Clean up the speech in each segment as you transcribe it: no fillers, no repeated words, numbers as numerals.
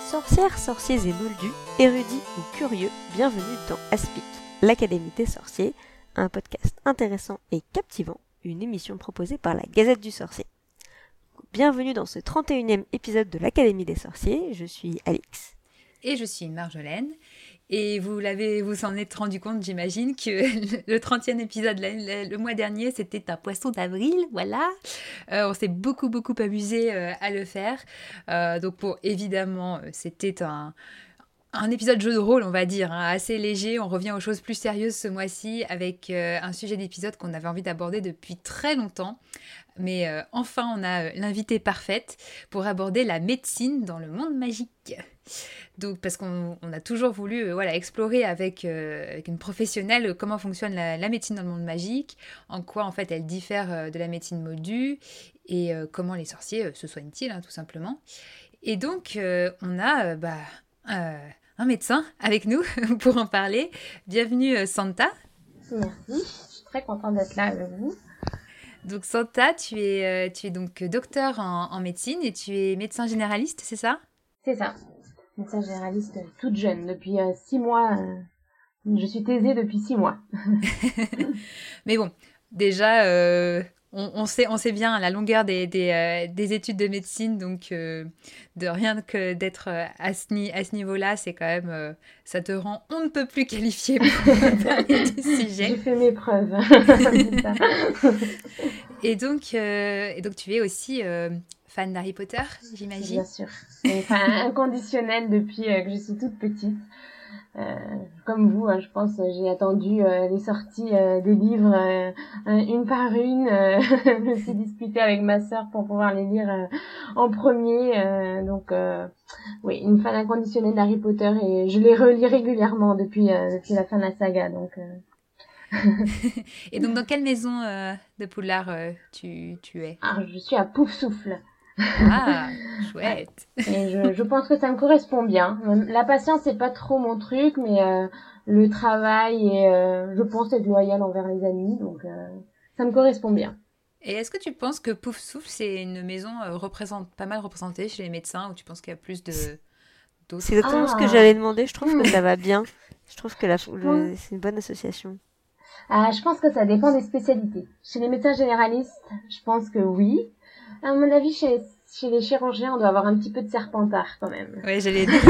Sorcières, sorciers et moldus, érudits ou curieux, bienvenue dans Aspic, l'Académie des sorciers, un podcast intéressant et captivant, une émission proposée par la Gazette du Sorcier. Bienvenue dans ce 31e épisode de l'Académie des sorciers, je suis Alix. Et je suis Marjolaine. Et vous en êtes rendu compte, j'imagine, que le 30e épisode, le mois dernier, c'était un poisson d'avril, voilà. On s'est beaucoup amusé à le faire. Évidemment, c'était un épisode jeu de rôle, on va dire, assez léger. On revient aux choses plus sérieuses ce mois-ci avec un sujet d'épisode qu'on avait envie d'aborder depuis très longtemps. Mais enfin, on a l'invitée parfaite pour aborder la médecine dans le monde magique. Donc, parce qu'on a toujours voulu explorer avec une professionnelle comment fonctionne la médecine dans le monde magique, en quoi en fait elle diffère de la médecine moldue et comment les sorciers se soignent-ils, tout simplement. Et donc, on a un médecin avec nous pour en parler. Bienvenue Santa. Merci, je suis très contente d'être là avec vous. Donc Santa, tu es donc docteur en médecine et tu es médecin généraliste, c'est ça ? C'est ça, médecin généraliste toute jeune, depuis 6 mois. Je suis thésée depuis 6 mois. Mais bon, déjà, on sait bien la longueur des études de médecine, donc de rien que d'être à ce niveau-là, c'est quand même, ça te rend on ne peut plus qualifié pour parler du sujet. J'ai fait mes preuves. Et donc tu es aussi fan d'Harry Potter, j'imagine. Bien sûr, inconditionnel depuis que je suis toute petite. Comme vous, je pense, j'ai attendu les sorties des livres une par une. Je me suis disputée avec ma sœur pour pouvoir les lire en premier. Oui, une fan inconditionnelle d'Harry Potter et je les relis régulièrement depuis la fin de la saga. Donc. Et donc, dans quelle maison de Poudlard tu es ? Alors, je suis à Poufsouffle. Ah, chouette. Et je pense que ça me correspond bien. La patience, c'est pas trop mon truc, mais le travail et je pense être loyale envers les amis, donc ça me correspond bien. Et est-ce que tu penses que Poufsouffle, c'est une maison pas mal représentée chez les médecins, ou tu penses qu'il y a plus d'autres ? C'est exactement ce que j'allais demander, je trouve que ça va bien. Je trouve que c'est une bonne association. Je pense que ça dépend des spécialités. Chez les médecins généralistes, je pense que oui. À mon avis, chez les chirurgiens, on doit avoir un petit peu de Serpentard quand même. Oui, j'allais dire.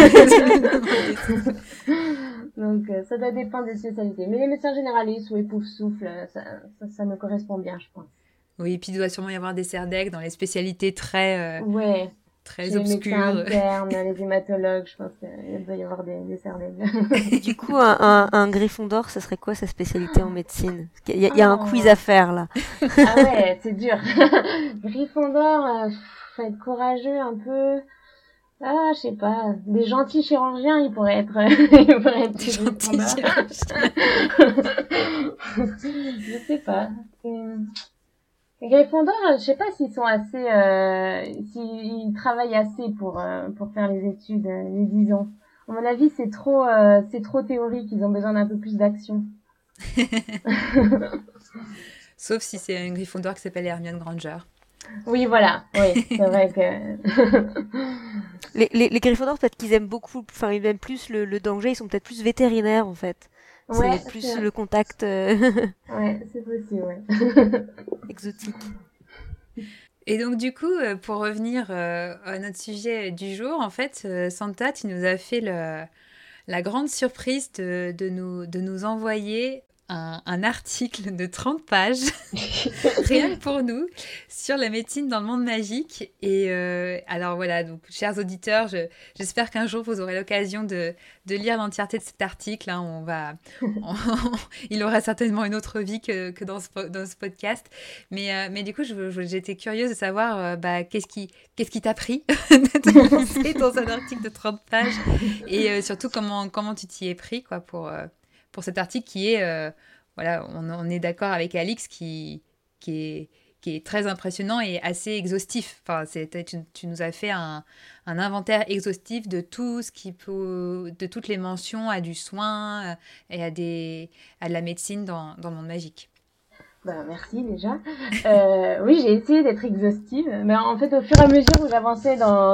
Donc, ça doit dépendre des spécialités. Mais les médecins généralistes, oui, Poufsouffle, ça me correspond bien, je pense. Oui, et puis il doit sûrement y avoir des serdèques dans les spécialités très chez obscures. Les médecins internes, les hématologues, je pense qu'il doit y avoir des serdèques. Du coup, un Gryffondor, ça serait quoi sa spécialité en médecine ? Il y a un quiz à faire, là. Ah ouais, c'est dur. Gryffondor, faut être courageux un peu. Je sais pas. Des gentils chirurgiens, ils pourraient être des gentils chirurgiens. Je sais pas. Les Gryffondor, je sais pas s'ils sont assez, s'ils travaillent assez pour faire les études, les 10 ans. À mon avis, c'est trop théorique, ils ont besoin d'un peu plus d'action. Sauf si c'est une Gryffondor qui s'appelle Hermione Granger. Oui, voilà. Oui, c'est vrai que... les Gryffondors, peut-être qu'ils aiment beaucoup, enfin, ils aiment plus le danger, ils sont peut-être plus vétérinaires, en fait. Ouais, c'est plus le contact ouais, c'est possible, ouais. exotique. Et donc, du coup, pour revenir à notre sujet du jour, en fait, Santa, tu nous as fait la grande surprise de nous envoyer un article de 30 pages, rien que pour nous, sur la médecine dans le monde magique. Et alors voilà, donc chers auditeurs, j'espère qu'un jour vous aurez l'occasion de lire l'entièreté de cet article. Il aura certainement une autre vie que dans ce podcast. Mais du coup, j'étais curieuse de savoir qu'est-ce qui t'a pris de te lancer dans un article de 30 pages et surtout comment tu t'y es pris quoi, pour cet article qui est, on est d'accord avec Alix, qui est très impressionnant et assez exhaustif. Enfin, tu nous as fait un inventaire exhaustif de tout ce de toutes les mentions à du soin et à de la médecine dans le monde magique. Merci déjà. Oui, j'ai essayé d'être exhaustive, mais en fait, au fur et à mesure où j'avançais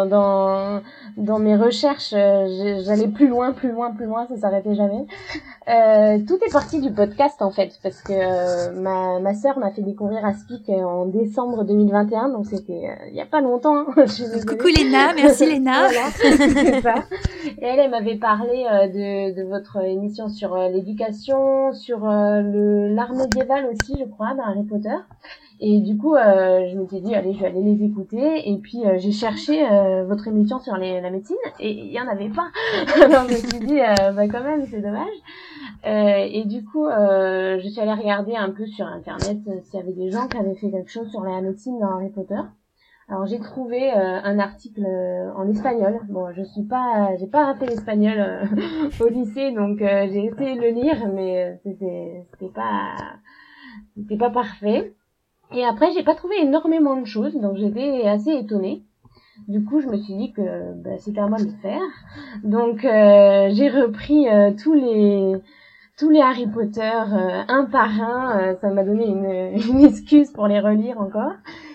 dans mes recherches, j'allais plus loin, ça s'arrêtait jamais. Tout est parti du podcast en fait, parce que ma sœur m'a fait découvrir Aspic en décembre 2021, donc c'était il y a pas longtemps. Hein. Coucou Léna, merci Léna. Voilà, c'est ça. Et elle m'avait parlé de votre émission sur l'éducation, sur l'art médiéval aussi, je crois, dans Harry Potter. Et du coup, je m'étais dit, allez, je vais aller les écouter. Et puis, j'ai cherché votre émission sur la médecine et il y en avait pas. Alors, je me suis dit, quand même, c'est dommage. Et du coup, je suis allée regarder un peu sur Internet s'il y avait des gens qui avaient fait quelque chose sur la médecine dans Harry Potter. Alors, j'ai trouvé un article en espagnol. Bon, j'ai pas raté l'espagnol au lycée, donc j'ai essayé de le lire, mais c'était pas parfait. Et après, j'ai pas trouvé énormément de choses, donc j'étais assez étonnée. Du coup, je me suis dit que c'était à moi de le faire. Donc, j'ai repris tous les Harry Potter un par un. Ça m'a donné une excuse pour les relire encore.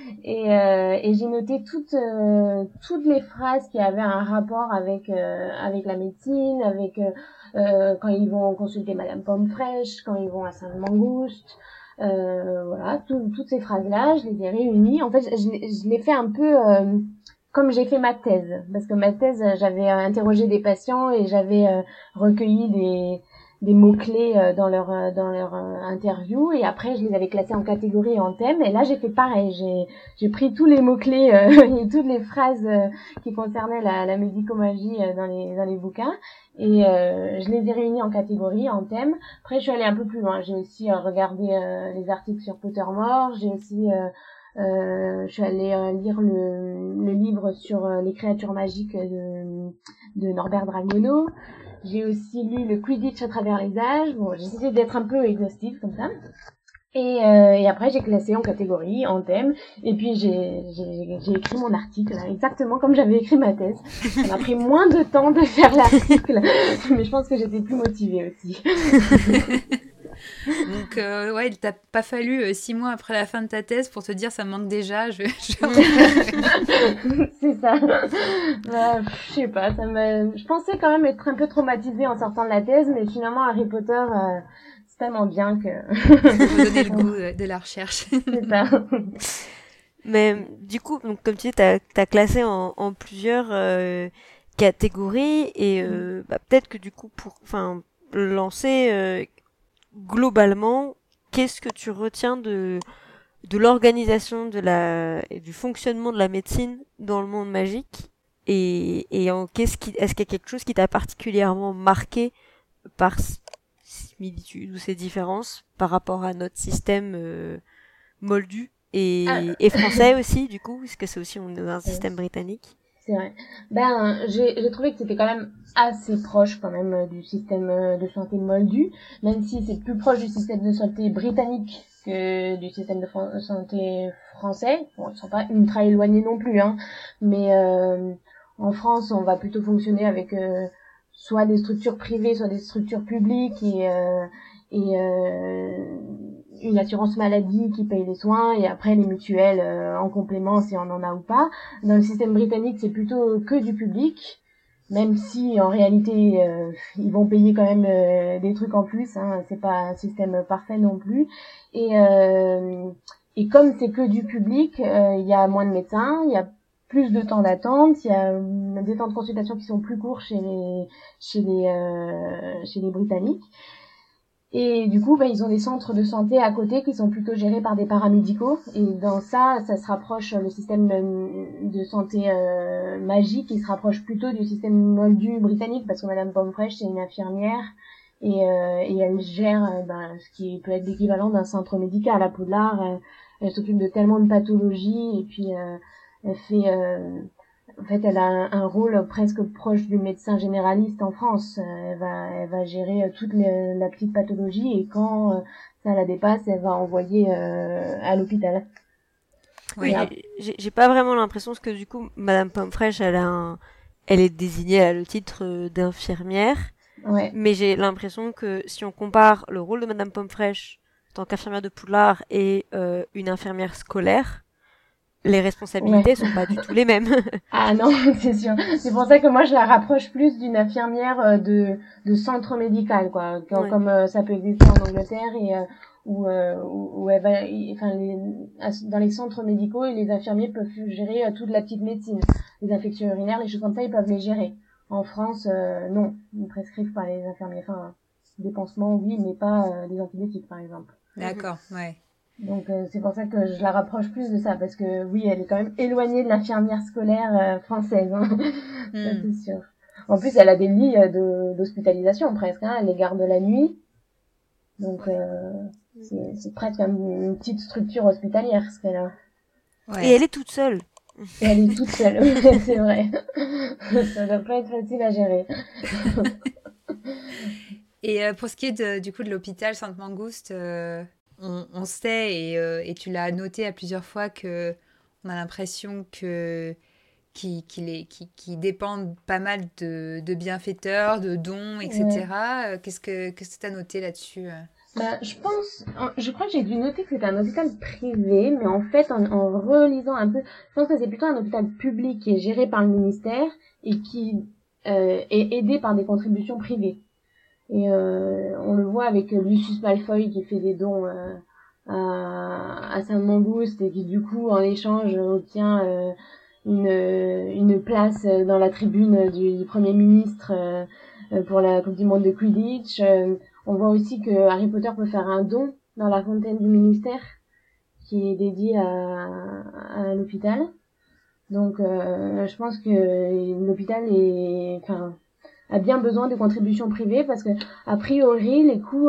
Et j'ai noté toutes les phrases qui avaient un rapport avec la médecine, avec quand ils vont consulter Madame Pomme Fraîche, quand ils vont à Sainte-Mangouste. Voilà, toutes ces phrases-là, je les ai réunies. En fait, je l'ai fait un peu comme j'ai fait ma thèse, parce que ma thèse, j'avais interrogé des patients et j'avais recueilli des mots-clés dans leur interview, et après je les avais classés en catégories et en thèmes, et là j'ai fait pareil, j'ai pris tous les mots-clés et toutes les phrases qui concernaient la médicomagie dans les bouquins, et je les ai réunis en catégories, en thèmes. Après je suis allée un peu plus loin, j'ai aussi regardé les articles sur Pottermore, j'ai aussi je suis allée lire le livre sur les créatures magiques de Norbert Dragono. J'ai aussi lu le Quidditch à travers les âges. Bon, j'ai essayé d'être un peu exhaustive comme ça. Et après, j'ai classé en catégorie, en thème. Et puis, j'ai écrit mon article, exactement comme j'avais écrit ma thèse. Ça m'a pris moins de temps de faire l'article. Mais je pense que j'étais plus motivée aussi. Donc, ouais, il t'a pas fallu 6 mois après la fin de ta thèse pour te dire ça me manque déjà, c'est ça. Je sais pas, je pensais quand même être un peu traumatisée en sortant de la thèse, mais finalement Harry Potter, c'est tellement bien que... Ça me donner le goût de la recherche. C'est ça. Mais du coup, donc, comme tu dis, t'as classé en plusieurs catégories, et peut-être que du coup, pour lancer... globalement, qu'est-ce que tu retiens de l'organisation et du fonctionnement de la médecine dans le monde magique, et est-ce qu'il y a quelque chose qui t'a particulièrement marqué par similitude ou ces différences par rapport à notre système moldu et français aussi, du coup, parce que c'est aussi on est dans un système britannique. C'est vrai. J'ai trouvé que c'était quand même assez proche quand même du système de santé moldu, même si c'est plus proche du système de santé britannique que du système de santé français. Bon, ils sont pas ultra éloignés non plus, hein. Mais en France, on va plutôt fonctionner avec soit des structures privées, soit des structures publiques, et une assurance maladie qui paye les soins, et après les mutuelles en complément si on en a ou pas. Dans le système britannique, c'est plutôt que du public, même si en réalité ils vont payer quand même des trucs en plus, hein. C'est pas un système parfait non plus. Et comme c'est que du public, il y a moins de médecins, il y a plus de temps d'attente, il y a des temps de consultation qui sont plus courts chez les Britanniques. Et du coup, ils ont des centres de santé à côté qui sont plutôt gérés par des paramédicaux. Et dans ça se rapproche, le système de santé magique, il se rapproche plutôt du système moldu britannique, parce que Madame Pomfresh, c'est une infirmière, et elle gère ce qui peut être l'équivalent d'un centre médical à Poudlard. Elle s'occupe de tellement de pathologies, et puis elle fait... En fait, elle a un rôle presque proche du médecin généraliste en France. Elle va gérer toute la petite pathologie, et quand ça la dépasse, elle va envoyer à l'hôpital. Oui, j'ai pas vraiment l'impression, parce que du coup, Madame Pomfresh, elle est désignée à le titre d'infirmière. Ouais. Mais j'ai l'impression que si on compare le rôle de Madame Pomfresh tant qu'infirmière de Poudlard et une infirmière scolaire, les responsabilités sont pas du tout les mêmes. Ah non, c'est sûr. C'est pour ça que moi je la rapproche plus d'une infirmière de centre médical, quoi. Comme ça peut exister en Angleterre et où elle va, dans les centres médicaux, les infirmiers peuvent gérer toute la petite médecine, les infections urinaires, les choses comme ça, ils peuvent les gérer. En France, non, ils ne prescrivent pas les infirmiers. Enfin, des pansements, oui, mais pas des antibiotiques, par exemple. D'accord, ouais. Donc c'est pour ça que je la rapproche plus de ça, parce que oui, elle est quand même éloignée de l'infirmière scolaire française, hein. Ça c'est sûr. En plus, elle a des lits d'hospitalisation presque, hein. Elle les garde la nuit, donc c'est presque une petite structure hospitalière ce qu'elle a. Ouais. Et elle est toute seule. Et elle est toute seule, c'est vrai. Ça doit pas être facile à gérer. Et pour ce qui est du coup de l'hôpital Sainte-Mangouste, on sait, et tu l'as noté à plusieurs fois, que on a l'impression qu'ils dépendent pas mal de bienfaiteurs, de dons, etc. Ouais. Qu'est-ce que tu as noté là-dessus? Je crois que j'ai dû noter que c'était un hôpital privé, mais en fait, en relisant un peu, je pense que c'est plutôt un hôpital public qui est géré par le ministère et qui est aidé par des contributions privées. Et on le voit avec Lucius Malfoy qui fait des dons à Sainte-Mangouste et qui du coup en échange obtient une place dans la tribune du Premier ministre pour la Coupe du Monde de Quidditch. On voit aussi que Harry Potter peut faire un don dans la fontaine du ministère qui est dédiée à l'hôpital. Donc je pense que l'hôpital a bien besoin de contributions privées parce que a priori les coûts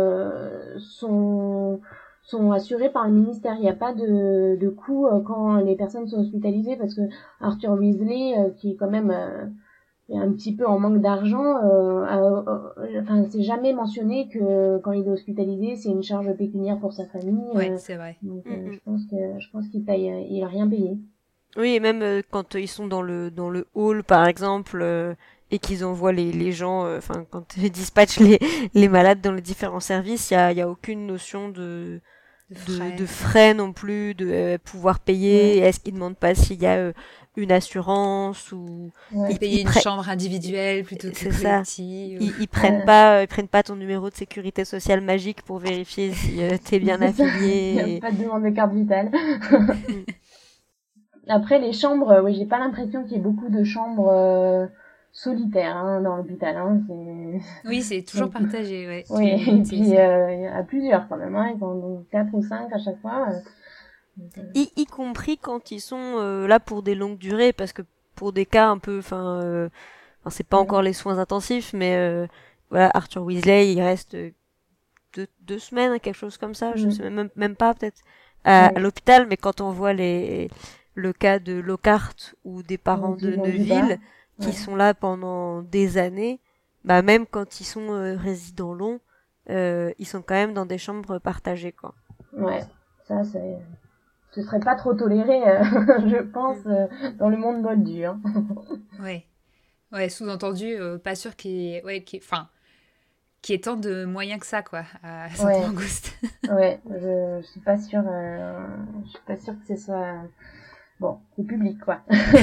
sont assurés par le ministère. Il n'y a pas de coûts quand les personnes sont hospitalisées parce que Arthur Weasley qui est quand même est un petit peu en manque d'argent, c'est jamais mentionné que quand il est hospitalisé c'est une charge pécuniaire pour sa famille. Ouais, c'est vrai. Donc je pense qu'il paye, il a rien payé. Oui, et même quand ils sont dans le hall par exemple. Et qu'ils envoient les gens, quand ils dispatchent les malades dans les différents services, il y a aucune notion de frais non plus, de pouvoir payer. Ouais. Est-ce qu'ils demandent pas s'il y a une assurance ou payer une chambre individuelle plutôt que collective. Ils prennent pas ton numéro de sécurité sociale magique pour vérifier si t'es bien affilié. Il n'y a pas de demande de carte vitale. Après les chambres, oui, j'ai pas l'impression qu'il y ait beaucoup de chambres solitaire dans l'hôpital. Oui, c'est toujours partagé. Ouais. Oui, et puis à plusieurs quand même. Ils ont 4 ou 5 à chaque fois. Y compris quand ils sont là pour des longues durées, parce que pour des cas un peu... c'est pas encore les soins intensifs, mais voilà, Arthur Weasley, il reste 2 semaines, quelque chose comme ça. Je sais même pas peut-être à l'hôpital, mais quand on voit le cas de Lockhart ou des parents de Neville... qui sont là pendant des années, même quand ils sont résidents longs, ils sont quand même dans des chambres partagées, quoi. Ouais, ça ce serait pas trop toléré, je pense, dans le monde moldu. Hein. Ouais, sous-entendu, pas sûr qu'il y ait tant de moyens que ça, quoi, à Sainte-Mangouste. Ouais, je suis pas sûre que ce soit c'est public, quoi.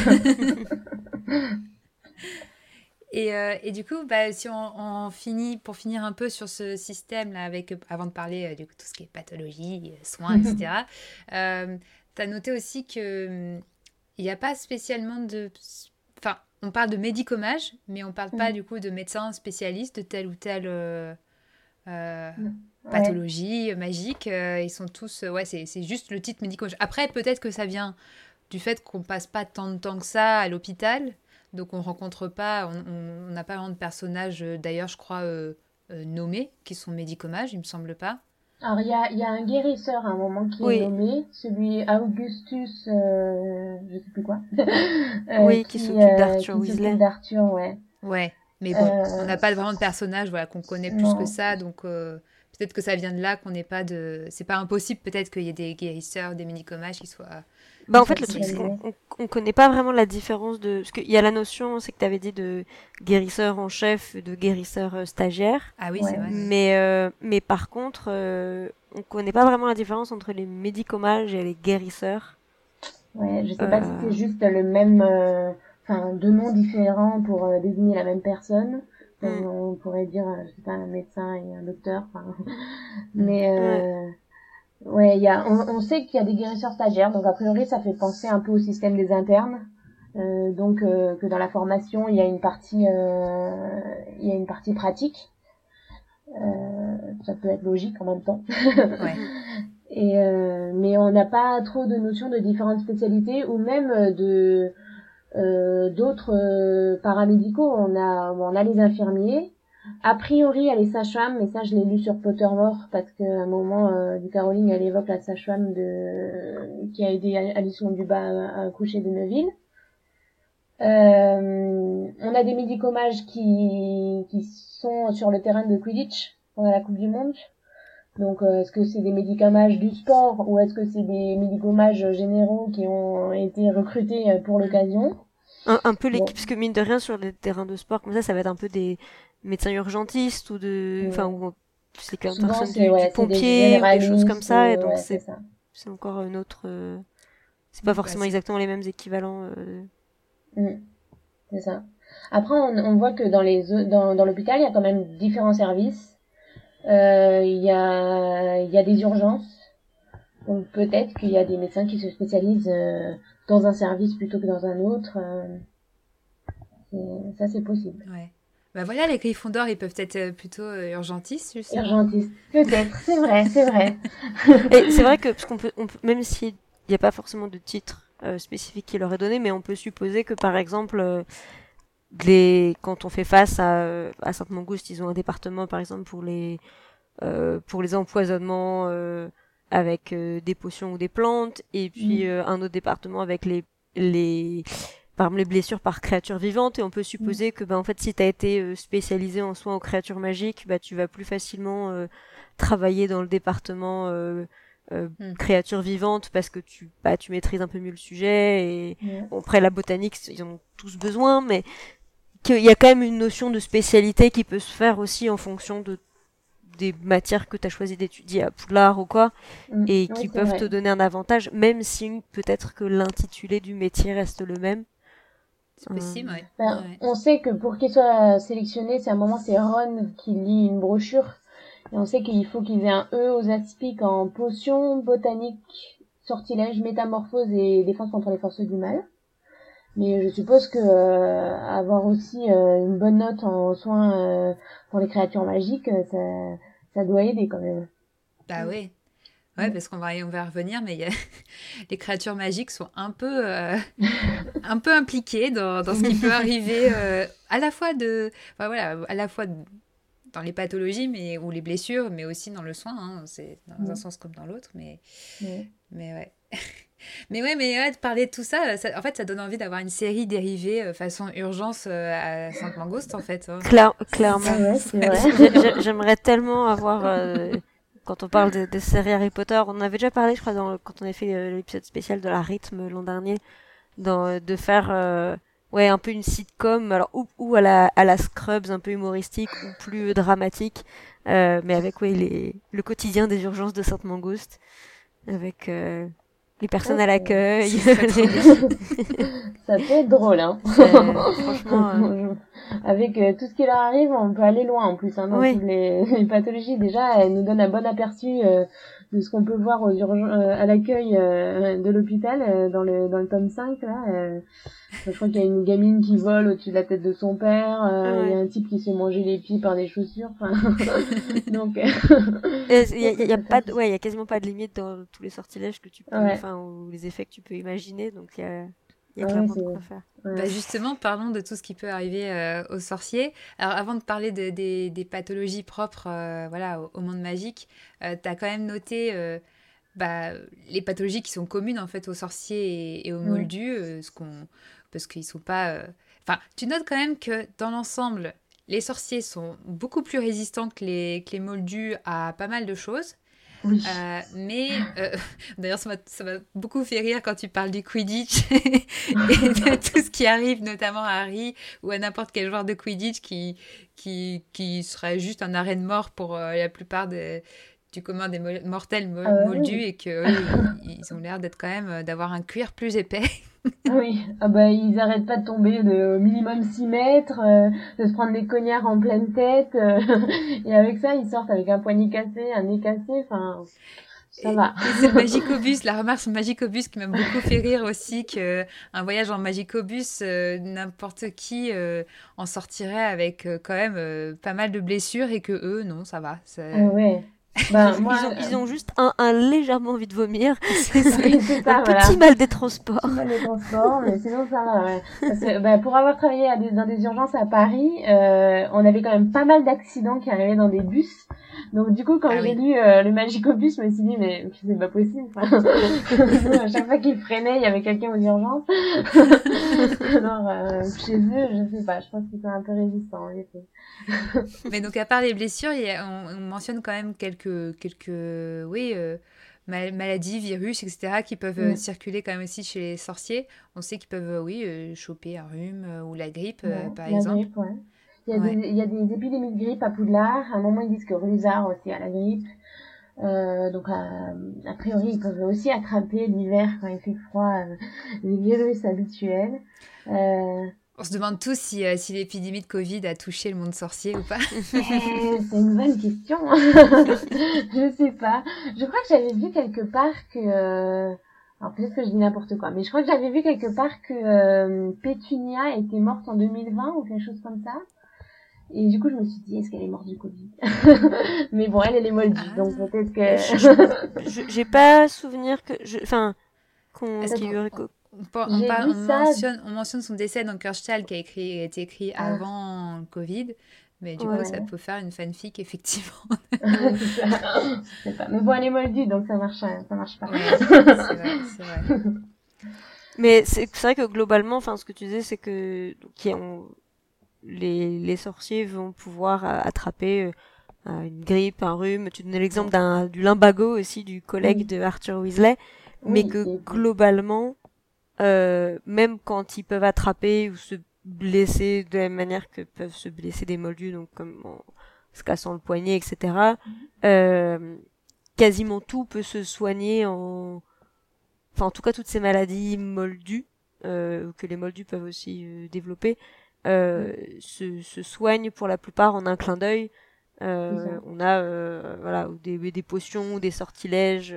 Et du coup, si on finit, pour finir un peu sur ce système-là, avant de parler du coup tout ce qui est pathologie, soins, etc., tu as noté aussi qu'il n'y a pas spécialement de... Enfin, on parle de médicomage, mais on ne parle pas du coup de médecins spécialistes de telle ou telle pathologie magique. Ils sont tous... c'est juste le titre médicomage. Après, peut-être que ça vient du fait qu'on ne passe pas tant de temps que ça à l'hôpital. Donc on rencontre pas, on n'a pas vraiment de personnages, d'ailleurs je crois nommés, qui sont médicomages, il me semble pas. Alors il y a un guérisseur à un moment qui est nommé, celui Augustus, je sais plus quoi. qui s'occupe d'Arthur Weasley. Ouais, mais bon, on n'a pas vraiment de personnage, qu'on connaît plus que ça, donc peut-être que ça vient de là qu'on n'ait pas de... C'est pas impossible peut-être qu'il y ait des guérisseurs, des médicomages qui soient Bah en Ça, fait le c'est truc c'est qu'on validé. on connaît pas vraiment la différence de parce qu'il y a la notion c'est que tu avais dit de guérisseur en chef de guérisseur stagiaire Ah oui, c'est Ouais. vrai, oui. mais par contre on connaît pas vraiment la différence entre les médicomages et les guérisseurs. Ouais, je sais pas si Euh, c'est juste le même, enfin, deux noms différents pour désigner la même personne. hmm, Comme on pourrait dire, je sais pas, un médecin et un docteur. Enfin, Mm. mais ouais. ouais, on sait qu'il y a des guérisseurs stagiaires, donc a priori ça fait penser un peu au système des internes. Donc que dans la formation il y a une partie pratique. Ça peut être logique en même temps. Ouais. Hmm. Et mais on n'a pas trop de notion de différentes spécialités ou même de d'autres paramédicaux. On a les infirmiers. A priori, il y a les sages-femmes, mais ça, je l'ai lu sur Pottermore parce qu'à un moment du Caroline, elle évoque la sage-femme qui a aidé Alice Londubat à accoucher de Neuville. On a des médicomages qui sont sur le terrain de Quidditch pendant la Coupe du Monde. Donc, est-ce que c'est des médicomages du sport ou est-ce que c'est des médicomages généraux qui ont été recrutés pour l'occasion? Un peu l'équipe Bon, parce que mine de rien sur les terrains de sport comme ça va être un peu des médecins urgentistes ou de enfin euh, ou c'est les souvent personnes c'est du ouais, c'est des pompier ou des choses comme généralistes, ça et donc ouais, c'est ça. c'est encore une autre c'est pas Bah, forcément c'est... exactement les mêmes équivalents Mm, c'est ça. Après, on voit que dans l'hôpital, il y a quand même différents services. Il y a des urgences. Donc peut-être qu'il y a des médecins qui se spécialisent dans un service plutôt que dans un autre. Ça, c'est possible. Ouais. Bah voilà, les Gryffondors, ils peuvent être plutôt urgentistes, je sais pas. Urgentiste, peut-être, c'est vrai, c'est vrai. et c'est vrai que parce on peut même s'il n'y a pas forcément de titre spécifique qui leur est donné mais on peut supposer que par exemple quand on fait face à Sainte-Mangouste ils ont un département par exemple pour les empoisonnements avec des potions ou des plantes, et puis Mm, un autre département avec les par exemple les blessures par créatures vivantes, et on peut mm, supposer que en fait si t'as été spécialisé en soins aux créatures magiques, tu vas plus facilement travailler dans le département Hmm. créatures vivantes parce que tu maîtrises un peu mieux le sujet et ouais. bon, après la botanique ils en ont tous besoin mais qu'il y a quand même une notion de spécialité qui peut se faire aussi en fonction de des matières que tu as choisi d'étudier à Poudlard ou quoi, Mm. et Oui, qui c'est peuvent te vrai. donner un avantage, même si peut-être que l'intitulé du métier reste le même. C'est Euh, possible, ouais. Ben, Ouais. on sait que pour qu'il soit sélectionné, c'est à un moment, c'est Ron qui lit une brochure. Et on sait qu'il faut qu'ils aient un E aux aspics en potion, botanique, sortilège, métamorphose et défense contre les forces du mal. Mais je suppose que avoir aussi une bonne note en soins pour les créatures magiques, ça doit aider quand même. Bah mm, ouais. Ouais, Mm. parce on va y revenir, mais les créatures magiques sont un peu impliquées dans ce qui peut arriver à la fois enfin, voilà, à la fois dans les pathologies ou les blessures, mais aussi dans le soin. Hein, c'est dans un Mm. sens comme dans l'autre, Ouais. mais ouais. Mais ouais, de parler de tout ça, en fait, ça donne envie d'avoir une série dérivée façon urgence à Sainte-Mangouste, en fait. Hein. Ah clairement. ouais, c'est vrai. J'aimerais tellement avoir, quand on parle des séries Harry Potter, on en avait déjà parlé, je crois, quand on a fait l'épisode spécial de la rythme l'an dernier, de faire ouais un peu une sitcom, alors ou à la Scrubs, un peu humoristique ou plus dramatique, mais avec ouais le quotidien des urgences de Sainte-Mangouste, avec les personnes à Ok. l'accueil. Ce serait trop bien. Ça peut être drôle, hein. Franchement, Avec tout ce qui leur arrive, on peut aller loin en plus, hein, dans oui. toutes les pathologies. Déjà, elle nous donne un bon aperçu de ce qu'on peut voir à l'accueil de l'hôpital dans le tome 5 là. Je crois qu'il y a une gamine qui vole au-dessus de la tête de son père. Il y a Ouais. un type qui se fait manger les pieds par des chaussures. Enfin, donc, Il je pense que y a ça pas fait. de, ouais, il y a quasiment pas de limite dans tous les sortilèges que tu peux, Ouais, enfin, ou les effets que tu peux imaginer, donc il y a ouais, clairement de c'est. quoi faire. Ouais. Bah justement, parlons de tout ce qui peut arriver aux sorciers. Alors, avant de parler des pathologies propres voilà, au monde magique, tu as quand même noté bah, les pathologies qui sont communes en fait aux sorciers et aux Mm. moldus, parce qu'ils sont pas. Enfin, tu notes quand même que dans l'ensemble, les sorciers sont beaucoup plus résistants que les moldus à pas mal de choses. Oui. Mais d'ailleurs, ça m'a beaucoup fait rire quand tu parles du Quidditch et de tout ce qui arrive, notamment à Harry ou à n'importe quel joueur de Quidditch qui serait juste un arrêt de mort pour la plupart du commun des mortels moldus Oui. et que ils ont l'air d'être quand même d'avoir un cuir plus épais. Oui, ah bah, ils arrêtent pas de tomber de au minimum 6 mètres, de se prendre des cognards en pleine tête, et avec ça, ils sortent avec un poignet cassé, un nez cassé, enfin, ça va. Et c'est le Magicobus, la remarque sur le Magicobus qui m'a beaucoup fait rire aussi, que un voyage en Magicobus, n'importe qui en sortirait avec quand même pas mal de blessures et que eux, non, ça va. Ouais. Ben, moi, Ils ont juste un légèrement envie de vomir. oui, c'est Un ça, voilà. petit mal des transports. Petit mal de transport, mais sinon ça va, ouais. Parce que, bah, pour avoir travaillé dans des urgences à Paris, on avait quand même pas mal d'accidents qui arrivaient dans des bus. Donc du coup, quand j'ai lu le Magicobus, je me suis dit, mais c'est pas possible. Enfin, nous, à chaque fois qu'ils freinaient, il y avait quelqu'un aux urgences. Alors, chez eux, je sais pas, je pense qu'ils sont un peu résistants, en effet. Mais donc, à part les blessures, on mentionne quand même quelques oui, maladies, virus, etc., qui peuvent circuler quand même aussi chez les sorciers. On sait qu'ils peuvent, oui, choper un rhume ou la grippe, par La exemple. grippe, ouais. Ouais. Il y a des épidémies de grippe à Poudlard. À un moment, ils disent que Rusard aussi a la grippe. Donc, a priori, ils peuvent aussi attraper l'hiver quand il fait froid les virus habituels. On se demande tous si l'épidémie de Covid a touché le monde sorcier ou pas. C'est une bonne question. Je sais pas. Je crois que j'avais vu quelque part que... alors peut-être que je dis n'importe quoi, mais je crois que j'avais vu quelque part que Pétunia était morte en 2020 ou quelque chose comme ça. Et du coup, je me suis dit, est-ce qu'elle est morte du Covid? Mais bon, elle est moldue, donc peut-être que... J'ai pas souvenir que... Enfin, Est-ce qu'il y aurait... on mentionne son décès dans Kurstal qui a été écrit avant le Covid, mais du coup, ça peut faire une fanfic, effectivement. C'est ça. Je sais pas. Mais bon, elle est moldue, donc ça marche pas. Ouais, c'est vrai. Mais c'est vrai que globalement, enfin, ce que tu disais, c'est que les sorciers vont pouvoir attraper une grippe, un rhume. Tu donnais l'exemple du lumbago aussi, du collègue de Arthur Weasley, mais que globalement, même quand ils peuvent attraper ou se blesser de la même manière que peuvent se blesser des moldus, donc comme en se cassant le poignet, etc., quasiment tout peut se soigner enfin en tout cas toutes ces maladies moldues que les moldus peuvent aussi développer se soignent pour la plupart en un clin d'œil. On a voilà des potions ou des sortilèges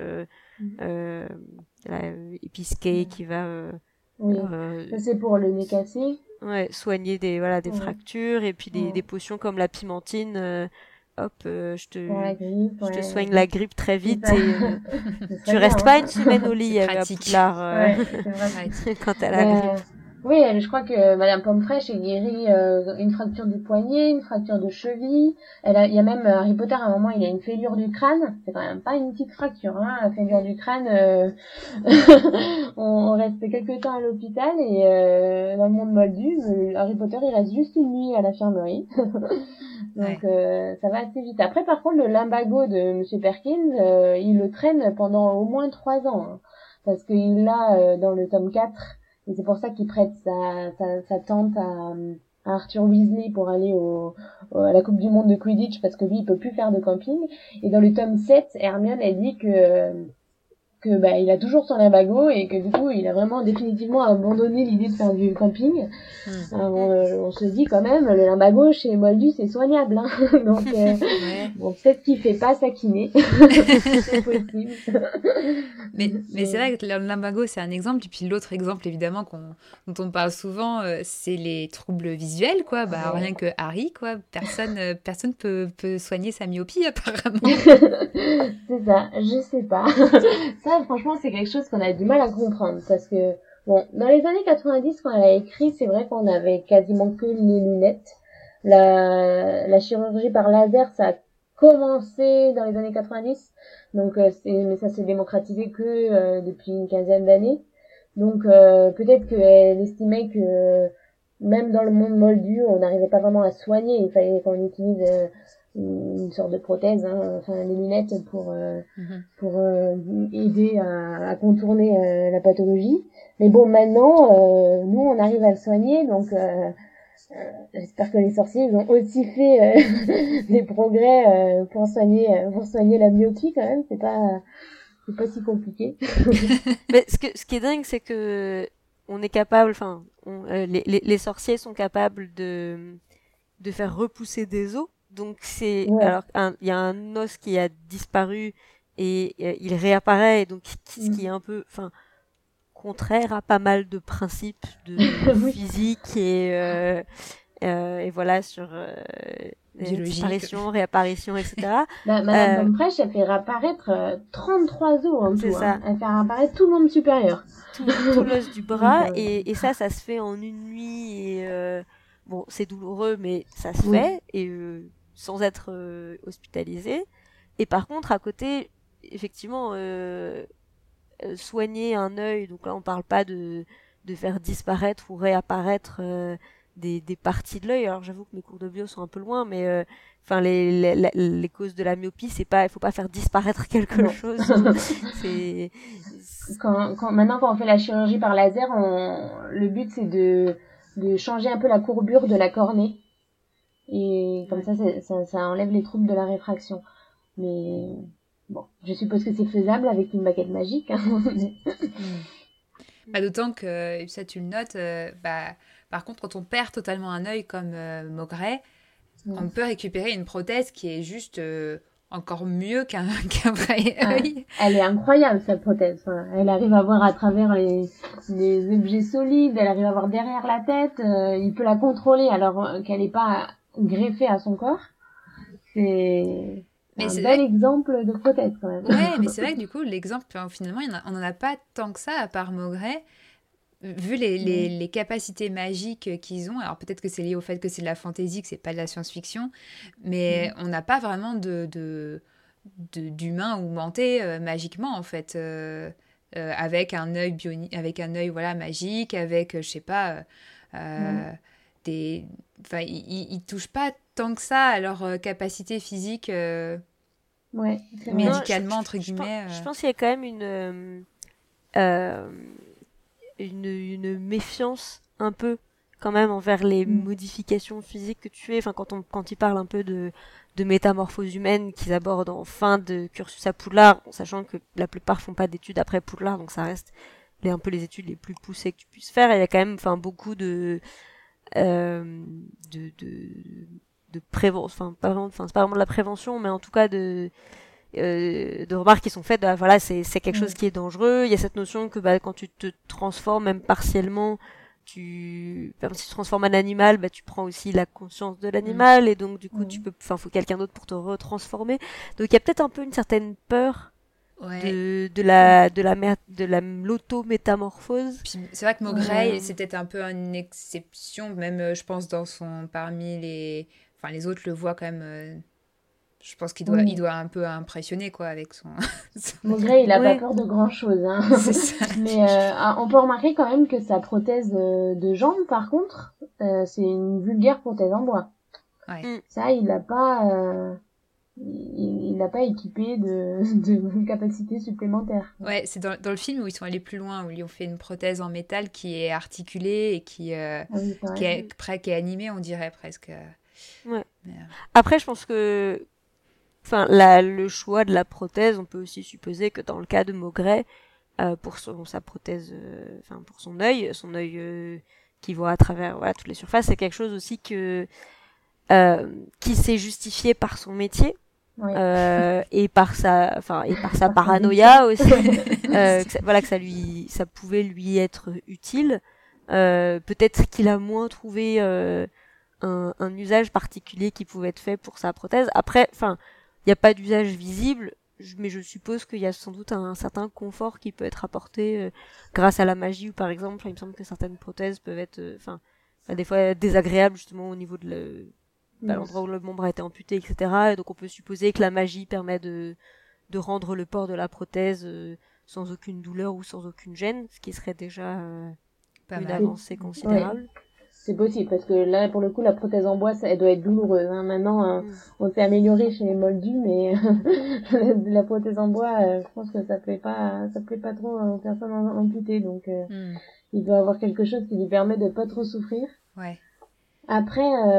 Episcae qui va ça c'est pour le nez cassé, soigner des fractures, et puis des potions comme la pimentine, je te soigne la grippe très vite et tu restes pas une semaine au lit à Poudlard quand elle a la grippe. Oui, je crois que Madame Pomme-Fraîche est guérie une fracture du poignet, une fracture de cheville. Il y a même Harry Potter à un moment, il a une fêlure du crâne. C'est quand même pas une petite fracture, hein. La fêlure du crâne, on reste quelques temps à l'hôpital et dans le monde moldu, Harry Potter il reste juste une nuit à l'infirmerie. Donc ça va assez vite. Après par contre le lumbago de Monsieur Perkins, il le traîne pendant au moins 3 ans, hein, parce qu'il l'a dans le tome 4. Et c'est pour ça qu'il prête sa tante à Arthur Weasley pour aller à la Coupe du Monde de Quidditch, parce que lui, il peut plus faire de camping. Et dans le tome 7, Hermione, elle dit que il a toujours son lumbago et que du coup, il a vraiment définitivement abandonné l'idée de faire du camping. Alors, on se dit quand même, le lumbago chez Moldu, c'est soignable, hein. Donc, bon, peut-être qu'il fait pas sa kiné. C'est possible. Mais c'est vrai que le lumbago, c'est un exemple. Et puis l'autre exemple, évidemment, dont on parle souvent, c'est les troubles visuels, quoi. Rien que Harry, quoi. Personne peut soigner sa myopie, apparemment. C'est ça, je sais pas. Ça, franchement, c'est quelque chose qu'on a du mal à comprendre. Parce que, bon, dans les années 90, quand elle a écrit, c'est vrai qu'on avait quasiment que les lunettes. La chirurgie par laser, ça a commencé dans les années 90. Donc, mais ça s'est démocratisé que depuis une quinzaine d'années. Donc, peut-être qu'elle estimait que même dans le monde moldu, on n'arrivait pas vraiment à soigner. Il fallait qu'on utilise une sorte de prothèse, hein, enfin des lunettes pour aider à contourner la pathologie. Mais bon, maintenant, nous on arrive à le soigner, donc j'espère que les sorciers ils ont aussi fait des progrès pour soigner la myopie quand même. C'est pas si compliqué. Mais ce qui est dingue, c'est que on est capable, enfin, les sorciers sont capables de faire repousser des os. Donc alors il y a un os qui a disparu et il réapparaît, et donc ce qui est un peu, enfin, contraire à pas mal de principes de physique et voilà sur disparition, réapparition, etc. Madame Fresh, elle fait réapparaître 33 os en tout. Ça. Elle fait réapparaître tout le membre supérieur. Tout l'os du bras, et ça se fait en une nuit, et bon, c'est douloureux, mais ça se fait, et sans être hospitalisé. Et par contre, à côté, effectivement, soigner un œil, donc là on parle pas de faire disparaître ou réapparaître des parties de l'œil. Alors j'avoue que mes cours de bio sont un peu loin, mais enfin les causes de la myopie, il faut pas faire disparaître quelque chose. C'est maintenant quand on fait la chirurgie par laser, le but c'est de changer un peu la courbure de la cornée, et comme ça enlève les troubles de la réfraction. Mais bon, je suppose que c'est faisable avec une baguette magique. D'autant que, ça tu le notes, par contre, quand on perd totalement un œil comme Maugrey, on peut récupérer une prothèse qui est juste encore mieux qu'un vrai œil. Elle est incroyable, cette prothèse. Enfin, elle arrive à voir à travers les objets solides, elle arrive à voir derrière la tête, il peut la contrôler alors qu'elle n'est pas greffée à son corps. C'est un bel exemple de prothèse quand même. Ouais, mais c'est vrai que du coup, l'exemple, finalement, on n'en a pas tant que ça à part Maugrey. Vu les capacités magiques qu'ils ont, alors peut-être que c'est lié au fait que c'est de la fantasy, que c'est pas de la science-fiction, mais on n'a pas vraiment d'humain augmenté magiquement en fait, avec un œil bionique, avec un œil magique, avec je sais pas enfin ils touchent pas tant que ça à leur capacité physique médicalement entre guillemets. Je pense qu'il y a quand même une méfiance un peu quand même envers les modifications physiques que tu fais. Enfin, quand ils parlent un peu de métamorphose humaine qu'ils abordent en fin de cursus à Poudlard, sachant que la plupart font pas d'études après Poudlard, donc ça reste un peu les études les plus poussées que tu puisses faire. Et il y a quand même, enfin, beaucoup de prévention, c'est pas vraiment de la prévention, mais en tout cas de remarques qui sont faites, voilà, c'est quelque chose qui est dangereux. Il y a cette notion que quand tu te transformes même partiellement, si tu te transformes en animal, tu prends aussi la conscience de l'animal, et donc du coup faut quelqu'un d'autre pour te retransformer. Donc il y a peut-être un peu une certaine peur de l'auto-métamorphose. C'est vrai que Maugrey, c'est peut-être un peu une exception, même je pense parmi les autres le voient quand même. Je pense qu'il doit un peu impressionner quoi avec son. Maugrey, il a pas peur de grand chose, hein. C'est ça. Mais on peut remarquer quand même que sa prothèse de jambe, par contre, c'est une vulgaire prothèse en bois. Ouais. Ça, il l'a pas équipé de capacités supplémentaires. Ouais, c'est dans le film où ils sont allés plus loin, où ils ont fait une prothèse en métal qui est articulée et qui est animée, on dirait presque. Ouais. Après, je pense que le choix de la prothèse, on peut aussi supposer que dans le cas de Maugrey, pour sa prothèse, pour son œil qui voit à travers toutes les surfaces, c'est quelque chose aussi qui s'est justifié par son métier. Et par sa paranoïa aussi, que ça pouvait lui être utile. Peut-être qu'il a moins trouvé un usage particulier qui pouvait être fait pour sa prothèse. Après, il n'y a pas d'usage visible, mais je suppose qu'il y a sans doute un certain confort qui peut être apporté grâce à la magie, ou par exemple, il me semble que certaines prothèses peuvent être, des fois désagréables justement au niveau de l'endroit où le membre a été amputé, etc. Et donc on peut supposer que la magie permet de rendre le port de la prothèse sans aucune douleur ou sans aucune gêne, ce qui serait déjà une avancée considérable. c'est possible, parce que là, pour le coup, la prothèse en bois, elle doit être douloureuse. Hein. Maintenant, on s'est amélioré chez les moldus, mais la prothèse en bois, je pense que ça plaît pas trop aux personnes amputées. Donc, il doit avoir quelque chose qui lui permet de pas trop souffrir. Ouais. Après,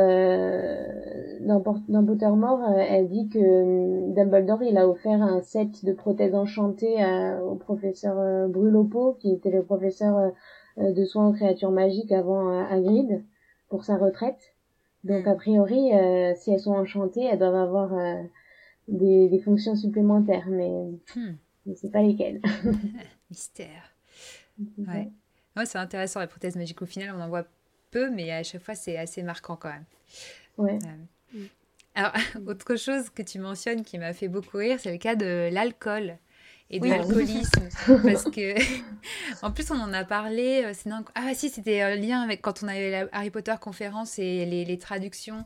dans Pottermore, elle dit que Dumbledore, il a offert un set de prothèses enchantées au professeur Brulopo, qui était le professeur de soins aux créatures magiques avant Hagrid, pour sa retraite. Donc, a priori, si elles sont enchantées, elles doivent avoir des fonctions supplémentaires, mais je sais pas lesquelles. Mystère. Ouais. Ouais, c'est intéressant, les prothèses magiques. Au final, on en voit peu, mais à chaque fois, c'est assez marquant quand même. Ouais. Alors, autre chose que tu mentionnes qui m'a fait beaucoup rire, c'est le cas de l'alcool et de l'alcoolisme. Parce que, en plus, on en a parlé. C'était lien avec quand on avait la Harry Potter conférence et les traductions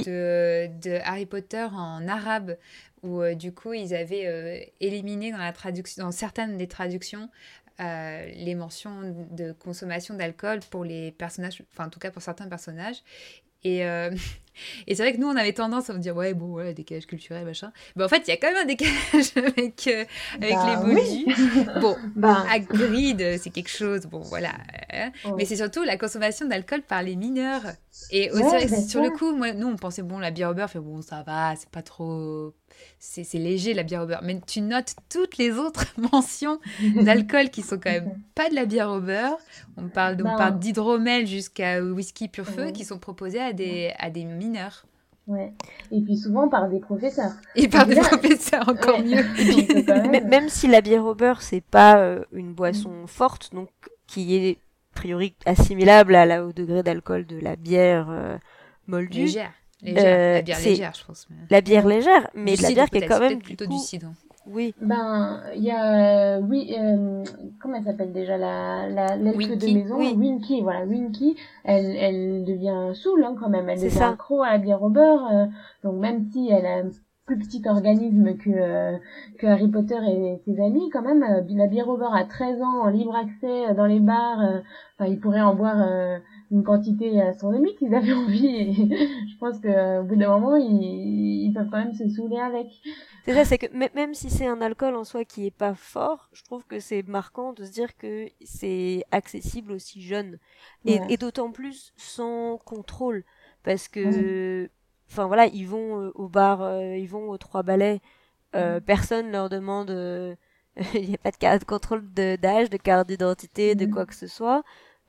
de Harry Potter en arabe, où du coup, ils avaient éliminé dans certaines des traductions les mentions de consommation d'alcool pour les personnages, enfin en tout cas pour certains personnages. Et c'est vrai que nous, on avait tendance à me dire, décalage culturel, machin. Mais en fait, il y a quand même un décalage avec les moldus. Oui. Bon, Hagrid, c'est quelque chose, bon, voilà. Mais c'est surtout la consommation d'alcool par les mineurs. Et sur le coup, nous, on pensait, la bière au beurre, ça va, c'est pas trop... C'est léger, la bière au beurre. Mais tu notes toutes les autres mentions d'alcool qui sont quand même pas de la bière au beurre. On parle d'hydromel jusqu'à whisky pur feu qui sont proposés à des mineurs. Ouais. Et puis souvent par des professeurs. Et par des professeurs, encore mieux. Même si la bière au beurre, c'est pas une boisson forte, donc qui est a priori assimilable au degré d'alcool de la bière moldue. Légère. La bière légère, je pense. Mais... La bière légère, mais du la bière qui est quand même plutôt du cidre. Oui. Il y a comment elle s'appelle déjà l'elfe de maison, Winky, voilà, Winky, elle devient saoule quand même, elle devient accro à la bière au beurre, donc même si elle a un plus petit organisme que Harry Potter et ses amis, quand même, la bière au beurre à 13 ans en libre accès dans les bars, ils pourraient en boire une quantité astronomique s'ils avaient envie, et je pense que au bout d'un moment ils peuvent quand même se saouler avec. C'est ça, c'est que même si c'est un alcool en soi qui est pas fort, je trouve que c'est marquant de se dire que c'est accessible aussi jeune. Et d'autant plus sans contrôle. Parce que, ils vont au bar, ils vont aux Trois Ballets, personne leur demande, il n'y a pas de contrôle d'âge, de carte d'identité, de quoi que ce soit.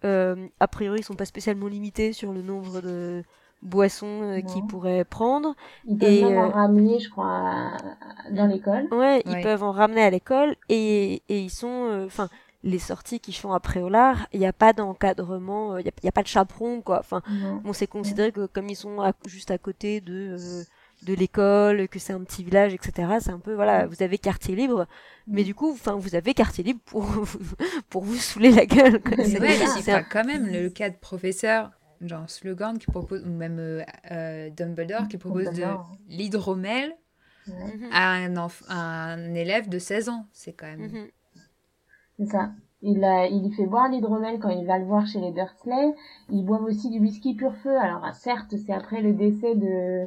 A priori, ils sont pas spécialement limités sur le nombre de boissons qu'ils pourraient prendre. Ils peuvent même en ramener, je crois, dans l'école. Ils peuvent en ramener à l'école et ils sont... les sorties qu'ils font à Préolard, il n'y a pas d'encadrement, il n'y a pas de chaperon, quoi. C'est considéré que comme ils sont juste à côté de l'école, que c'est un petit village, etc., c'est un peu, vous avez quartier libre, mais du coup, vous avez quartier libre pour vous saouler la gueule, quoi. C'est quand même le cas de professeur... genre Slughorn qui propose, ou même Dumbledore qui propose de l'hydromel à un élève de 16 ans. C'est quand même... C'est ça. Il lui fait boire l'hydromel quand il va le voir chez les Dursley. Ils boivent aussi du whisky pur feu. Alors certes, c'est après le décès de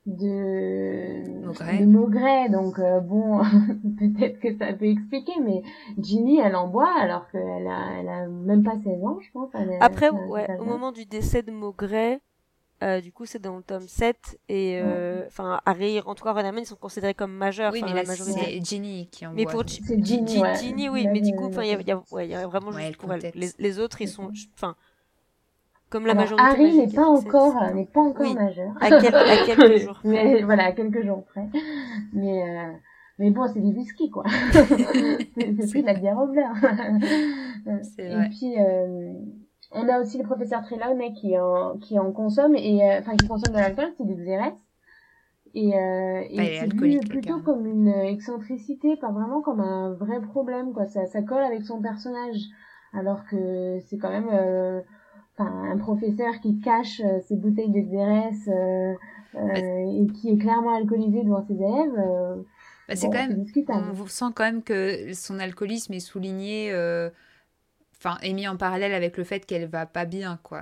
Maugret, donc peut-être que ça peut expliquer, mais Ginny elle en boit alors qu'elle a même pas 16 ans, je pense. Après, au moment du décès de Maugret, du coup c'est dans le tome 7 et Harry, en tout cas Ron et Hermione, ils sont considérés comme majeurs. Oui, mais là c'est Ginny qui en boit. Mais pour Ginny, oui, mais du coup il y a vraiment juste pour elle. Les autres ils sont comme la majorité. Harry n'est pas encore majeur. À quelques jours. Mais voilà, à quelques jours près. Mais bon, c'est du whisky, quoi. c'est plus de la bière au beurre. C'est vrai. Et puis, on a aussi le professeur Trelawney qui en consomme qui consomme de l'alcool, c'est du Xérès. Et c'est vu plutôt comme une excentricité, pas vraiment comme un vrai problème, quoi. Ça colle avec son personnage. Alors que c'est quand même, un professeur qui cache ses bouteilles de Xérès et qui est clairement alcoolisé devant ses élèves, c'est quand même discutable. On sent quand même que son alcoolisme est souligné, est mis en parallèle avec le fait qu'elle va pas bien, quoi.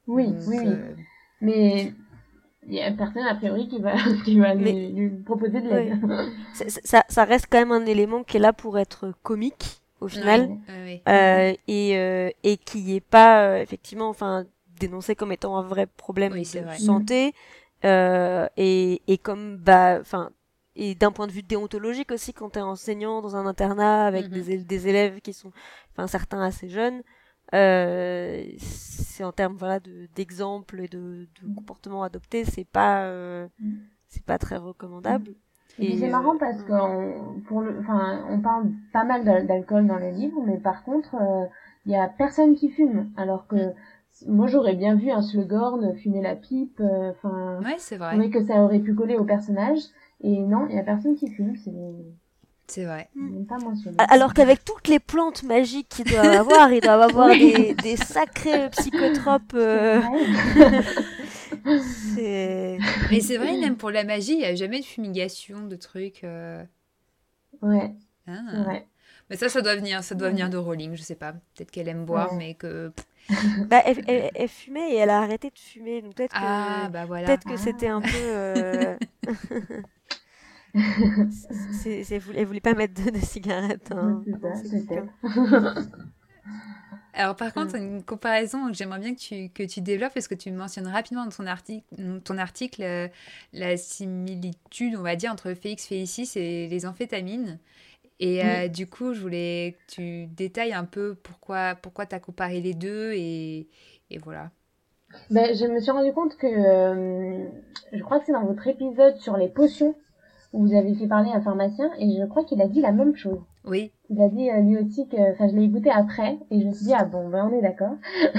Oui, Donc, oui. Mais il y a personne a priori qui va lui proposer de l'aide. Ça reste quand même un élément qui est là pour être comique au final, oui. et qui est pas effectivement, enfin, dénoncé comme étant un vrai problème Oui, de c'est vrai. santé, et comme enfin, et d'un point de vue déontologique aussi, quand t'es enseignant dans un internat avec des élèves qui sont, enfin, certains assez jeunes. C'est en termes d'exemples et de comportements adoptés, c'est pas très recommandable. Et puis c'est marrant parce on parle pas mal d'alcool dans les livres, mais par contre il y a personne qui fume, alors que moi j'aurais bien vu un Slughorn fumer la pipe, ouais, c'est vrai. Je trouvais que ça aurait pu coller au personnage, et non, il y a personne qui fume, c'est vrai. Même pas mentionné. Alors qu'avec toutes les plantes magiques qu'ils doivent avoir, ils doivent avoir des sacrés psychotropes. Mais c'est vrai, même pour la magie, il n'y a jamais de fumigation, de trucs. Ouais. Ah. C'est vrai. Mais ça doit venir de Rowling, je sais pas. Peut-être qu'elle aime boire, mais que. Bah, elle fumait et elle a arrêté de fumer, donc peut-être voilà. Peut-être que c'était un peu. Elle voulait pas mettre de cigarettes. Hein, c'est ça. Alors par contre, une comparaison que j'aimerais bien que tu développes, parce que tu mentionnes rapidement dans ton article la similitude, on va dire, entre Félix Félicis et les amphétamines. Et du coup, je voulais que tu détailles un peu pourquoi tu as comparé les deux, et voilà. Ben, je me suis rendu compte que je crois que c'est dans votre épisode sur les potions où vous avez fait parler un pharmacien, et je crois qu'il a dit la même chose. Oui. Il a dit lui aussi que, je l'ai écouté après, et je me suis dit, ah bon, ben on est d'accord.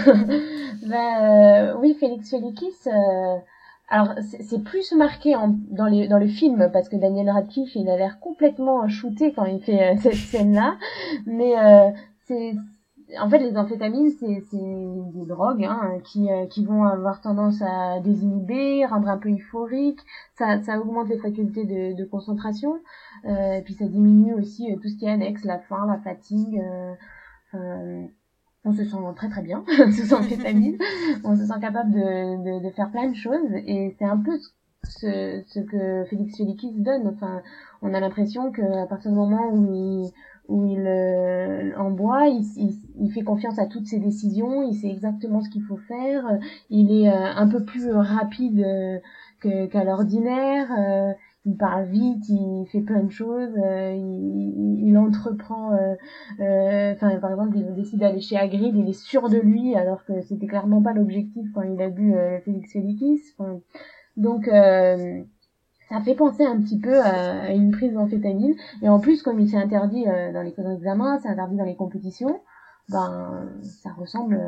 Oui, Félix Félicis, alors c'est plus marqué dans le film, parce que Daniel Radcliffe, il a l'air complètement shooté quand il fait cette scène-là, mais en fait, les amphétamines, c'est des drogues qui vont avoir tendance à désinhiber, rendre un peu euphorique. Ça augmente les facultés de concentration. Et puis ça diminue aussi tout ce qui est annexe, la faim, la fatigue. On se sent très très bien sous amphétamine. On se sent capable de faire plein de choses. Et c'est un peu ce que Félix Félicis donne. Enfin, on a l'impression qu'à partir du moment où il en boit, il fait confiance à toutes ses décisions, il sait exactement ce qu'il faut faire, il est un peu plus rapide qu'à l'ordinaire, il parle vite, il fait plein de choses, il entreprend, par exemple, il décide d'aller chez Hagrid, il est sûr de lui, alors que c'était clairement pas l'objectif quand il a bu Félix Félicis. Donc ça fait penser un petit peu à une prise d'amphétamine. Et en plus, comme il s'est interdit dans les examens, c'est interdit dans les compétitions, ça ressemble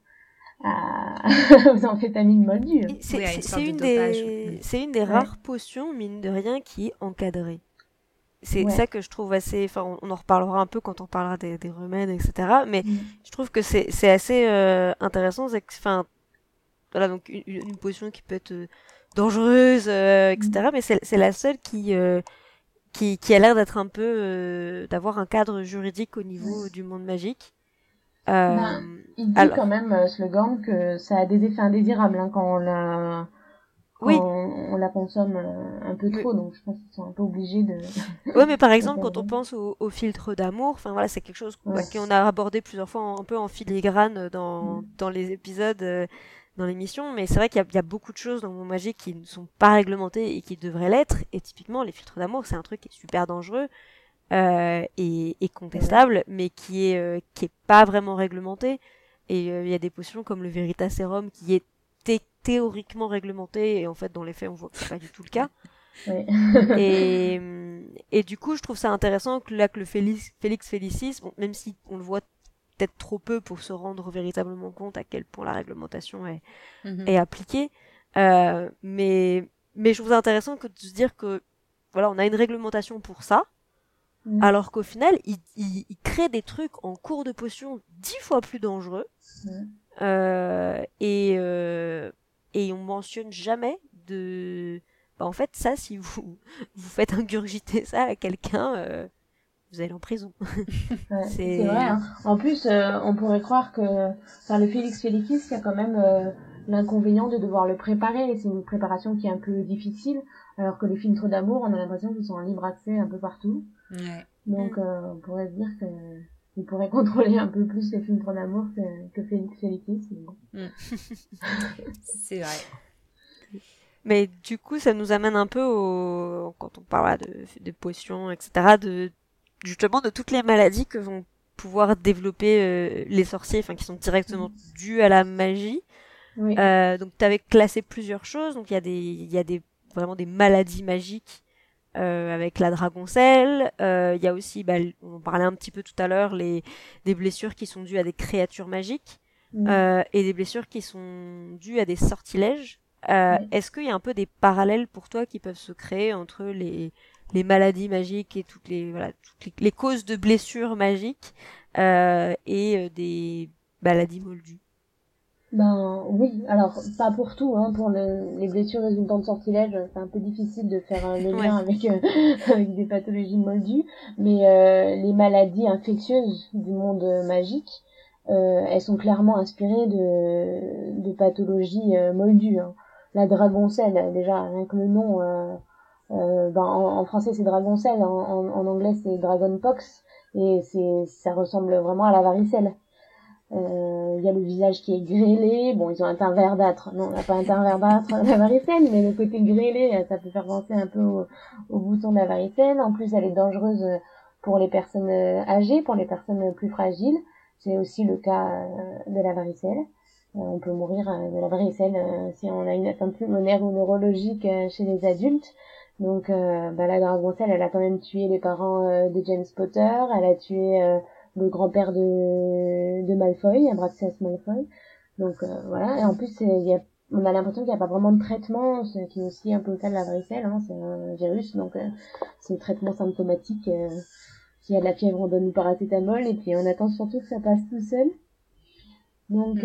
aux amphétamines moldues. C'est une des rares potions, mine de rien, qui est encadrée. C'est ça que je trouve assez... Enfin, on en reparlera un peu quand on parlera des remèdes, etc. Mais je trouve que c'est assez intéressant. Voilà, donc une potion qui peut être dangereuse, etc. Mais c'est la seule qui a l'air d'être un peu... d'avoir un cadre juridique au niveau du monde magique. Il dit quand même, Slughorn, que ça a des effets indésirables quand on la consomme un peu trop, donc je pense qu'ils sont un peu obligés de... Ouais, mais par exemple, quand on pense au filtre d'amour, enfin voilà, c'est quelque chose qu'on a abordé plusieurs fois un peu en filigrane dans les épisodes, dans l'émission, mais c'est vrai qu'il y a beaucoup de choses dans le monde magique qui ne sont pas réglementées et qui devraient l'être, et typiquement, les filtres d'amour, c'est un truc qui est super dangereux, et contestable, mais qui est pas vraiment réglementé. Et il y a des potions comme le Veritaserum qui est théoriquement réglementé, et en fait dans les faits on voit que c'est pas du tout le cas. Et du coup je trouve ça intéressant que le Félix Félicis, bon, même si on le voit peut-être trop peu pour se rendre véritablement compte à quel point la réglementation est appliquée, mais je trouve ça intéressant de se dire que voilà, on a une réglementation pour ça, alors qu'au final, il crée des trucs en cours de potion 10 fois plus dangereux. Et on mentionne jamais en fait, ça, si vous faites ingurgiter ça à quelqu'un, vous allez en prison. C'est vrai, hein. En plus, on pourrait croire que, le Félix Félicis, il y a quand même l'inconvénient de devoir le préparer. C'est une préparation qui est un peu difficile, alors que les filtres d'amour, on a l'impression qu'ils sont en libre accès un peu partout. Ouais. Donc on pourrait se dire que il pourrait contrôler un peu plus les filtres d'amour que Félix Félix. C'est vrai. Mais du coup, ça nous amène un peu quand on parle de potions, etc., justement de toutes les maladies que vont pouvoir développer les sorciers, enfin qui sont directement dues à la magie. Oui. Donc tu avais classé plusieurs choses. Donc il y a vraiment des maladies magiques avec la dragoncelle. Il y a aussi, on en parlait un petit peu tout à l'heure, des blessures qui sont dues à des créatures magiques et des blessures qui sont dues à des sortilèges. Est-ce qu'il y a un peu des parallèles pour toi qui peuvent se créer entre les maladies magiques et toutes les causes de blessures magiques et des maladies moldues? Ben oui, alors pas pour tout, hein, pour les blessures résultant de sortilèges, c'est un peu difficile de faire le lien avec avec des pathologies moldues, mais les maladies infectieuses du monde magique, elles sont clairement inspirées de pathologies moldues. Hein. La dragoncelle, déjà rien que le nom, en français c'est dragoncelle, en anglais c'est dragonpox, et ça ressemble vraiment à la varicelle. Y a le visage qui est grêlé, bon ils ont un teint verdâtre, non on n'a pas un teint verdâtre la varicelle, mais le côté grêlé ça peut faire penser un peu au bouton de la varicelle. En plus elle est dangereuse pour les personnes âgées, pour les personnes plus fragiles, c'est aussi le cas de la varicelle. On peut mourir de la varicelle si on a une atteinte pulmonaire ou neurologique chez les adultes. Donc la dragoncelle elle a quand même tué les parents de James Potter, elle a tué le grand-père de Malfoy, Abraxas Malfoy. Donc voilà, et en plus on a l'impression qu'il n'y a pas vraiment de traitement, ce qui est aussi un peu le cas de la varicelle, hein, c'est un virus, donc c'est un traitement symptomatique. S'il y a de la fièvre, on donne du paracétamol, et puis on attend surtout que ça passe tout seul. Donc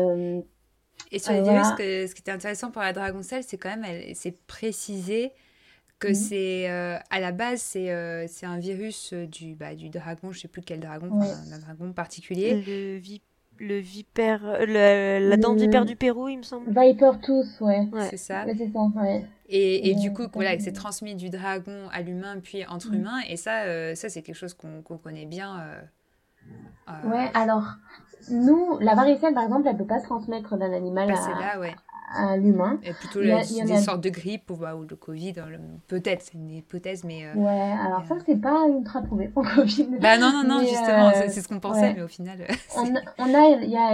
et sur les virus, ce qui était intéressant pour la dragoncelle, c'est quand même, c'est précisé que c'est à la base c'est un virus du dragon, je sais plus quel dragon, d'un dragon particulier. Le vipère, la dent de vipère du Pérou, il me semble. Viper Tooth, ouais. C'est ça. Ouais, c'est ça, ouais. Et du coup, voilà, c'est transmis du dragon à l'humain, puis entre humains, et ça c'est quelque chose qu'on connaît bien. Ouais, alors nous, la varicelle par exemple, elle peut pas se transmettre d'un animal à l'humain. Et plutôt des sortes de grippe ou le Covid, peut-être, c'est une hypothèse, mais... ouais, alors ça, c'est pas ultra prouvé pour le Covid. Non, justement, c'est ce qu'on pensait, mais au final... il y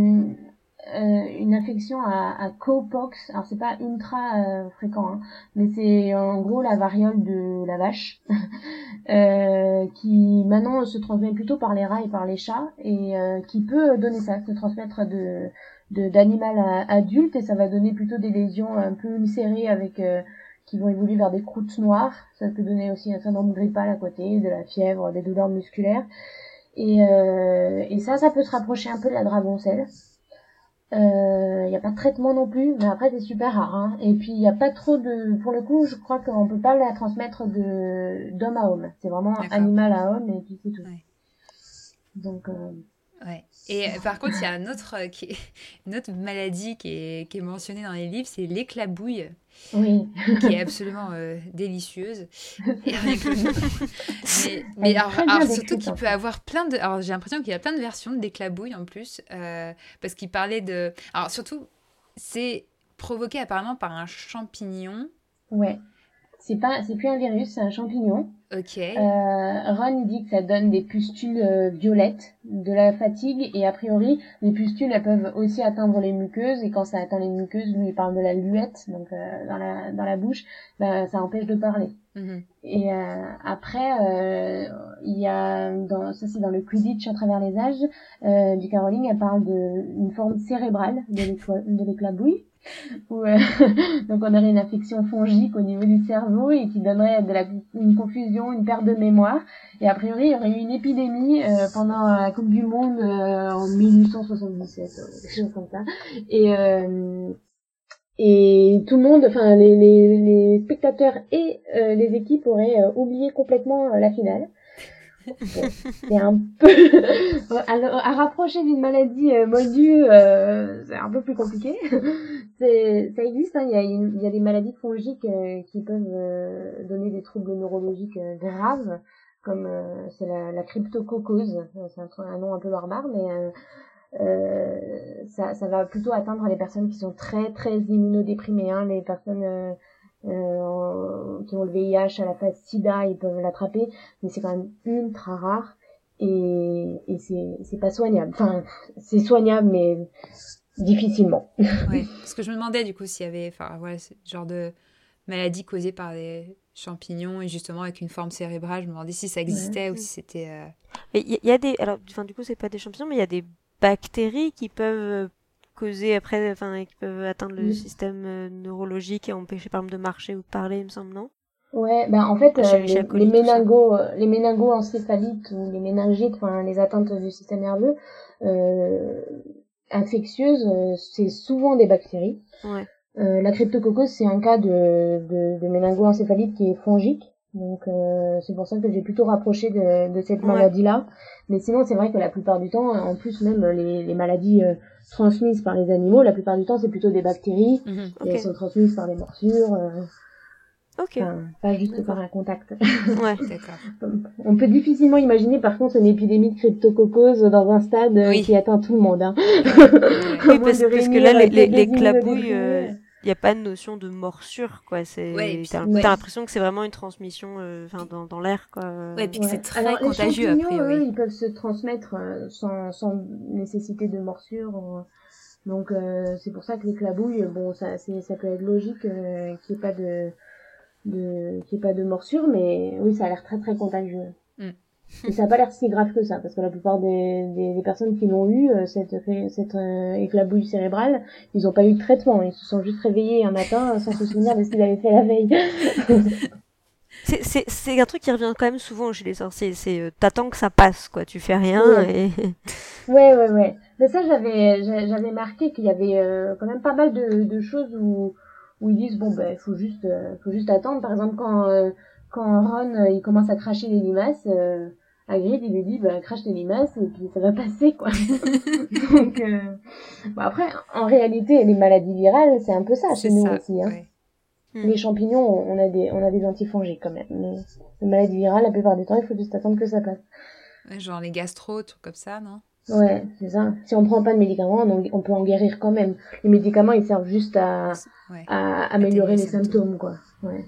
a une infection à cowpox, alors c'est pas ultra fréquent, hein, mais c'est en gros la variole de la vache, qui maintenant se transmet plutôt par les rats et par les chats, et qui peut donner ça, se transmettre d'animal à adulte, et ça va donner plutôt des lésions un peu ulcérées avec qui vont évoluer vers des croûtes noires. Ça peut donner aussi un syndrome grippal à côté, de la fièvre, des douleurs musculaires, et ça peut se rapprocher un peu de la dragoncelle. Y a pas de traitement non plus, mais après c'est super rare, hein. Et puis il y a pas trop pour le coup, je crois qu'on peut pas la transmettre d'homme à homme. C'est vraiment animal à homme, et puis c'est tout. Ouais. Donc ouais. Et par contre, il y a une autre maladie qui est mentionnée dans les livres, c'est l'éclabouille. Oui. Qui est absolument délicieuse. Et avec le nom. Mais alors surtout qu'il peut avoir plein de... Alors j'ai l'impression qu'il y a plein de versions d'éclabouille en plus, parce qu'il parlait de... Alors surtout, c'est provoqué apparemment par un champignon. Ouais. C'est plus un virus, c'est un champignon. Ok. Ron dit que ça donne des pustules violettes, de la fatigue, et a priori les pustules elles peuvent aussi atteindre les muqueuses, et quand ça atteint les muqueuses, lui il parle de la luette, donc dans la bouche, ça empêche de parler. Et après il y a ça c'est dans le Quidditch à travers les âges, J.K. Rowling elle parle d'une forme cérébrale de l'éclabouille. Où, donc on aurait une infection fongique au niveau du cerveau et qui donnerait une confusion, une perte de mémoire, et a priori il y aurait eu une épidémie pendant la Coupe du Monde en 1877, quelque chose comme ça, et tout le monde, enfin les spectateurs et les équipes auraient oublié complètement la finale. C'est un peu à rapprocher d'une maladie moldue, c'est un peu plus compliqué. Ça existe, hein, il y a des maladies fongiques qui peuvent donner des troubles neurologiques graves, comme c'est la cryptococose. C'est un nom un peu barbare, mais ça va plutôt atteindre les personnes qui sont très très immunodéprimées, hein, les personnes qui ont le VIH à la phase SIDA, ils peuvent l'attraper, mais c'est quand même ultra rare et c'est pas soignable. Enfin, c'est soignable, mais difficilement. Ouais, parce que je me demandais du coup s'il y avait, enfin voilà, ce genre de maladie causée par des champignons et justement avec une forme cérébrale, je me demandais si ça existait ou si c'était. Mais il y a des, alors, enfin, du coup, c'est pas des champignons, mais il y a des bactéries qui peuvent causer après, enfin, qui peuvent atteindre le système neurologique et empêcher, par exemple, de marcher ou de parler, il me semble, non? Ouais, ben en fait, Escherichia coli, tout ça. les méningo-encéphalites ou les méningites, enfin les atteintes du système nerveux euh, infectieuses, c'est souvent des bactéries. Ouais. La cryptococcus, c'est un cas de méningo-encéphalite qui est fongique. Donc c'est pour ça que j'ai plutôt rapproché de cette Ouais. maladie-là. Mais sinon, c'est vrai que la plupart du temps, en plus même les maladies transmises par les animaux, la plupart du temps, c'est plutôt des bactéries. Mhm. Et elles sont transmises par des morsures. Ok. Enfin, pas juste D'accord. par un contact. Ouais. D'accord. On peut difficilement imaginer par contre une épidémie de cryptococose dans un stade Oui. qui atteint tout le monde. Hein. Oui, parce que là, les les clabouilles, il n'y a pas de notion de morsure, quoi. Ouais, et puis, T'as ouais. l'impression que c'est vraiment une transmission, enfin, dans l'air, quoi. Ouais, puis que c'est très Alors, contagieux les a champignons, eux, priori. ils peuvent se transmettre sans nécessité de morsure. Donc c'est pour ça que les clabouilles, bon, ça peut être logique qu'il n'y ait pas qu'il y ait pas de morsure, mais oui, ça a l'air très très contagieux. Mm. Et ça a pas l'air si grave que ça, parce que la plupart des personnes qui l'ont eu, cette éclabouille cérébrale, ils ont pas eu de traitement, ils se sont juste réveillés un matin sans se souvenir de ce qu'ils avaient fait la veille. C'est un truc qui revient quand même souvent chez les sorciers, c'est t'attends que ça passe, quoi. Tu fais rien Ouais. et... Ouais. Mais ça, j'avais marqué qu'il y avait quand même pas mal de choses où ils disent bon ben faut juste attendre. Par exemple quand Ron il commence à cracher les limaces, Hagrid il lui dit bah crache les limaces et puis ça va passer quoi. Donc bon, après en réalité les maladies virales c'est un peu ça C'est chez nous ça, aussi. Hein. ouais. Les champignons on a des antifongiques quand même. Mais les maladies virales la plupart du temps il faut juste attendre que ça passe. Ouais, genre les gastro, trucs comme ça, non? Ouais, c'est ça. Si on prend pas de médicaments, on peut en guérir quand même. Les médicaments, ils servent juste à Ouais. améliorer les symptômes, quoi. Ouais.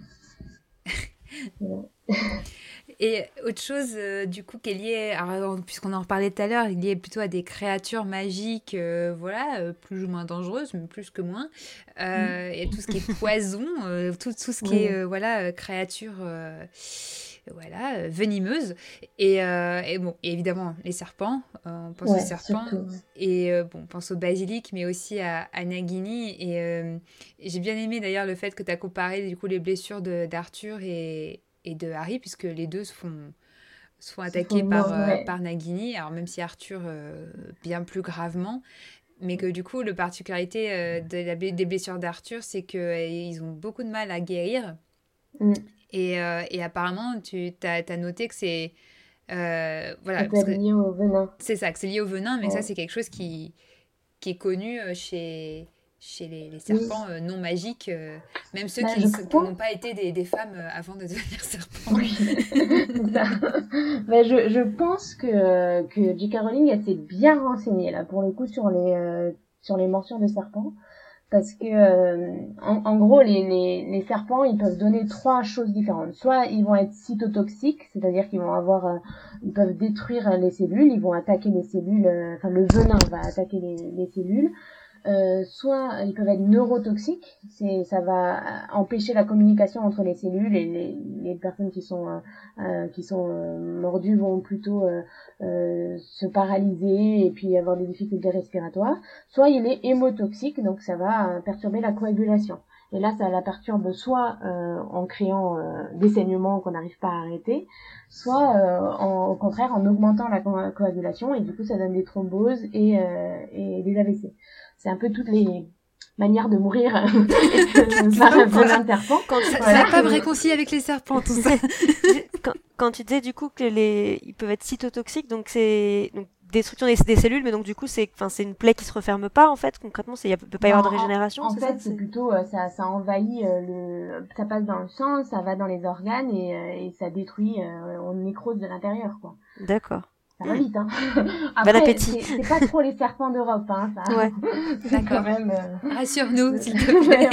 Et autre chose, du coup, qui est liée, alors, puisqu'on en reparlait tout à l'heure, liée plutôt à des créatures magiques, voilà, plus ou moins dangereuses, mais plus que moins. Et tout ce qui est poison, tout ce qui est, voilà, créatures, voilà, venimeuses. Et bon, et évidemment, les serpents, on pense aux serpents. Surtout, Et bon, on pense au basilic, mais aussi à Nagini. Et j'ai bien aimé d'ailleurs le fait que tu as comparé, du coup, les blessures d'Arthur et de Harry, puisque les deux se font attaquer par Nagini, alors même si Arthur bien plus gravement, mais que du coup, la particularité des blessures d'Arthur, c'est qu'ils ont beaucoup de mal à guérir. Et apparemment, tu as noté que c'est... voilà, ça peut être lié au venin. C'est ça, que c'est lié au venin, mais ça, c'est quelque chose qui est connu chez les serpents non magiques, même ceux qui n'ont pas été des femmes avant de devenir serpents. Oui, c'est ça. Mais je pense que J.K. Rowling elle s'est bien renseignée là pour le coup sur les morsures de serpents, parce que en gros les serpents ils peuvent donner 3 choses différentes. Soit ils vont être cytotoxiques, c'est-à-dire qu'ils vont ils peuvent détruire les cellules, ils vont attaquer les cellules, enfin le venin va attaquer les cellules. Soit ils peuvent être neurotoxiques, ça va empêcher la communication entre les cellules, et les personnes qui sont mordues vont plutôt se paralyser et puis avoir des difficultés respiratoires. Soit il est hémotoxique, donc ça va perturber la coagulation. Et là, ça la perturbe soit en créant des saignements qu'on n'arrive pas à arrêter, soit au contraire en augmentant la coagulation, et du coup ça donne des thromboses et des AVC. C'est un peu toutes manière de mourir Et par un venin de serpent. Ça Voilà. va pas me réconcilier avec les serpents, tout ça. quand tu disais du coup que ils peuvent être cytotoxiques, donc c'est donc destruction des cellules, mais donc du coup c'est une plaie qui se referme pas en fait concrètement, peut pas y avoir de régénération. En c'est fait, ça c'est plutôt ça envahit ça passe dans le sang, ça va dans les organes et ça détruit, on nécrose de l'intérieur quoi. D'accord. Ça va vite, hein. Bon Après, appétit. c'est pas trop les serpents d'Europe, hein, ça. Ouais. C'est quand D'accord. même. Rassure-nous, s'il te plaît.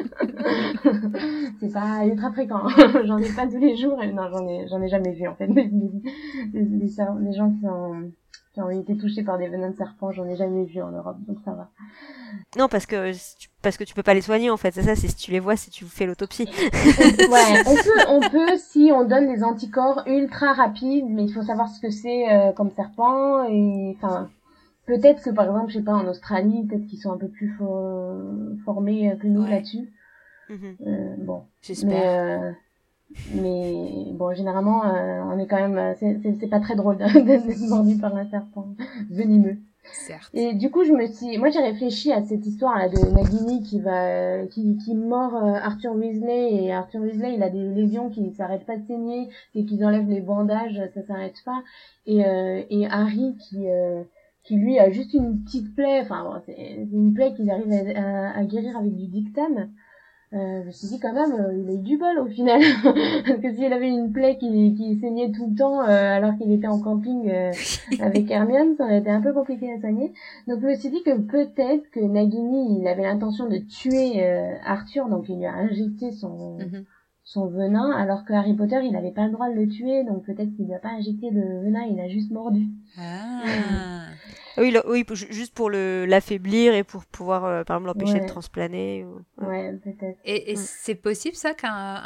Ouais. C'est pas ultra fréquent. J'en ai pas tous les jours. Non, j'en ai jamais vu en fait. Les gens qui ont été touchés par des venins de serpent, j'en ai jamais vu en Europe, donc ça va. Non, parce que tu peux pas les soigner en fait. C'est ça, c'est si tu les vois, si tu fais l'autopsie. Ouais, on peut si on donne des anticorps ultra rapides, mais il faut savoir ce que c'est comme serpent et enfin peut-être que par exemple, je sais pas, en Australie, peut-être qu'ils sont un peu plus formés que nous Ouais. là-dessus. Bon, J'espère. mais bon, généralement, on est quand même, c'est pas très drôle d'être mordu par un serpent venimeux. Certes. Et du coup, moi j'ai réfléchi à cette histoire là de Nagini qui mord Arthur Weasley, et Arthur Weasley il a des lésions qui s'arrêtent pas de saigner et qu'ils enlèvent les bandages, ça s'arrête pas, et Harry qui lui a juste une petite plaie, enfin bon, c'est une plaie qu'il arrive à guérir avec du dictame. Je me suis dit quand même, il a eu du bol au final. Parce que s'il avait une plaie qui saignait tout le temps alors qu'il était en camping avec Hermione, ça aurait été un peu compliqué à soigner. Donc je me suis dit que peut-être que Nagini, il avait l'intention de tuer Arthur, donc il lui a injecté son venin, alors que Harry Potter, il avait pas le droit de le tuer, donc peut-être qu'il lui a pas injecté le venin, il a juste mordu. Ah. Oui, juste pour l'affaiblir et pour pouvoir, par exemple, l'empêcher de transplaner. Ouais, peut-être. Et c'est possible ça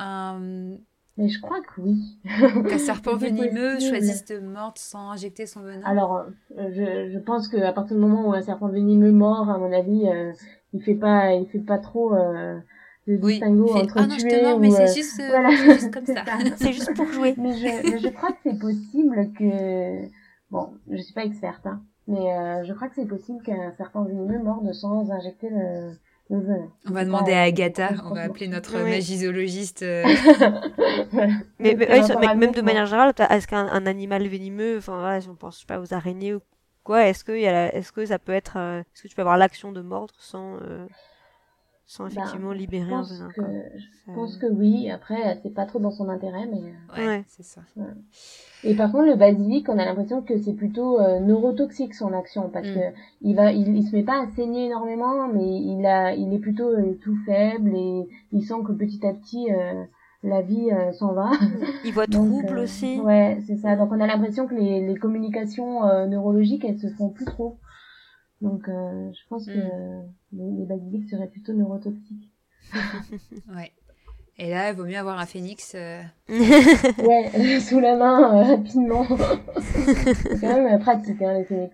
Mais je crois que oui. qu'un serpent C'est venimeux possible. choisisse de mordre sans injecter son venin? Alors, je pense que à partir du moment où un serpent venimeux mord, à mon avis, il fait pas trop de distinguo entre non, je te tuer mords, ou mais c'est juste, voilà, c'est juste comme c'est ça. C'est juste pour jouer. Mais je crois que c'est possible que, bon, je suis pas experte, hein, mais je crois que c'est possible qu'un serpent venimeux morde sans injecter le venin. On va demander à Agatha, on va appeler notre Oui. magizoologiste. Voilà. Mais même de moi. manière générale, est-ce qu'un animal venimeux, enfin voilà, si on pense, je sais pas, aux araignées ou quoi, est-ce que ça peut être, est-ce que tu peux avoir l'action de mordre sans effectivement libérer un venin, quoi. Je pense que oui. Après, c'est pas trop dans son intérêt, mais. Ouais, c'est ça. Ouais. Et par contre, le basilic, on a l'impression que c'est plutôt neurotoxique son action, parce que il se met pas à saigner énormément, mais il est plutôt tout faible et il sent que petit à petit la vie s'en va. Il voit trouble aussi. Ouais, c'est ça. Donc on a l'impression que les communications neurologiques, elles se font plus trop. Donc je pense que les basilics seraient plutôt neurotoxiques. Ouais. Et là, il vaut mieux avoir un phénix. Ouais, sous la main, rapidement. C'est quand même pratique, hein, les phénix.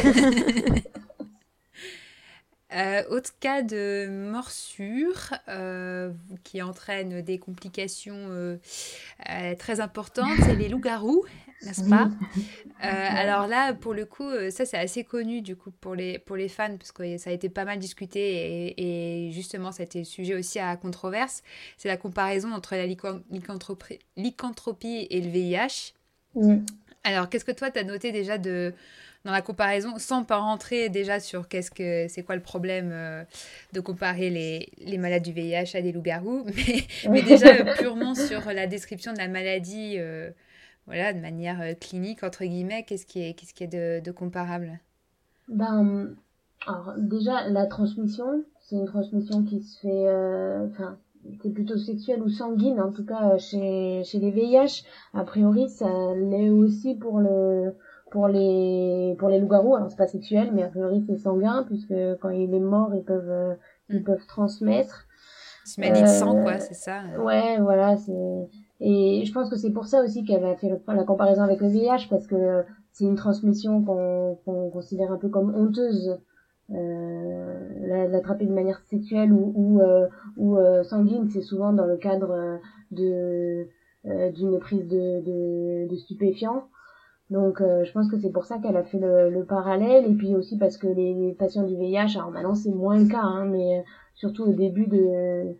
Autre cas de morsure qui entraîne des complications très importantes, c'est les loups-garous, n'est-ce pas? Alors là, pour le coup, ça c'est assez connu du coup pour les fans, parce que ça a été pas mal discuté et justement ça a été sujet aussi à controverse. C'est la comparaison entre la lycanthropie et le VIH. Alors, qu'est-ce que toi t'as noté déjà dans la comparaison, sans pas rentrer déjà sur c'est quoi le problème de comparer les malades du VIH à des loups-garous, mais déjà purement sur la description de la maladie, voilà, de manière clinique entre guillemets, qu'est-ce qui est de comparable? Alors déjà la transmission, c'est une transmission qui se fait, qui est plutôt sexuelle ou sanguine, en tout cas chez les VIH. A priori, ça l'est aussi pour les loups-garous. Alors c'est pas sexuel, mais a priori c'est sanguin, puisque quand il est mort, ils peuvent transmettre. Se mêler de sang, quoi, c'est ça. Ouais, voilà, et je pense que c'est pour ça aussi qu'elle a fait la comparaison avec le VIH, parce que c'est une transmission qu'on considère un peu comme honteuse. L'attraper de manière sexuelle ou sanguine, c'est souvent dans le cadre d'une prise de stupéfiants. Donc je pense que c'est pour ça qu'elle a fait le parallèle, et puis aussi parce que les patients du VIH, alors maintenant c'est moins le cas, hein, mais surtout au début de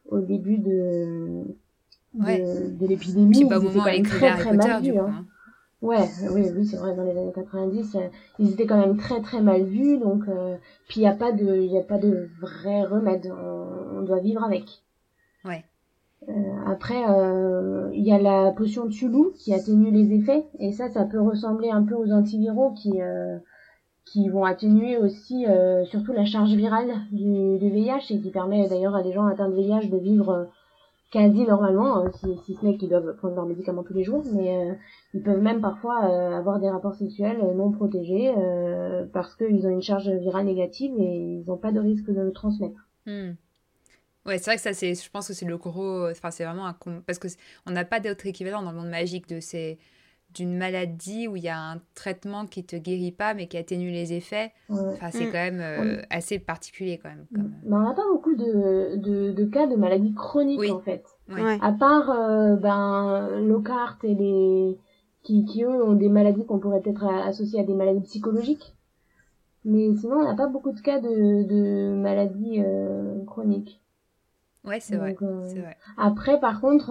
l'épidémie, Puis ils au étaient moment quand où elle même écrivait très Harry très Potter, mal du vus, coup. hein. Hein. Ouais, oui, c'est vrai, dans les années 90, ils étaient quand même très très mal vus, donc puis il y a pas de vrai remède, on doit vivre avec. Ouais. Après, il y a la potion Tulu qui atténue les effets, et ça peut ressembler un peu aux antiviraux qui vont atténuer aussi surtout la charge virale du VIH, et qui permet d'ailleurs à des gens atteints de VIH de vivre quasi normalement, si ce n'est qu'ils doivent prendre leurs médicaments tous les jours, mais ils peuvent même parfois avoir des rapports sexuels non protégés parce qu'ils ont une charge virale négative et ils n'ont pas de risque de le transmettre. Ouais, c'est vrai que ça, je pense que c'est le gros... Enfin, c'est vraiment parce que on n'a pas d'autre équivalent dans le monde magique d'une maladie où il y a un traitement qui te guérit pas, mais qui atténue les effets. Ouais. Enfin, c'est quand même assez particulier, quand même. Mais on n'a pas beaucoup de cas de maladies chroniques, oui. en fait. Ouais. À part Lockhart et qui eux ont des maladies qu'on pourrait peut-être associer à des maladies psychologiques. Mais sinon, on n'a pas beaucoup de cas de maladies chroniques. Ouais, c'est vrai. C'est vrai. Après, par contre,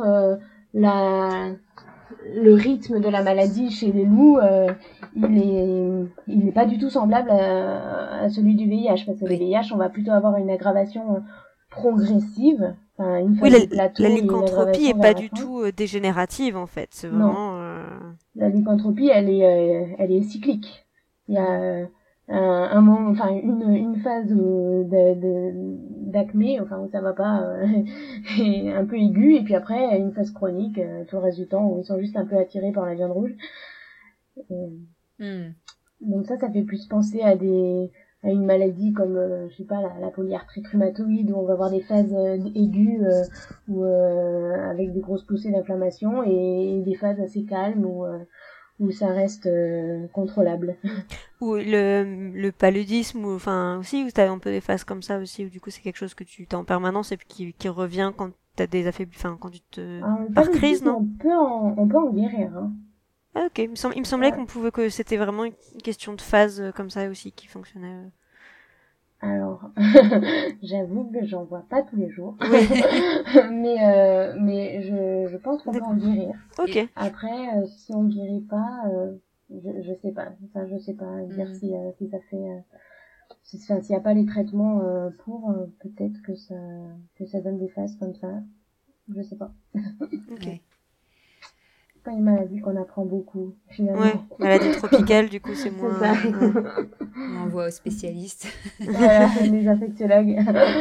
le rythme de la maladie chez les loups, il est pas du tout semblable à celui du VIH, parce que le VIH, on va plutôt avoir une aggravation progressive, enfin une phase de plateau, la lycanthropie est pas du fin. tout dégénérative en fait, c'est vraiment. La lycanthropie, elle est cyclique. Il y a un moment, enfin une phase d'acné, enfin où ça va pas, et un peu aiguë, et puis après une phase chronique, tout le reste du temps où ils sont juste un peu attirés par la viande rouge. Donc ça fait plus penser à une maladie comme je sais pas la polyarthrite rhumatoïde où on va avoir des phases aiguës ou avec des grosses poussées d'inflammation et des phases assez calmes où ça reste contrôlable. Ou le paludisme, ou enfin aussi où t'as un peu des phases comme ça aussi où du coup c'est quelque chose que tu t'as en permanence et puis qui revient quand t'as des enfin quand tu te par crise, non? On peut en guérir, hein. Ah, ok, il me semblait que c'était vraiment une question de phase comme ça aussi qui fonctionnait. Alors, j'avoue que j'en vois pas tous les jours. Oui. mais je pense qu'on peut en guérir. Ok. Après, si on guérit pas, je sais pas. Enfin, je sais pas dire si ça fait... s'il y a pas les traitements pour, peut-être que ça donne des phases comme ça. Je sais pas. Ok. C'est pas une maladie qu'on apprend beaucoup, finalement. Ouais, maladie tropicale, du coup, c'est moins... ça. On envoie aux spécialistes. Voilà, les infectiologues.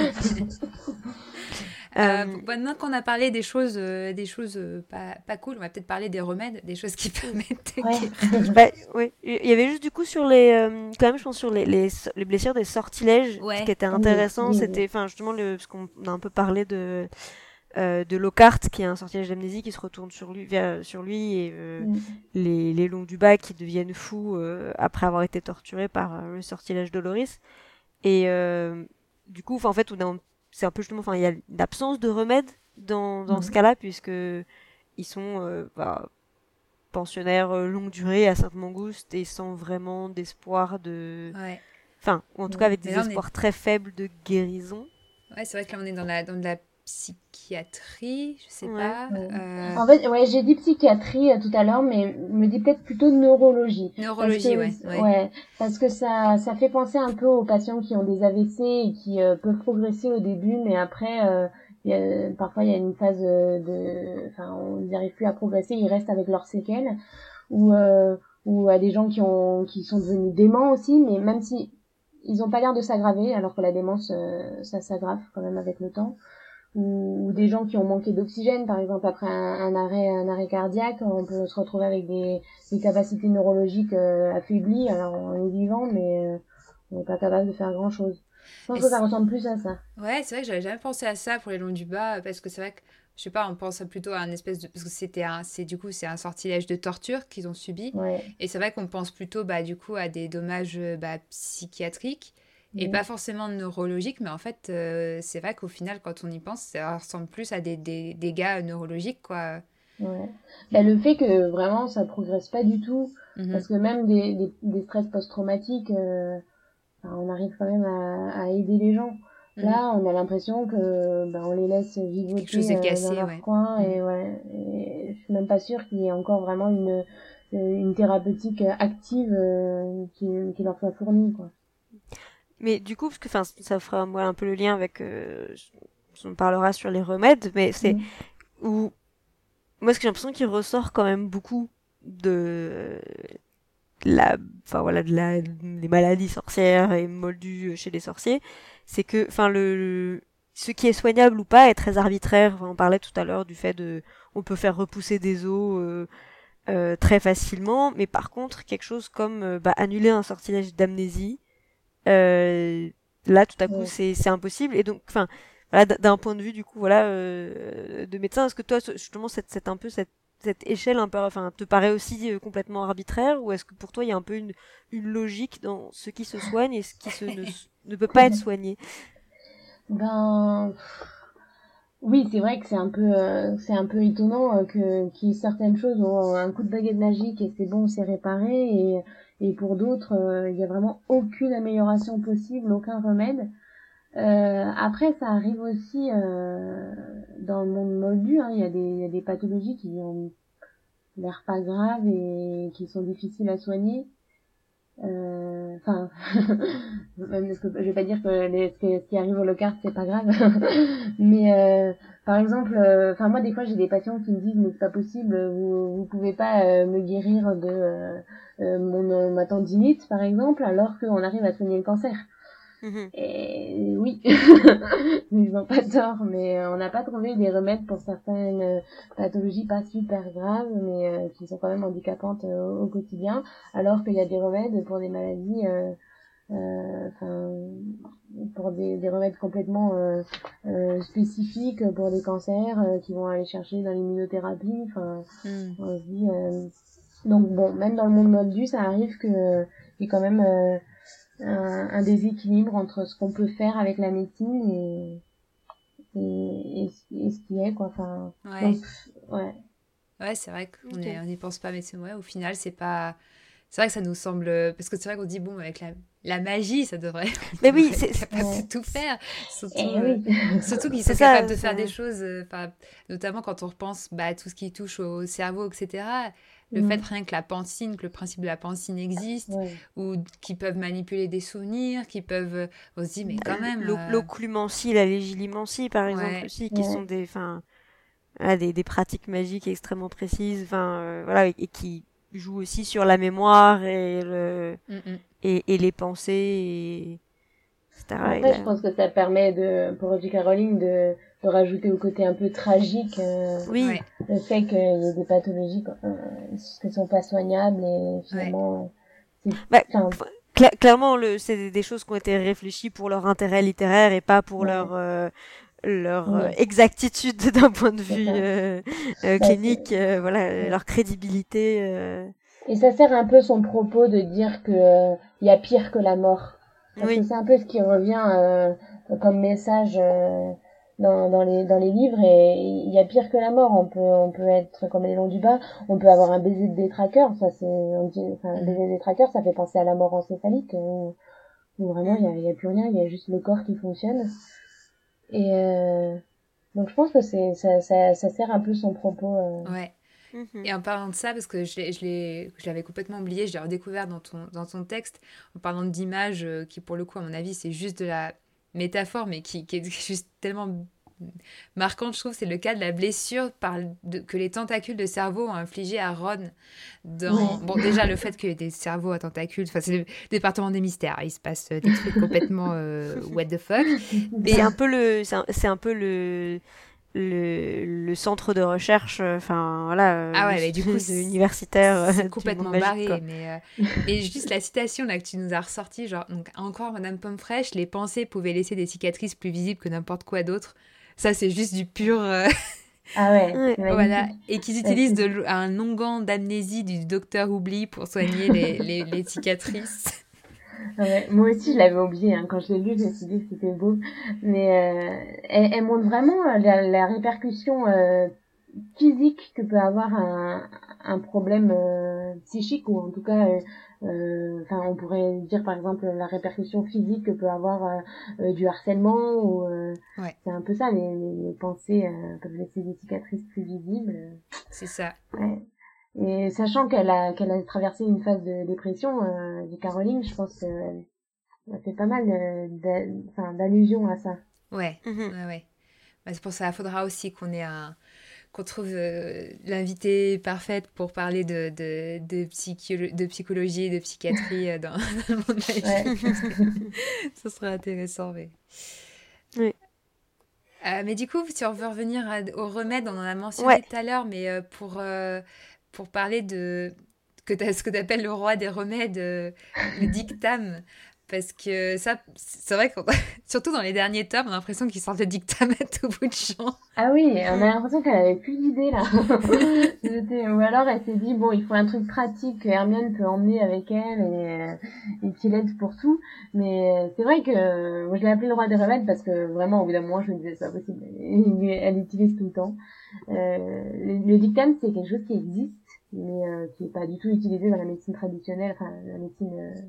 Maintenant qu'on a parlé des choses pas cool, on va peut-être parler des remèdes, des choses qui permettent de guérir. Oui, il y avait juste du coup sur les... quand même, je pense, sur les blessures des sortilèges, ce qui était intéressant, c'était... Enfin, justement, parce qu'on a un peu parlé de Lockhart, qui est un sortilège d'amnésie qui se retourne sur lui et les longs du bas qui deviennent fous après avoir été torturés par le sortilège Doloris. Et du coup, en fait, c'est un peu justement, il y a une absence de remède dans ce cas-là, puisque ils sont pensionnaires longue durée à Sainte-Mangouste et sans vraiment d'espoir de... Enfin, ou en tout cas avec des espoirs très faibles de guérison. Ouais, c'est vrai que là on est dans de la psychiatrie, je sais pas. En fait, j'ai dit psychiatrie tout à l'heure, mais me dis peut-être plutôt neurologie. Neurologie, parce que ça fait penser un peu aux patients qui ont des AVC et qui peuvent progresser au début, mais après, parfois il y a une phase on n'y arrive plus à progresser, ils restent avec leurs séquelles, ou à des gens qui sont devenus déments aussi, mais même si ils ont pas l'air de s'aggraver, alors que la démence, ça s'aggrave quand même avec le temps. Ou des gens qui ont manqué d'oxygène, par exemple après un arrêt cardiaque, on peut se retrouver avec des capacités neurologiques affaiblies. Alors on est vivant, mais on n'est pas capable de faire grand chose. Je pense que ça ressemble plus à ça. Ouais, c'est vrai que j'avais jamais pensé à ça pour les longs du bas, parce que c'est vrai que je sais pas, on pense plutôt à un espèce de... Parce que c'est un sortilège de torture qu'ils ont subi. Et c'est vrai qu'on pense plutôt du coup à des dommages psychiatriques. Et pas forcément neurologiques, mais en fait, c'est vrai qu'au final, quand on y pense, ça ressemble plus à des dégâts neurologiques, quoi. Ouais. Le fait que vraiment ça progresse pas du tout, parce que même des stress post-traumatiques, on arrive quand même à aider les gens. Là, on a l'impression que on les laisse vivoter quelque chose est cassé, dans leur coin et je suis même pas sûre qu'il y ait encore vraiment une thérapeutique active qui leur soit fournie, quoi. Mais du coup, parce que ça fera moi un peu le lien avec on parlera sur les remèdes, mais c'est où moi ce que j'ai l'impression qu'il ressort quand même beaucoup de des maladies sorcières et moldues chez les sorciers, c'est que ce qui est soignable ou pas est très arbitraire. On parlait tout à l'heure du fait on peut faire repousser des os très facilement, mais par contre quelque chose comme annuler un sortilège d'amnésie, là tout à coup c'est impossible. Et donc voilà, d'un point de vue du coup de médecin, est-ce que toi justement cette échelle un peu te paraît aussi complètement arbitraire, ou est-ce que pour toi il y a un peu une logique dans ce qui se soigne et ce qui ne peut pas être soigné? Oui, c'est vrai que c'est un peu étonnant que certaines choses ont un coup de baguette magique et c'est bon, c'est réparé, et pour d'autres il y a vraiment aucune amélioration possible, aucun remède. Après, ça arrive aussi dans le monde moldu, hein. Il y a des pathologies qui ont l'air pas graves et qui sont difficiles à soigner. Même je vais pas dire que ce qui arrive au locard c'est pas grave, mais par exemple, moi des fois j'ai des patients qui me disent mais c'est pas possible, vous pouvez pas me guérir de ma tendinite par exemple, alors qu'on arrive à soigner le cancer. Et oui, ils n'ont pas tort, mais on n'a pas trouvé des remèdes pour certaines pathologies pas super graves, mais qui sont quand même handicapantes au quotidien, alors qu'il y a des remèdes pour des maladies, pour des remèdes complètement spécifiques pour des cancers qui vont aller chercher dans l'immunothérapie. On se dit, donc bon, même dans le monde moldu, ça arrive que il y ait quand même un déséquilibre entre ce qu'on peut faire avec la médecine et ce qui est, quoi. Ouais, c'est vrai qu'on n'y pense pas, mais au final, c'est pas... C'est vrai que ça nous semble... Parce que c'est vrai qu'on dit, bon, avec la magie, ça devrait... Mais oui, c'est capable de tout faire. Surtout qu'ils sont capables de faire des choses, notamment quand on repense à tout ce qui touche au cerveau, etc. Le fait rien que que le principe de la pancine existe, ou qu'ils peuvent manipuler des souvenirs, qu'ils peuvent... On se dit, mais quand même... L'occlumencie, la légilimencie, par exemple, aussi, qui sont des pratiques magiques extrêmement précises, et qui jouent aussi sur la mémoire et et les pensées, etc. Après, je pense que ça permet pour J.K. Rowling de rajouter au côté un peu tragique le fait qu'il y ait des pathologies qui ne sont pas soignables et finalement... Clairement, c'est des choses qui ont été réfléchies pour leur intérêt littéraire et pas pour leur exactitude d'un point de vue clinique, leur crédibilité. Et ça sert un peu son propos de dire que y a pire que la mort. Parce que c'est un peu ce qui revient comme message dans les livres, et il y a pire que la mort. On peut être comme L'élan du bas, on peut avoir un baiser de détraqueur, un baiser de détraqueur, ça fait penser à la mort encéphalique, où vraiment il y a plus rien, il y a juste le corps qui fonctionne. Et donc je pense que ça sert un peu son propos. Et en parlant de ça, parce que je l'avais complètement oublié, je l'ai redécouvert dans ton texte, en parlant d'images qui, pour le coup, à mon avis, c'est juste de la métaphore, mais qui est juste tellement marquante, je trouve. C'est le cas de la blessure que les tentacules de cerveau ont infligée à Ron. Bon, déjà, le fait qu'il y ait des cerveaux à tentacules, c'est le département des mystères. Il se passe des trucs complètement what the fuck. C'est un peu le centre de recherche, du coup, universitaire, c'est complètement barré, magique, mais juste la citation là que tu nous as ressortie, genre, donc encore Madame Pomme Fraîche, les pensées pouvaient laisser des cicatrices plus visibles que n'importe quoi d'autre. Ça, c'est juste du pur. Voilà, et qu'ils utilisent un onguent d'amnésie du docteur Oubli pour soigner les cicatrices. Moi aussi je l'avais oublié, quand je l'ai lu je me suis dit que c'était beau, mais elle montre vraiment la répercussion physique que peut avoir un problème psychique, ou en tout cas on pourrait dire par exemple la répercussion physique que peut avoir du harcèlement, ou c'est un peu ça, les pensées peuvent laisser des cicatrices plus visibles. C'est ça. Ouais. Et sachant qu'elle a traversé une phase de dépression, J.K. Rowling, je pense qu'elle fait pas mal d'allusions à ça. Ouais. Bah, c'est pour ça, il faudra aussi qu'on trouve l'invité parfaite pour parler de psychologie et de psychiatrie dans le monde magique. Ça serait intéressant, mais... Oui. Mais du coup, si on veut revenir aux remèdes, on en a mentionné tout à l'heure, mais pour parler de ce que tu appelles le roi des remèdes, le dictame, parce que ça, c'est vrai que surtout dans les derniers tomes, on a l'impression qu'ils sortent le dictame à tout bout de champ. Ah oui, on a l'impression qu'elle avait plus d'idées là. Ou alors elle s'est dit bon, il faut un truc pratique que Hermione peut emmener avec elle et qui l'aide pour tout. Mais c'est vrai que moi je l'ai appelé le roi des remèdes parce que vraiment au bout d'un moment je me disais c'est pas possible. Elle l'utilise tout le temps. Le dictame c'est quelque chose qui existe, mais qui est pas du tout utilisé dans la médecine traditionnelle, enfin la médecine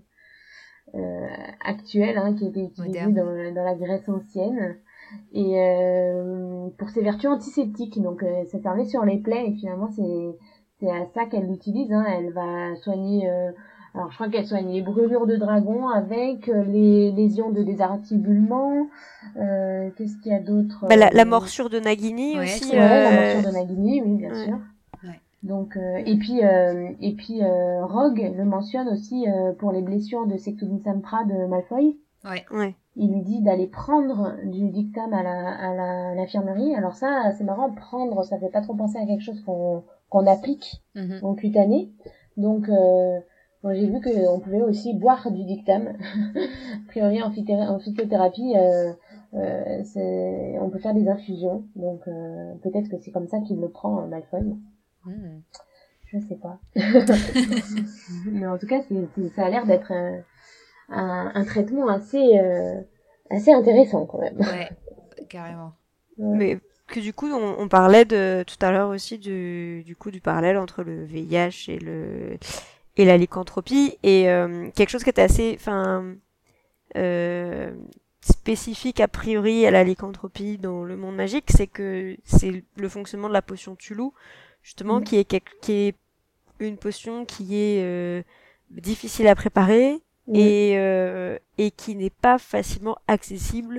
actuelle, qui était utilisée dans la Grèce ancienne, et pour ses vertus antiseptiques. Donc ça servait sur les plaies, et finalement c'est à ça qu'elle l'utilise. Elle va soigner alors je crois qu'elle soigne les brûlures de dragon avec les lésions de désarticulement. Qu'est-ce qu'il y a d'autre? La morsure de Nagini aussi. La morsure de Nagini, oui, bien sûr. Ouais. Donc et puis Rogue le mentionne aussi pour les blessures de Sectum Sempra de Malfoy. Ouais. Il lui dit d'aller prendre du dictame à l'infirmerie. Alors ça, c'est marrant, prendre, ça fait pas trop penser à quelque chose qu'on applique en cutané. Donc moi j'ai vu qu'on pouvait aussi boire du dictame. A priori en phytothérapie, on peut faire des infusions. Donc peut-être que c'est comme ça qu'il le prend, Malfoy. Je sais pas. Mais en tout cas, ça a l'air d'être un traitement assez intéressant quand même. Ouais, carrément. Ouais. Mais que du coup, on parlait tout à l'heure aussi du parallèle entre le VIH et la lycanthropie, et quelque chose qui était assez spécifique a priori à la lycanthropie dans le monde magique, c'est que c'est le fonctionnement de la potion Tulou, justement, qui est une potion qui est difficile à préparer et qui n'est pas facilement accessible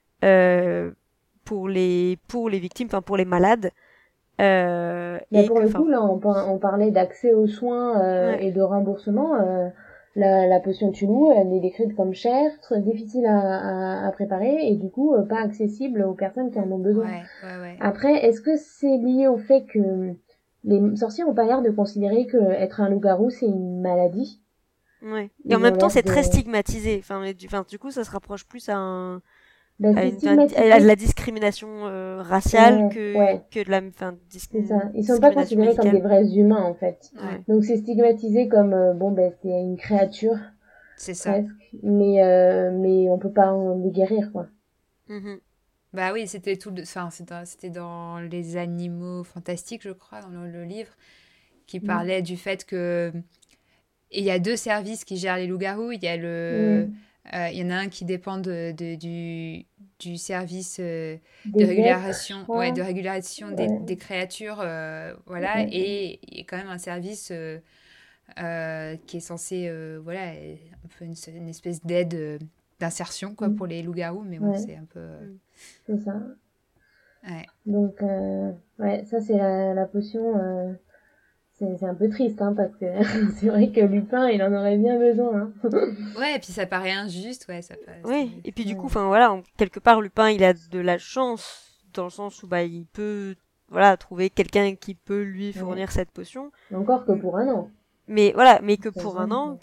pour les victimes, enfin pour les malades. Et pour le coup, là, on parlait d'accès aux soins et de remboursement. La potion Tulou, elle est décrite comme chère, très difficile à préparer, et du coup pas accessible aux personnes qui en ont besoin. Ouais. Après, est-ce que c'est lié au fait que les sorciers ont pas l'air de considérer que être un loup-garou c'est une maladie? Ouais. Et en même temps, c'est très stigmatisé. Du coup, ça se rapproche plus à la discrimination raciale que de la c'est ça. Ils sont pas considérés médicale. Comme des vrais humains en fait. Ouais. Donc c'est stigmatisé comme c'est une créature. C'est ça. Presque. Mais on peut pas les guérir quoi. Bah oui, c'était c'était dans Les Animaux Fantastiques, je crois, dans le livre, qui parlait du fait que il y a 2 services qui gèrent les loups-garous. Il y a il y en a un qui dépend du service de régulation, de régulation des créatures, voilà, et il y a quand même un service qui est censé, un peu une espèce d'aide d'insertion quoi pour les loups-garous, mais bon, c'est un peu. C'est ça. Ouais. Donc ça c'est la potion. C'est un peu triste, parce que c'est vrai que Lupin, il en aurait bien besoin. Ouais, et puis ça paraît injuste, ça paraît... Oui, et puis du coup, quelque part, Lupin, il a de la chance, dans le sens où, il peut, trouver quelqu'un qui peut lui fournir cette potion. Encore que pour un an. Mais que pour un an,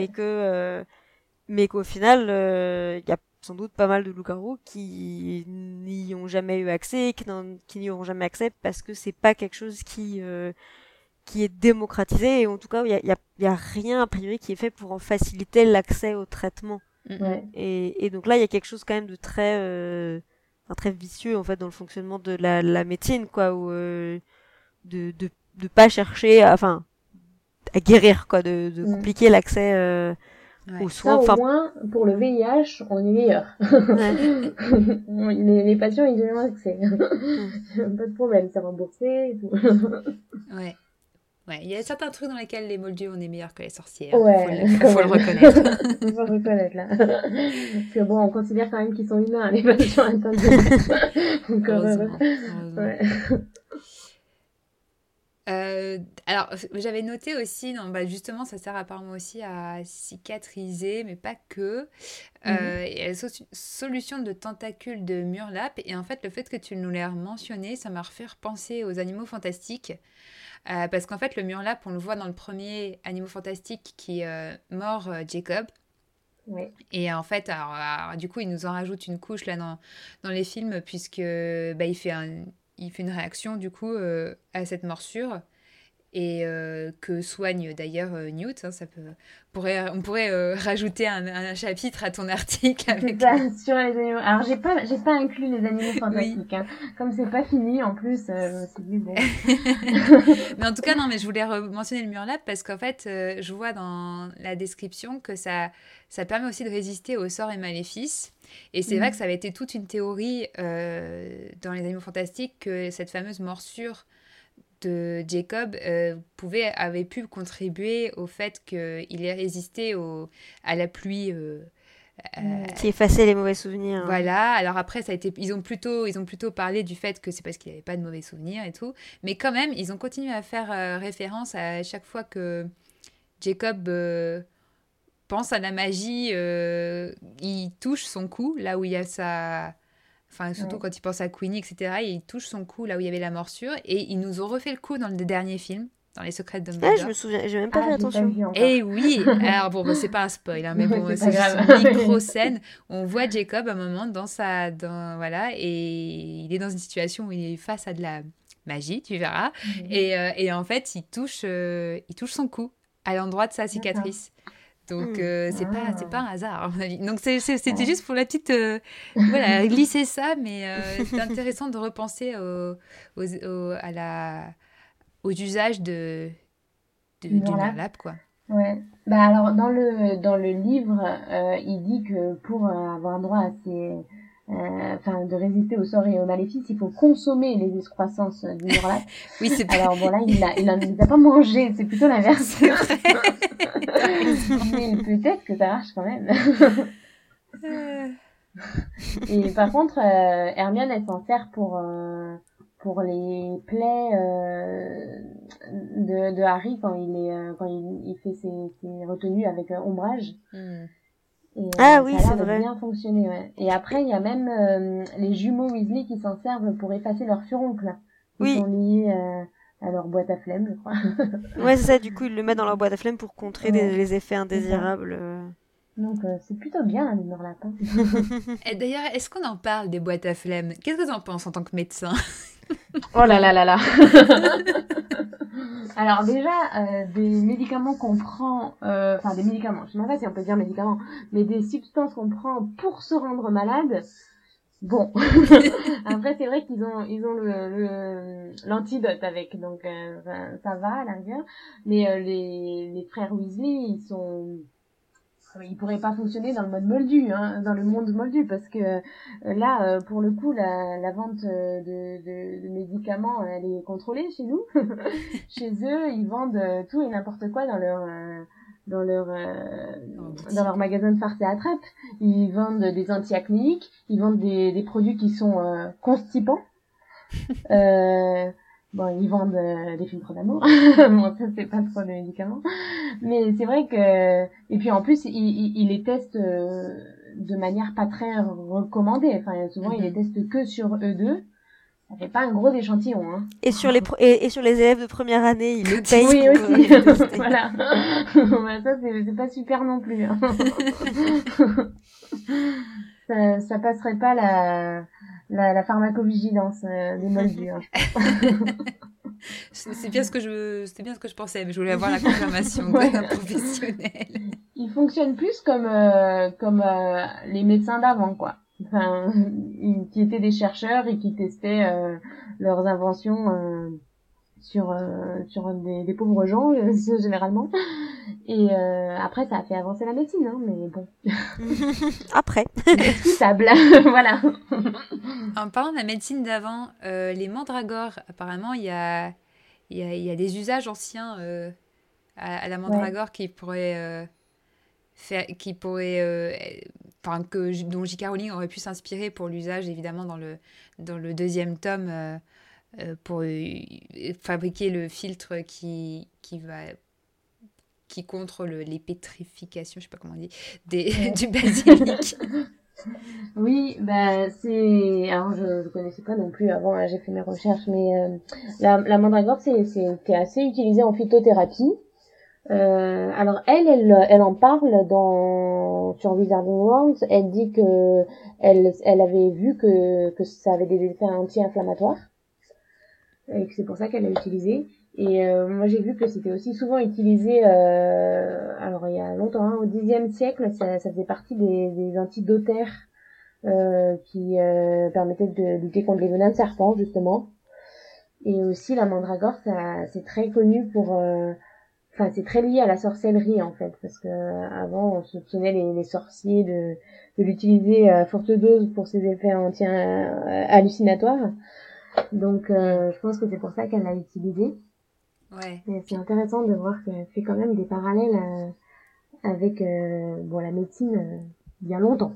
mais qu'au final, il y a sans doute pas mal de loups-garous qui n'y ont jamais eu accès, qui n'y auront jamais accès, parce que c'est pas quelque chose qui est démocratisé, et en tout cas il y a rien a priori qui est fait pour en faciliter l'accès au traitement. Et donc là il y a quelque chose quand même de très très vicieux en fait dans le fonctionnement de la médecine quoi, où de pas chercher à guérir, quoi, de compliquer l'accès aux soins. Ça, au moins, pour le VIH, on est meilleur. Ouais. Les patients, ils ont accès. Pas de problème, c'est remboursé et tout. Ouais. Ouais, il y a certains trucs dans lesquels les moldus, on est meilleurs que les sorcières. Ouais, faut le reconnaître. Il faut le reconnaître, là. Parce que bon, on considère quand même qu'ils sont humains, les patients atteints de... Encore heureux. Ouais. Alors, j'avais noté aussi, justement, ça sert apparemment aussi à cicatriser, mais pas que. Il y a la solution de tentacules de Murlap, et en fait, le fait que tu nous l'aies mentionné, ça m'a refait repenser aux Animaux Fantastiques. Parce qu'en fait, le Murlap, on le voit dans le premier Animaux Fantastiques qui mord Jacob. Oui. Et en fait, alors, du coup, il nous en rajoute une couche là dans les films, puisque il fait une réaction du coup à cette morsure. Et que soigne d'ailleurs Newt. Hein, on pourrait rajouter un chapitre à ton article avec ça, sur les animaux. Alors j'ai pas inclus les animaux fantastiques. Oui. Hein. Comme c'est pas fini en plus, je me suis dit bon. Mais en tout cas non, mais je voulais mentionner le Murlap parce qu'en fait je vois dans la description que ça permet aussi de résister aux sorts et maléfices. Et c'est vrai que ça avait été toute une théorie dans les animaux fantastiques que cette fameuse morsure de Jacob avait pu contribuer au fait qu'il ait résisté à la pluie qui effaçait les mauvais souvenirs. Voilà, alors après ils ont plutôt parlé du fait que c'est parce qu'il n'avait pas de mauvais souvenirs et tout, mais quand même ils ont continué à faire référence à chaque fois que Jacob pense à la magie, il touche son cou là où il y a sa... Enfin, surtout quand il pense à Queenie, etc. Et il touche son cou là où il y avait la morsure. Et ils nous ont refait le coup dans le dernier film, dans Les Secrets de Dumbledore. Je me souviens, j'ai même pas fait attention. Et oui, alors bon, c'est pas un spoil, hein, mais bon, c'est juste une micro-scène. On voit Jacob à un moment voilà, et il est dans une situation où il est face à de la magie, tu verras. Et en fait, il touche son cou à l'endroit de sa cicatrice. Donc c'est pas un hasard à mon avis. Donc c'était juste pour la petite glisser ça, mais c'est intéressant de repenser aux usages du Murlap, quoi. Ouais. Bah alors dans le livre, il dit que pour avoir droit à de résister aux sorts et aux maléfices, il faut consommer les excroissances du Murlap. Oui, c'est pas... Alors bon là, il les a pas mangé, c'est plutôt l'inverse. C'est vrai. Mais peut-être que ça marche quand même. Et par contre, Hermione, elle s'en sert pour les plaies de Harry quand il fait ses retenues avec ombrage. Et, oui, ça a c'est l'air de vrai. bien fonctionner, ouais. Et après, il y a même les jumeaux Weasley qui s'en servent pour effacer leurs furoncles. Ils sont liés à leur boîte à flemme, je crois. Ouais, c'est ça, du coup, ils le mettent dans leur boîte à flemme pour contrer les effets indésirables. Donc, c'est plutôt bien, les Murlap. Et d'ailleurs, est-ce qu'on en parle des boîtes à flemme? Qu'est-ce que tu en penses en tant que médecin? Oh là là là là. Alors déjà, des médicaments qu'on prend, des médicaments, je ne sais pas si on peut dire médicaments, mais des substances qu'on prend pour se rendre malade. Bon, après c'est vrai qu'ils ont l'antidote avec, donc ça va à la rigueur. Mais les frères Weasley, ils pourraient pas fonctionner dans le mode moldu, hein, dans le monde moldu, parce que là, pour le coup, la vente de médicaments, elle est contrôlée chez nous. Chez eux, ils vendent tout et n'importe quoi dans leur magasin de farce et attrape. Ils vendent des antiacnéiques, ils vendent des produits qui sont constipants. Bon, ils vendent des filtres d'amour. Bon, ça, c'est pas trop de médicaments. Mais c'est vrai que... Et puis, en plus, ils les testent de manière pas très recommandée. Enfin, souvent, ils les testent que sur eux deux. Ça fait pas un gros échantillon, hein. Et sur les élèves de première année, ils le payent. Oui, aussi. Voilà. Ouais, ça, c'est pas super non plus. Hein. Ça passerait pas la pharmacovigilance des moldus, hein, je pense. C'était bien ce que je pensais, mais je voulais avoir la confirmation d'un professionnel. Ils fonctionnent plus comme les médecins d'avant, quoi. Enfin, qui étaient des chercheurs et qui testaient leurs inventions sur des pauvres gens généralement. Et après ça a fait avancer la médecine, hein, mais bon. Après. Discutable. Voilà. En parlant de la médecine d'avant, les mandragores, apparemment, il y a des usages anciens à la mandragore qui pourraient dont J.K. Rowling aurait pu s'inspirer pour l'usage, évidemment, dans le deuxième tome, pour fabriquer le filtre qui contrôle les pétrifications, je sais pas comment on dit, du basilic. Oui, bah alors je connaissais pas non plus avant, hein, j'ai fait mes recherches, mais la mandragore c'est assez utilisé en phytothérapie. Alors elle en parle sur Wizarding Worlds. Elle dit que elle avait vu que ça avait des effets anti-inflammatoires et que c'est pour ça qu'elle l'a utilisé. Et moi j'ai vu que c'était aussi souvent utilisé alors il y a longtemps, hein, au Xe siècle, ça faisait partie des antidotères qui permettaient de lutter contre les venins de serpent justement. Et aussi la mandragore, c'est très connu pour c'est très lié à la sorcellerie en fait, parce que avant on soupçonnait les sorciers de l'utiliser à forte dose pour ses effets hallucinatoires. Donc je pense que c'est pour ça qu'elle l'a utilisé. Ouais. Et c'est intéressant de voir qu'elle fait quand même des parallèles avec la médecine il y a longtemps.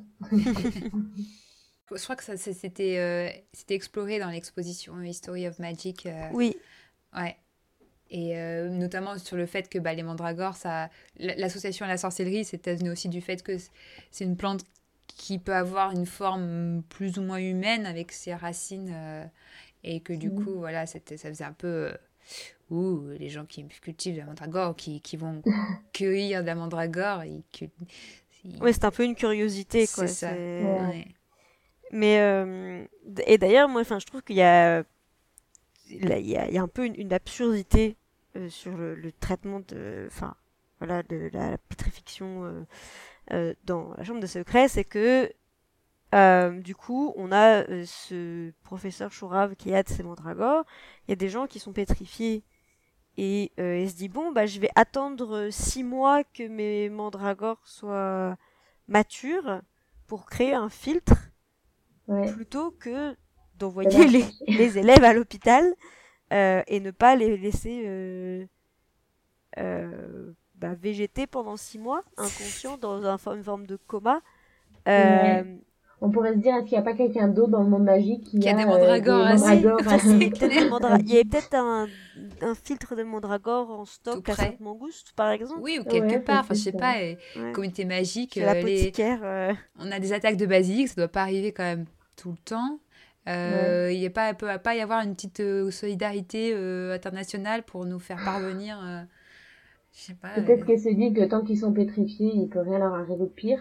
Je crois que c'était exploré dans l'exposition History of Magic. Oui. Ouais. Et notamment sur le fait que les mandragores, l'association à la sorcellerie, c'est aussi du fait que c'est une plante qui peut avoir une forme plus ou moins humaine avec ses racines et que du coup, voilà, ça faisait un peu les gens qui cultivent de la mandragore, qui vont cueillir de la mandragore. Ouais, c'est un peu une curiosité, quoi. C'est ça. Ouais. Mais et d'ailleurs, moi, je trouve qu'il y a un peu une absurdité sur le traitement de la pétrification dans la chambre des secrets, c'est que du coup, on a ce professeur Chourave qui a de ses mandragores. Il y a des gens qui sont pétrifiés et il se dit bon, je vais attendre 6 mois que mes mandragores soient matures pour créer un filtre plutôt que d'envoyer les élèves à l'hôpital et ne pas les laisser végéter pendant 6 mois, inconscients, dans une forme de coma. On pourrait se dire, est-ce qu'il n'y a pas quelqu'un d'autre dans le monde magique qui a des mandragores il y avait peut-être un filtre de mandragore en stock à Sainte-Mangouste, par exemple. Oui, ou quelque part. Enfin, je sais pas. Communauté magique. Chez l'apothicaire. On a des attaques de basilic, ça doit pas arriver quand même tout le temps. Il peut pas y avoir une petite solidarité internationale pour nous faire parvenir. Je sais pas. Peut-être qu'elle se dit que tant qu'ils sont pétrifiés, il peut rien leur arriver de pire.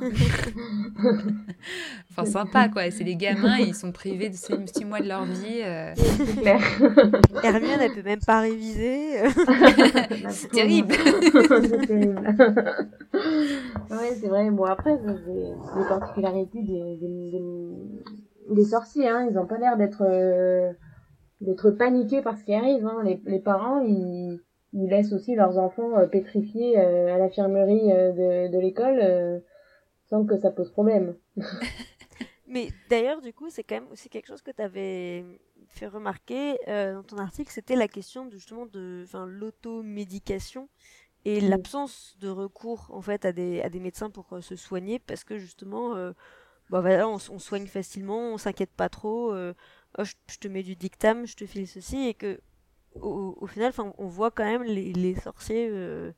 Enfin, sympa, quoi. C'est des gamins, ils sont privés de 6 mois de leur vie. C'est clair. Hermione, elle peut même pas réviser. C'est terrible. C'est terrible. Ouais, c'est vrai. Bon, après, c'est les particularités des sorciers, hein. Ils ont pas l'air d'être paniqués par ce qui arrive, hein. Les parents, ils laissent aussi leurs enfants pétrifiés à l'infirmerie de l'école sans que ça pose problème. Mais d'ailleurs, du coup, c'est quand même aussi quelque chose que tu avais fait remarquer dans ton article, c'était la question justement de l'automédication et l'absence de recours en fait à des médecins pour se soigner parce que justement on soigne facilement, on s'inquiète pas trop, je te mets du dictame, je te file ceci, et que au final, on voit quand même les sorciers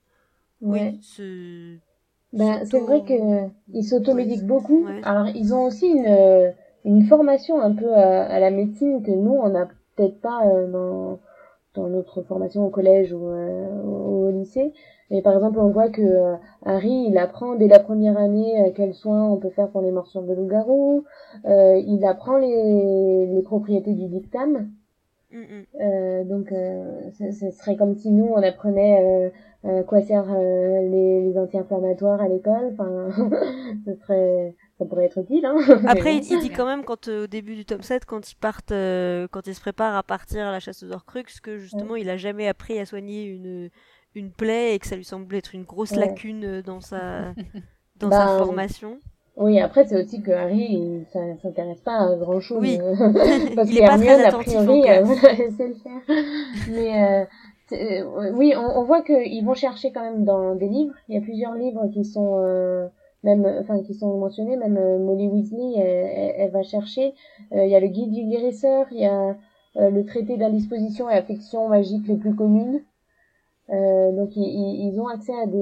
c'est vrai que ils s'automédiquent beaucoup. Ouais. Alors ils ont aussi une formation un peu à la médecine que nous on n'a peut-être pas dans notre formation au collège ou au lycée. Mais par exemple, on voit que Harry, il apprend dès la première année quels soins on peut faire pour les morsures de loup-garou. Il apprend les propriétés du dictame. Donc ce serait comme si nous on apprenait quoi servent les anti-inflammatoires à l'école. Enfin, ce serait ça pourrait être utile. Hein. Après, Mais bon. il dit quand même, au début du tome 7, quand ils partent, quand ils se préparent à partir à la chasse aux Horcruxes, que justement, il a jamais appris à soigner une plaie et que ça lui semble être une grosse lacune dans sa formation. Oui, après, c'est aussi que Harry, il s'intéresse pas à grand chose. Oui. Parce Il est pas très qu'Hermione, a attentif en priori, classe. elle sait le faire. Mais, oui, on voit qu'ils vont chercher quand même dans des livres. Il y a plusieurs livres qui sont, qui sont mentionnés. Même Molly Weasley, elle va chercher. Il y a le guide du guérisseur, il y a le traité d'indisposition et affections magiques les plus communes. Donc, ils ont accès à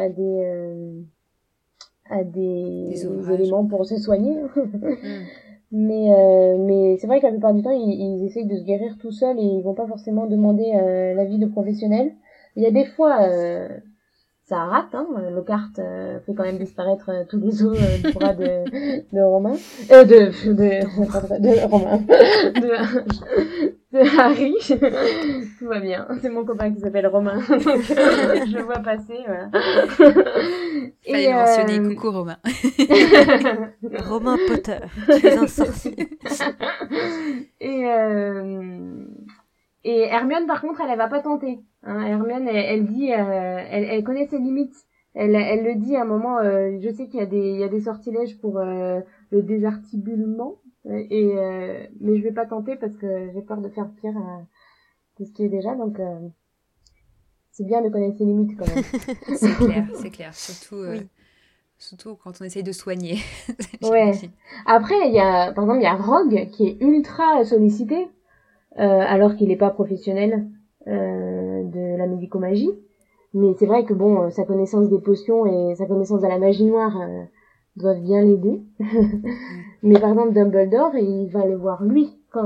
des éléments pour se soigner. Mais c'est vrai que la plupart du temps, ils essayent de se guérir tout seuls et ils vont pas forcément demander l'avis de professionnels. Il y a des fois, ça rate, hein. Lockhart fait quand même disparaître tous les os du bras de Romain. De Romain. De Harry. Tout va bien. C'est mon copain qui s'appelle Romain. Donc, je le vois passer, voilà. Fallait mentionner, coucou Romain. Romain Potter, tu es un sorcier. Et Hermione, par contre, elle va pas tenter. Hein, Hermione, elle dit, elle connaît ses limites. Elle le dit à un moment. Je sais qu'il y a des sortilèges pour le désarticulement, mais je vais pas tenter parce que j'ai peur de faire pire que ce qui est déjà. Donc, c'est bien de connaître ses limites quand même. C'est clair. Surtout quand on essaye de soigner. Ouais. Après, par exemple, il y a Rogue qui est ultra sollicité. Alors qu'il n'est pas professionnel de la médicomagie. Mais c'est vrai que bon, sa connaissance des potions et sa connaissance de la magie noire doivent bien l'aider. Mais par exemple, Dumbledore, il va le voir lui quand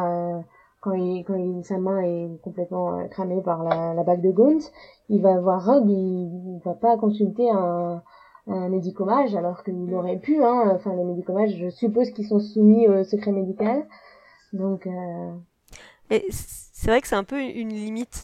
sa main est complètement cramée par la bague de Gaunt. Il va voir Rogue, il va pas consulter un médicomage alors qu'il aurait pu. Hein. Enfin, les médicomages, je suppose qu'ils sont soumis au secret médical. Donc Et c'est vrai que c'est un peu une limite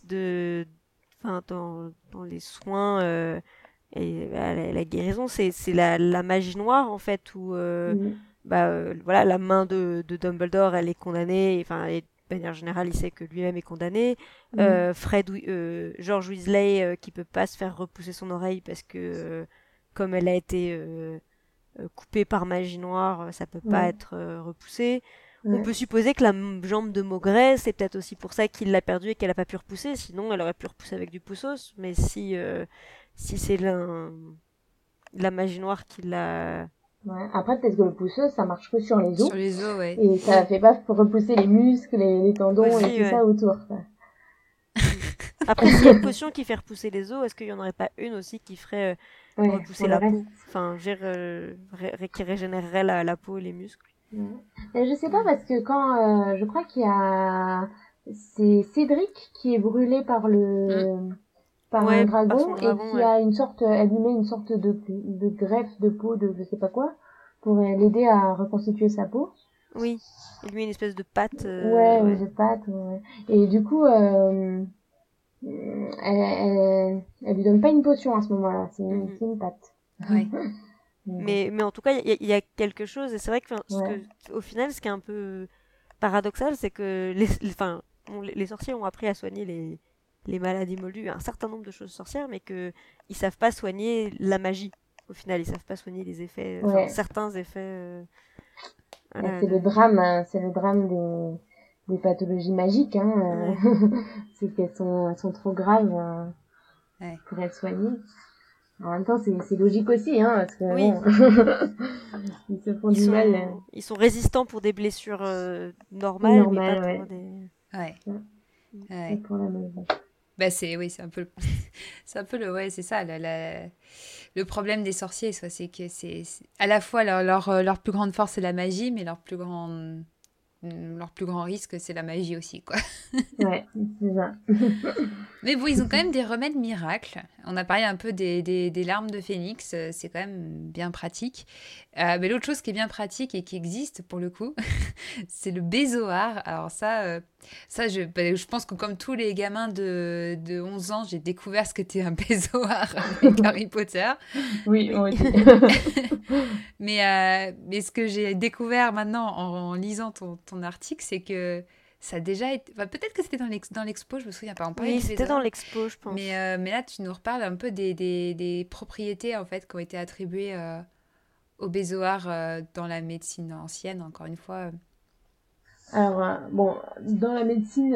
dans les soins et la guérison, c'est la magie noire en fait où voilà, la main de Dumbledore elle est condamnée, enfin et de manière générale il sait que lui-même est condamné. George Weasley qui peut pas se faire repousser son oreille parce que comme elle a été coupée par magie noire, ça peut pas être repoussé. On peut supposer que la jambe de Maugrey, c'est peut-être aussi pour ça qu'il l'a perdue et qu'elle a pas pu repousser. Sinon, elle aurait pu repousser avec du poussos. Mais si c'est la magie noire qui l'a... Ouais. Après, peut-être que le poussos, ça marche que sur les os. Sur les os, ouais. Et ça fait pas pour repousser les muscles, les tendons aussi, et tout ça autour. Quoi. Après, s'il y a une potion qui fait repousser les os, est-ce qu'il y en aurait pas une aussi qui ferait repousser la peau? Enfin, qui régénérerait la peau et les muscles. Je sais pas parce que quand je crois qu'il y a c'est Cédric qui est brûlé par un dragon et qui a une sorte elle lui met une sorte de greffe de peau de je sais pas quoi pour l'aider à reconstituer sa peau. Oui, il lui met une espèce de pâte de pâte et du coup elle lui donne pas une potion à ce moment-là, c'est une pâte. Ouais. Mais en tout cas, il y a quelque chose, et c'est vrai que, au final, ce qui est un peu paradoxal, c'est que les sorciers ont appris à soigner les maladies moldues, un certain nombre de choses sorcières, mais qu'ils savent pas soigner la magie. Au final, ils savent pas soigner les effets, certains effets. C'est le drame des pathologies magiques, hein. C'est qu'elles sont trop graves pour être soignées. En même temps, c'est logique aussi, hein, parce que ils se font du mal. Ils sont résistants pour des blessures normales, mais pas pour des... Ouais. Pour la maison. Bah c'est un peu c'est ça le problème des sorciers, c'est que c'est à la fois leur plus grande force c'est la magie, mais leur plus grande leur plus grand risque, c'est la magie aussi, quoi. Ouais, c'est ça. Mais bon, ils ont quand même des remèdes miracles. On a parlé un peu des larmes de phénix, c'est quand même bien pratique. Mais l'autre chose qui est bien pratique et qui existe pour le coup, c'est le bézoard. Alors je pense que comme tous les gamins de 11 ans, j'ai découvert ce qu'était un bézoard avec Harry Potter. Oui, moi aussi. Mais ce que j'ai découvert maintenant en lisant ton article, c'est que ça a déjà été... Enfin, peut-être que c'était dans l'expo, je me souviens pas. On parlait Oui, du c'était bézoard. dans l'expo, je pense. Mais là, tu nous reparles un peu des propriétés en fait, qui ont été attribuées au bézoard dans la médecine ancienne, encore une fois. Alors, bon, dans la médecine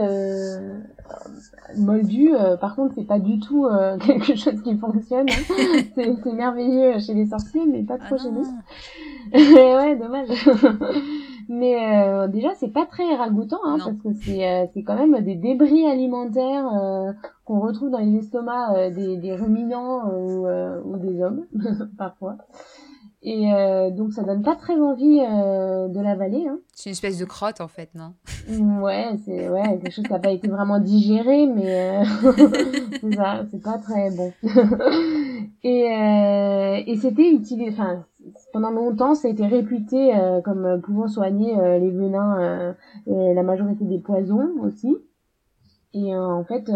moldue, par contre, c'est pas du tout quelque chose qui fonctionne. Hein. C'est merveilleux chez les sorciers, mais pas trop chez nous. Ouais, dommage. Mais déjà, c'est pas très ragoûtant, hein, parce que c'est quand même des débris alimentaires qu'on retrouve dans les estomacs des ruminants ou des hommes, parfois. Et donc ça donne pas très envie de l'avaler. Hein. C'est une espèce de crotte en fait, non? Ouais, c'est quelque chose qui n'a pas été vraiment digéré, mais c'est ça, c'est pas très bon. Et c'était utilisé, enfin pendant longtemps, ça a été réputé comme pouvant soigner les venins et la majorité des poisons aussi. Et en fait,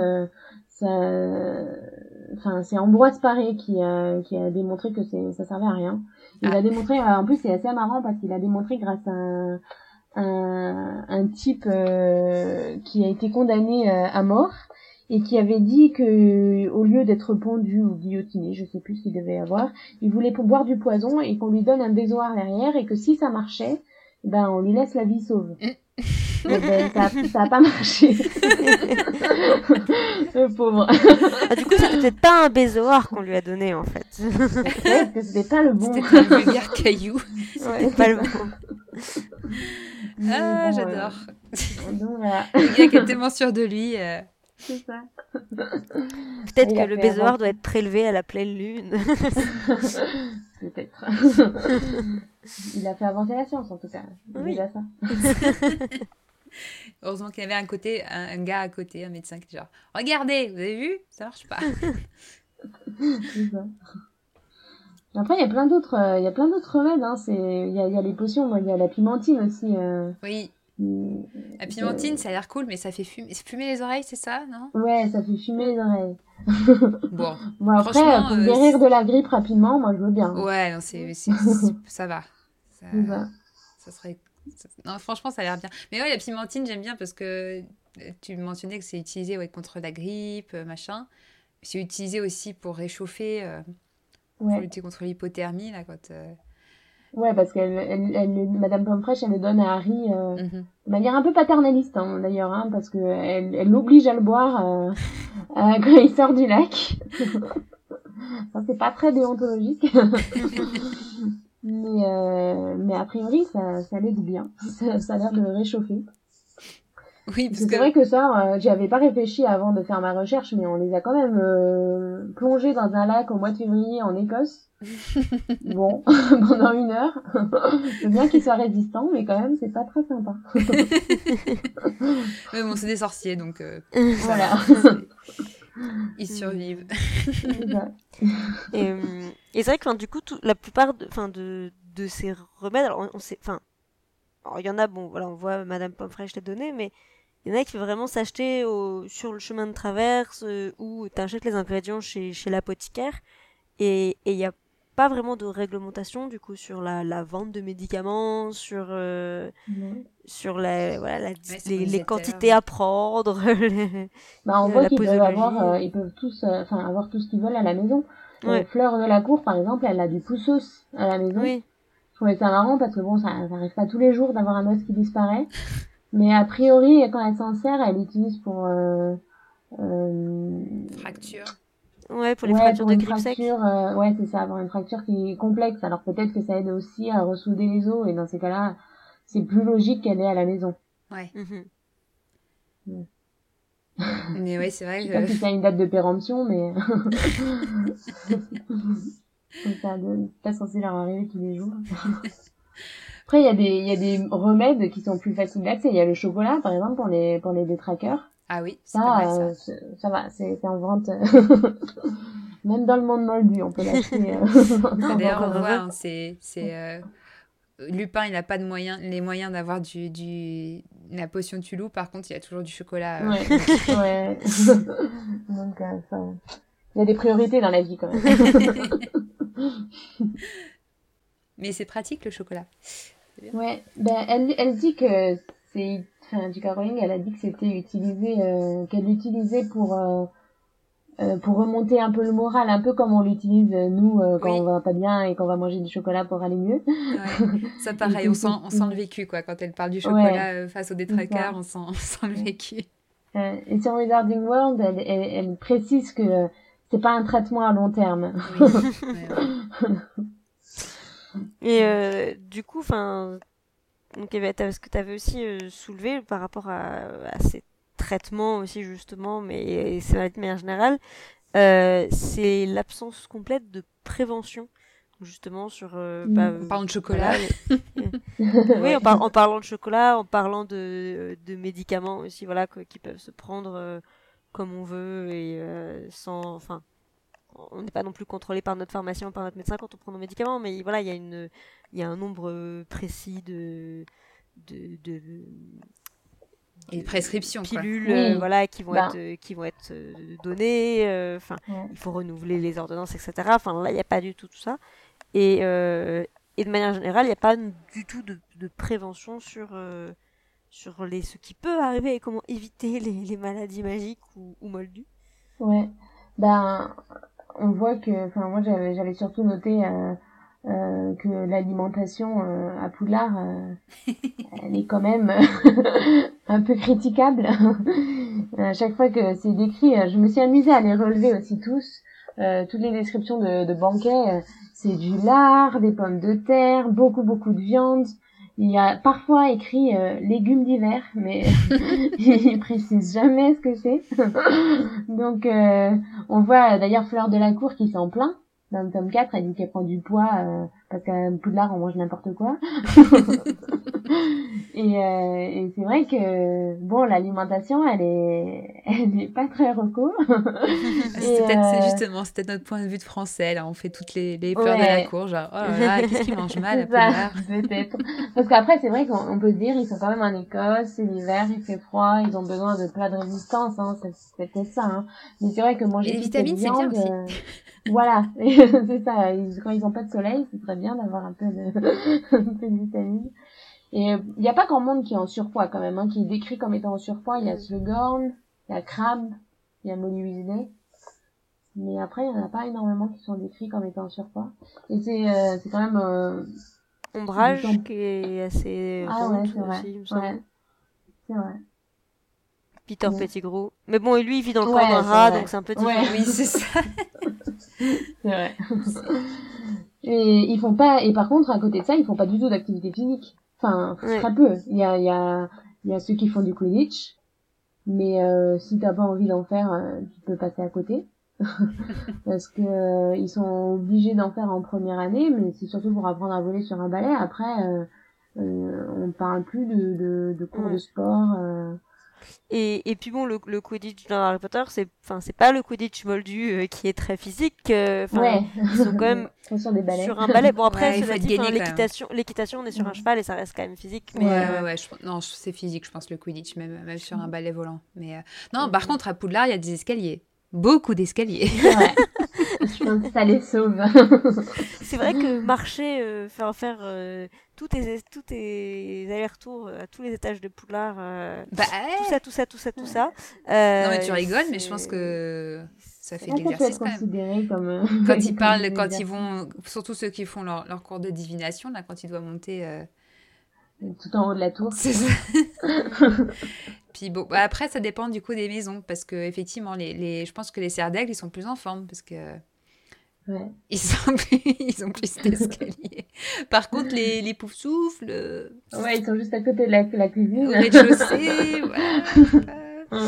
c'est Ambroise Paré qui a démontré que ça servait à rien. Il a démontré, en plus c'est assez marrant parce qu'il a démontré grâce à un type qui a été condamné à mort et qui avait dit que au lieu d'être pendu ou guillotiné, je sais plus ce qu'il devait avoir, il voulait boire du poison et qu'on lui donne un bézoard derrière et que si ça marchait, ben on lui laisse la vie sauve. Ben, ça a pas marché. Le pauvre. Ah, du coup, c'était peut-être pas un bézoard qu'on lui a donné, en fait. Parce que c'était pas le bon. C'était un vulgaire caillou. C'était pas le bon. Ah, bon, j'adore. Donc voilà. Le gars qui est tellement sûr de lui. C'est ça. Peut-être que le bézoard doit être prélevé à la pleine lune. Peut-être. Il a fait avancer la science, en tout cas. Oui. Déjà ça. Heureusement qu'il y avait un gars à côté, un médecin qui était genre « Regardez, vous avez vu? Ça marche pas. » C'est ça. Après, il y a plein d'autres remèdes. Hein. Il y a les potions, il y a la pimentine aussi. Oui. La pimentine, ça a l'air cool, mais ça fait fumer les oreilles, c'est ça, non? Ouais, ça fait fumer les oreilles. Bon après, pour guérir de la grippe rapidement, moi je veux bien. Ouais, non, ça va. Ça serait... Non, franchement, ça a l'air bien. Mais ouais, la pimentine, j'aime bien parce que tu mentionnais que c'est utilisé contre la grippe, machin. C'est utilisé aussi pour réchauffer, pour lutter contre l'hypothermie, là, quand... Ouais, parce que Madame Pomfresh, elle le donne à Harry de manière un peu paternaliste, hein, d'ailleurs, hein, parce que elle l'oblige à le boire quand il sort du lac. Ça, c'est pas très déontologique. Mais a priori, ça l'aide bien. Ça a l'air de le réchauffer. Oui, parce que... C'est vrai que ça, j'y avais pas réfléchi avant de faire ma recherche, mais on les a quand même plongés dans un lac au mois de février en Écosse. Bon, pendant 1 heure. C'est bien qu'ils soient résistants, mais quand même, c'est pas très sympa. Mais bon, c'est des sorciers, donc... voilà. Ils survivent. Et c'est vrai que du coup, la plupart de ces remèdes, alors on sait... Alors, il y en a, bon, voilà, on voit Madame Pomfresh les donner, mais il y en a qui fait vraiment s'acheter sur le chemin de traverse ou t'achètes les ingrédients chez l'apothicaire et il n'y a pas vraiment de réglementation du coup sur la vente de médicaments, sur les quantités à prendre. On voit qu'ils peuvent ils peuvent tous avoir tout ce qu'ils veulent à la maison. Fleur de la Cour, par exemple, elle a du poussos à la maison. Oui. Je trouvais ça marrant parce que bon, ça arrive pas tous les jours d'avoir un os qui disparaît. Mais a priori, quand elle s'en sert, elle l'utilise pour fracture. Ouais, pour les fractures de grippe sec. Ouais, c'est ça, avoir une fracture qui est complexe. Alors peut-être que ça aide aussi à ressouder les os et dans ces cas-là, c'est plus logique qu'elle est à la maison. Ouais. Mais ouais, c'est vrai que... Je sais pas si ça a une date de péremption, mais... ça n'est pas censé leur arriver tous les jours. Après, il y a des remèdes qui sont plus faciles d'accès. Il y a le chocolat, par exemple, pour les détraqueurs. Ah oui, c'est pas mal ça. Ça va, c'est en vente. Même dans le monde moldu, on peut l'acheter. D'ailleurs, on voit, hein, Lupin, il n'a pas les moyens d'avoir la potion Tulou. Par contre, il y a toujours du chocolat. Ouais. Donc, il y a des priorités dans la vie, quand même. Mais c'est pratique, le chocolat. Ouais, elle dit que J.K. Rowling, elle a dit que c'était utilisé, qu'elle l'utilisait pour remonter un peu le moral, un peu comme on l'utilise nous quand on va pas bien et qu'on va manger du chocolat pour aller mieux. Ouais, ça pareil, on sent le vécu quoi. Quand elle parle du chocolat face aux détraqueurs, on sent le vécu. Et sur Wizarding World, elle précise que c'est pas un traitement à long terme. Oui. Et du coup, donc ce que tu avais aussi soulevé par rapport à ces traitements aussi justement, mais c'est maladies de manière générale, c'est l'absence complète de prévention justement sur en parlant de chocolat. Oui, en parlant de chocolat, en parlant de médicaments aussi, voilà, qui peuvent se prendre comme on veut et on n'est pas non plus contrôlé par notre pharmacien ou par notre médecin quand on prend nos médicaments, mais voilà, il y a un nombre précis de et prescriptions pilules voilà qui vont être données, il faut renouveler les ordonnances, etc. Là il n'y a pas du tout ça et de manière générale il n'y a pas du tout de prévention sur ce qui peut arriver et comment éviter les maladies magiques ou moldues. Ouais, on voit que, moi j'avais surtout noté que l'alimentation à Poudlard, elle est quand même un peu critiquable. À chaque fois que c'est décrit, je me suis amusée à les relever aussi tous. Toutes les descriptions de banquets, c'est du lard, des pommes de terre, beaucoup de viande. Il y a parfois écrit légumes d'hiver, mais il précise jamais ce que c'est. Donc on voit d'ailleurs Fleur de la Cour qui s'en plaint. Dans le tome 4, elle dit qu'elle prend du poids parce qu'à Poudlard on mange n'importe quoi. Et c'est vrai que l'alimentation elle est pas très reco. C'est peut-être notre point de vue de français là, on fait toutes les Fleurs de la Cour, genre oh là là, qu'est-ce qu'ils mangent mal à Poudlard. Peut-être. Parce qu'après c'est vrai qu'on peut se dire ils sont quand même en Écosse, c'est l'hiver, il fait froid, ils ont besoin de plats de résistance, hein, c'était ça, hein. Mais c'est vrai que manger les vitamines c'est bien aussi. Voilà, c'est ça, quand ils ont pas de soleil, c'est très bien d'avoir un peu de vitamines. Et il n'y a pas grand monde qui est en surpoids quand même, hein, qui est décrit comme étant en surpoids. Il y a Slughorn, il y a Crabbe, il y a Molly Weasley. Mais après, il n'y en a pas énormément qui sont décrits comme étant en surpoids. Et c'est quand même... Ombrage qui est assez ronde aussi, il me semble. Ouais, c'est vrai. Peter Pettigrew. Mais bon, et lui, il vit dans le corps d'un rat, donc c'est un peu différent. Oui, c'est ça. C'est vrai. Et ils font pas, et par contre, à côté de ça, ils font pas du tout d'activité physique. Enfin, très peu. Il y a ceux qui font du Quidditch. Mais, si t'as pas envie d'en faire, tu peux passer à côté. Parce que, ils sont obligés d'en faire en première année, mais c'est surtout pour apprendre à voler sur un balai. Après, on parle plus de cours de sport, Et puis bon, le Quidditch dans Harry Potter, c'est pas le Quidditch moldu qui est très physique. Ils sont quand même sur des balais. Sur un balai. Bon après, l'équitation, on est sur un cheval et ça reste quand même physique. Mais non, c'est physique, je pense le Quidditch, même sur un balai volant. Mais non, par contre à Poudlard, il y a des escaliers, beaucoup d'escaliers. Ouais. Je pense que ça les sauve. C'est vrai que marcher, faire tous tes allers-retours à tous les étages de Poudlard, tout ça. Non mais tu rigoles, mais je pense que ça fait de l'exercice quand même. Quand ils parlent, quand ils vont, surtout ceux qui font leur cours de divination, là, quand ils doivent monter tout en haut de la tour. C'est ça. Puis bon, après ça dépend du coup des maisons, parce que effectivement, je pense que les serres d'aigle ils sont plus en forme parce que ils ont plus d'escaliers. Par contre, les poufs-souffles... ils sont juste à côté de la cuisine. Au rez-de-chaussée, voilà.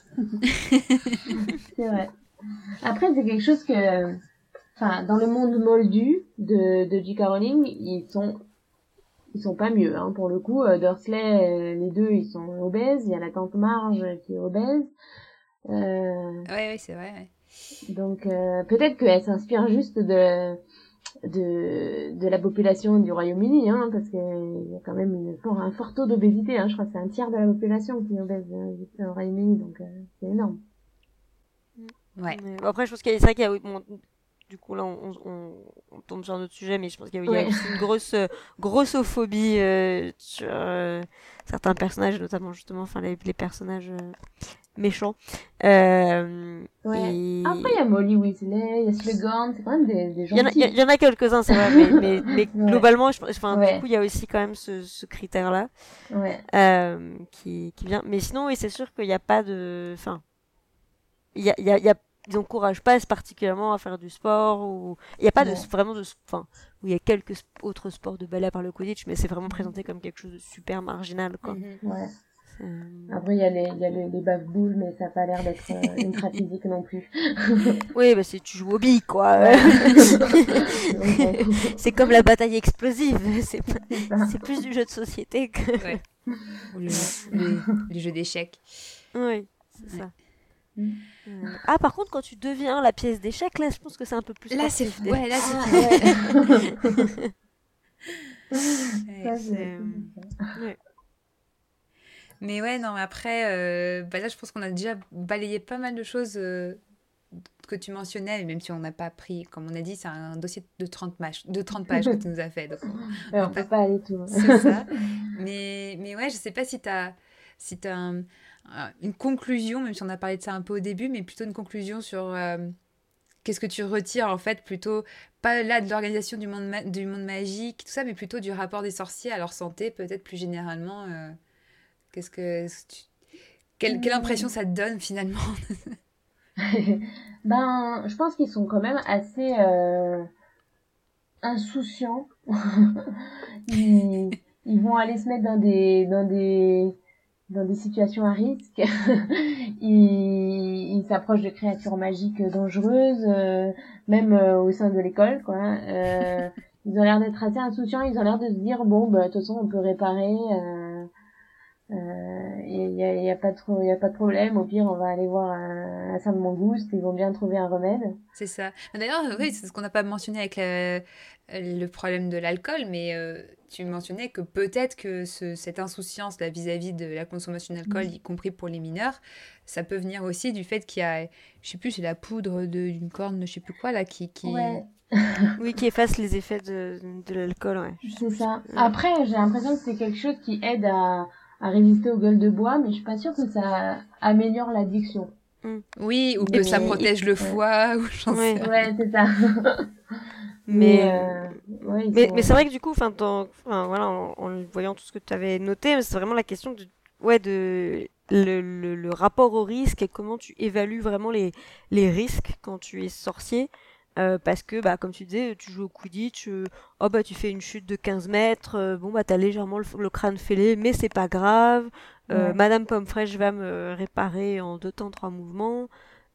C'est vrai. Après, c'est quelque chose que... dans le monde moldu de J.K. Rowling, sont pas mieux, hein, pour le coup. Dursley, les deux, ils sont obèses. Il y a la tante Marge qui est obèse. Ouais, c'est vrai. Ouais. Donc peut-être qu'elle s'inspire juste de la population du Royaume-Uni, hein, parce qu'il y a quand même un fort taux d'obésité, hein. Je crois que c'est un tiers de la population qui est obèse au Royaume-Uni, donc c'est énorme. Ouais. Après, je pense c'est vrai qu'il y a, bon, du coup là on tombe sur un autre sujet, mais je pense qu'il y a aussi une grossophobie sur certains personnages, notamment justement, enfin les personnages méchants. Ouais. Et... Après il y a Molly Weasley, il y a Slughorn, c'est quand même des gentils. Il y en a quelques-uns, c'est vrai, mais Ouais. globalement, du Ouais. coup, il y a aussi quand même ce critère-là Ouais. qui vient. Mais sinon, oui, c'est sûr qu'il n'y a pas de, enfin, il y a ils n'encouragent pas particulièrement à faire du sport, ou il n'y a pas Ouais. vraiment de, enfin, où il y a quelques autres sports de ballet par le Quidditch, mais c'est vraiment présenté comme quelque chose de super marginal, quoi. Ouais. Après, il y a les bave-boules, mais ça n'a pas l'air d'être ultra physique non plus. Oui, bah tu joues aux billes, quoi. Ouais. C'est comme la bataille explosive. C'est ça. plus du jeu de société que... Ouais. Ou les jeux d'échecs. Oui, c'est ça. Mm. Ah, par contre, quand tu deviens la pièce d'échec, là, je pense que c'est un peu plus Là, sportif. ouais, là, c'est... Ouais. Mais ouais, non, après, là, je pense qu'on a déjà balayé pas mal de choses que tu mentionnais, même si on n'a pas pris, comme on a dit, c'est un dossier de 30 pages que tu nous as fait. Donc on peut pas aller tout. C'est ça. Mais ouais, je sais pas si tu as une conclusion, même si on a parlé de ça un peu au début, mais plutôt une conclusion sur qu'est-ce que tu retires, en fait, plutôt, pas là de l'organisation du monde magique, tout ça, mais plutôt du rapport des sorciers à leur santé, peut-être plus généralement. Quelle impression ça te donne, finalement? Ben, je pense qu'ils sont quand même assez insouciants. Ils vont aller se mettre dans des situations à risque. Ils s'approchent de créatures magiques dangereuses, même au sein de l'école, quoi. Ils ont l'air d'être assez insouciants. Ils ont l'air de se dire bon, bah de toute façon, on peut réparer. Il y a pas de problème. Au pire, on va aller voir un Saint-Mangouste. Ils vont bien trouver un remède. C'est ça. D'ailleurs, oui, c'est ce qu'on n'a pas mentionné avec le problème de l'alcool, mais tu mentionnais que peut-être que cette insouciance là, vis-à-vis de la consommation d'alcool, y compris pour les mineurs, ça peut venir aussi du fait qu'il y a, je sais plus, c'est la poudre d'une corne, je sais plus quoi, là, qui... Ouais. Oui, qui efface les effets de l'alcool, ouais. C'est ça. Après, j'ai l'impression que c'est quelque chose qui aide à résister aux gueules de bois, mais je suis pas sûre que ça améliore l'addiction. Oui, ou que ça protège le foie, ou j'en sais rien. Ouais, c'est ça. Mais c'est vrai que du coup, voilà, en voyant tout ce que tu avais noté, c'est vraiment la question de le rapport au risque et comment tu évalues vraiment les risques quand tu es sorcier. Parce que, bah, comme tu disais, tu joues au Quidditch, tu fais une chute de 15 mètres, t'as légèrement le crâne fêlé, mais c'est pas grave. Madame Pomme Fraîche va me réparer en 2 temps 3 mouvements.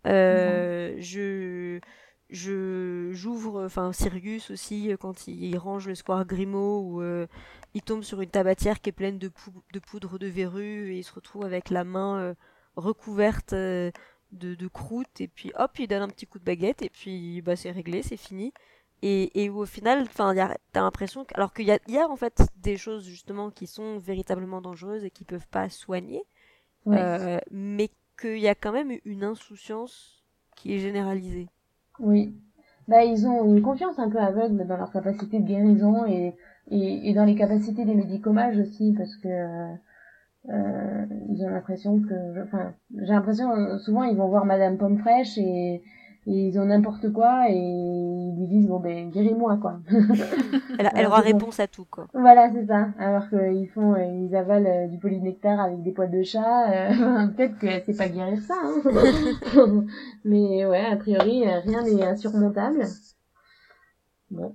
J'ouvre, Sirius aussi, quand il range le square Grimaud, où il tombe sur une tabatière qui est pleine de poudre de verrue, et il se retrouve avec la main recouverte de croûte, et puis hop, il donne un petit coup de baguette, et puis bah, c'est réglé, c'est fini. Et où au final, t'as l'impression alors qu'il y a en fait des choses justement qui sont véritablement dangereuses et qui peuvent pas soigner, mais qu'il y a quand même une insouciance qui est généralisée. Oui. Bah, ils ont une confiance un peu aveugle dans leur capacité de guérison et dans les capacités des médicomages aussi, parce que ils ont l'impression que, j'ai l'impression, souvent ils vont voir Madame Pomme Fraîche et ils ont n'importe quoi et ils lui disent bon ben guéris-moi quoi. Elle aura réponse à tout quoi. Voilà, c'est ça. Alors ils avalent du polynectar avec des poils de chat. Peut-être que c'est pas guérir ça. Hein. Mais ouais, a priori rien n'est insurmontable. Bon.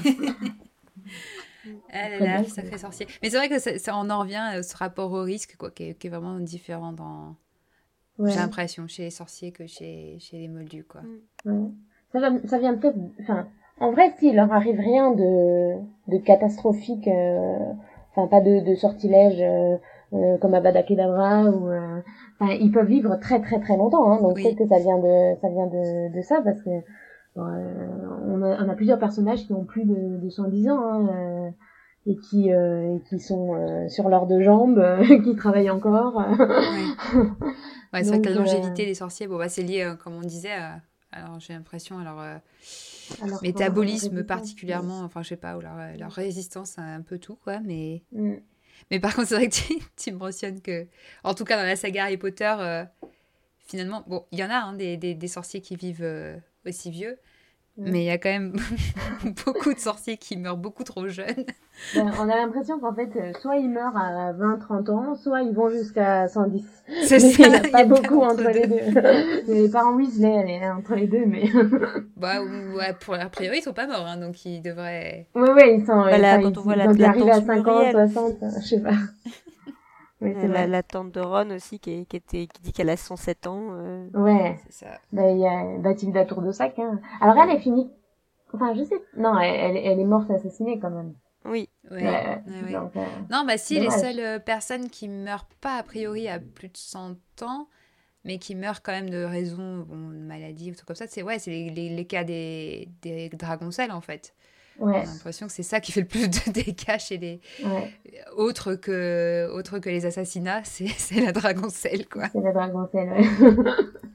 Ah là là, sacré sorcier. Mais c'est vrai que ça on en revient ce rapport au risque quoi, qui est vraiment différent dans... Ouais. J'ai l'impression chez les sorciers que chez les moldus quoi. Ouais. Ça vient peut-être... en vrai, s'il leur arrive rien catastrophique, enfin pas de sortilège comme Avada Kedavra ou enfin ils peuvent vivre très très très longtemps, hein, donc Oui. peut-être que ça vient de ça, parce que on a plusieurs personnages qui ont plus de 110 ans, hein, et qui sont sur leurs deux jambes, qui travaillent encore. Ouais, c'est vrai Donc, que la longévité des sorciers, bon, bah, c'est lié, comme on disait, alors j'ai l'impression, à leur métabolisme résistance, particulièrement, enfin je sais pas, ou leur résistance à un peu tout, quoi, mais... Mm. Mais par contre, c'est vrai que tu mentionnes que, en tout cas dans la saga Harry Potter, finalement, bon, il y en a hein, des sorciers qui vivent aussi vieux, mais il y a quand même beaucoup de sorciers qui meurent beaucoup trop jeunes. Ben, on a l'impression qu'en fait, soit ils meurent à 20-30 ans, soit ils vont jusqu'à 110. C'est mais ça, il n'y a pas beaucoup entre entre les deux. Les parents Weasley, elle est entre les deux, mais... Bah, ouais, a priori, ils sont pas morts, hein, donc ils devraient... Ouais, ils sont... Voilà, enfin, quand on voit ils la ont dû arriver à tante 50, Muriel, 60, je sais pas. Oui, c'est vrai. la tante de Ron aussi qui dit qu'elle a 107 ans. Ouais. C'est ça. Ben, il y a Bathilda Tour-de-Sac, hein. Alors elle est finie. Enfin, je sais. Non, elle est morte assassinée quand même. Oui. Ouais. Donc, non, bah si, dommage. les seules personnes qui meurent pas a priori à plus de 100 ans, mais qui meurent quand même de raison, bon, de maladie ou tout comme ça, c'est les cas des dragoncelles en fait. Ouais. On a l'impression que c'est ça qui fait le plus de dégâts chez les... Ouais. Autre que les assassinats, c'est la dragoncelle, quoi. C'est la dragoncelle, ouais.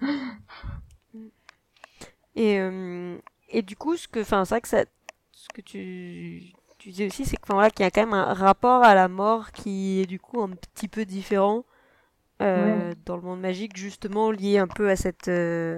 Et du coup, c'est vrai que ce que tu disais aussi, c'est que, voilà, qu'il y a quand même un rapport à la mort qui est du coup un petit peu différent dans le monde magique, justement lié un peu à cette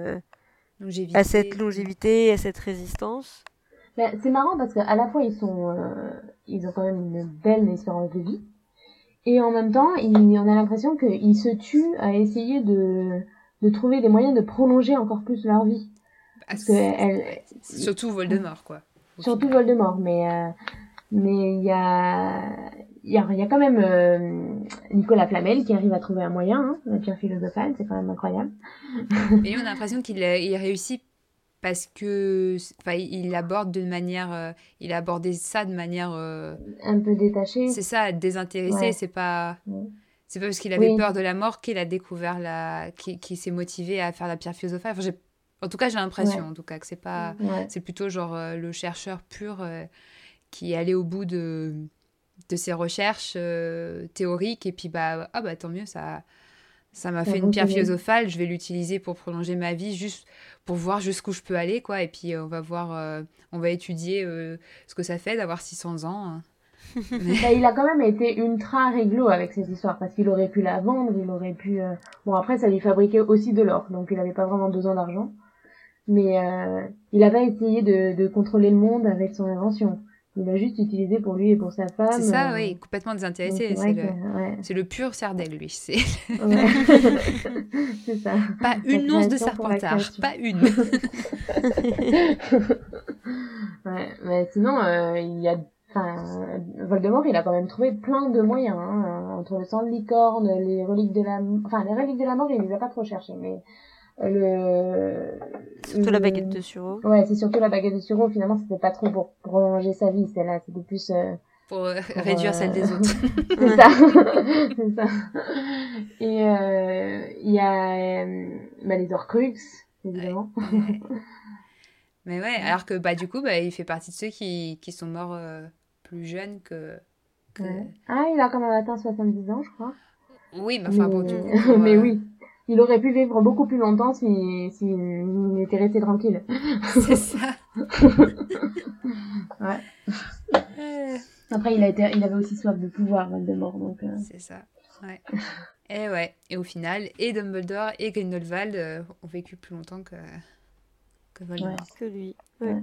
longévité, à cette résistance. Ben, c'est marrant parce qu'à la fois ils ont quand même une belle espérance de vie, et en même temps on a l'impression qu'ils se tuent à essayer de trouver des moyens de prolonger encore plus leur vie. Parce que surtout Voldemort, quoi. Surtout Voldemort, mais il y a quand même Nicolas Flamel qui arrive à trouver un moyen, hein, la pierre philosophale, c'est quand même incroyable. Et on a l'impression qu'il réussit parce que, enfin, il aborde d'une manière, il a abordé ça de manière un peu détachée. C'est ça, désintéressé. Ouais. C'est pas parce qu'il avait peur de la mort qu'il a découvert qu'il s'est motivé à faire la pierre philosophale. Enfin, en tout cas, j'ai l'impression, en tout cas, que c'est pas, c'est plutôt genre le chercheur pur qui est allé au bout de ses recherches théoriques, et puis bah tant mieux, ça m'a fait une pierre philosophale, je vais l'utiliser pour prolonger ma vie, juste pour voir jusqu'où je peux aller, quoi. Et puis on va voir, on va étudier ce que ça fait d'avoir 600 ans. Bah, il a quand même été ultra réglo avec cette histoire, parce qu'il aurait pu la vendre, il aurait pu... Bon, après, ça lui fabriquait aussi de l'or, donc il avait pas vraiment besoin d'argent. Mais il a pas essayé de contrôler le monde avec son invention. Il a juste utilisé pour lui et pour sa femme. C'est ça, oui, complètement désintéressé. C'est le pur Serdaigle, lui. C'est c'est ça. Pas une once de Serpentard, pas une. Ouais, mais sinon, il y a... Enfin, Voldemort, il a quand même trouvé plein de moyens, hein, entre le sang de licorne, les reliques de la... Enfin, les reliques de la mort, il les a pas trop cherchées, mais... Surtout la baguette de Suro. Ouais, c'est surtout la baguette de Suro. Finalement, c'était pas trop pour prolonger sa vie, celle-là. C'était plus pour réduire celle des autres. C'est ça. C'est ça. Et il y a les Horcruxes, évidemment. Ouais. Mais ouais, alors que bah du coup, bah il fait partie de ceux qui sont morts plus jeunes que... Ouais. Ah, il a quand même atteint 70 ans, je crois. Oui, mais enfin bon, du coup... Mais oui. Il aurait pu vivre beaucoup plus longtemps s'il était resté tranquille. C'est ça. Ouais. Après, il avait aussi soif de pouvoir, Voldemort, donc... C'est ça, ouais. Et au final, et Dumbledore et Grindelwald ont vécu plus longtemps que Voldemort. Ouais, que lui. Ouais.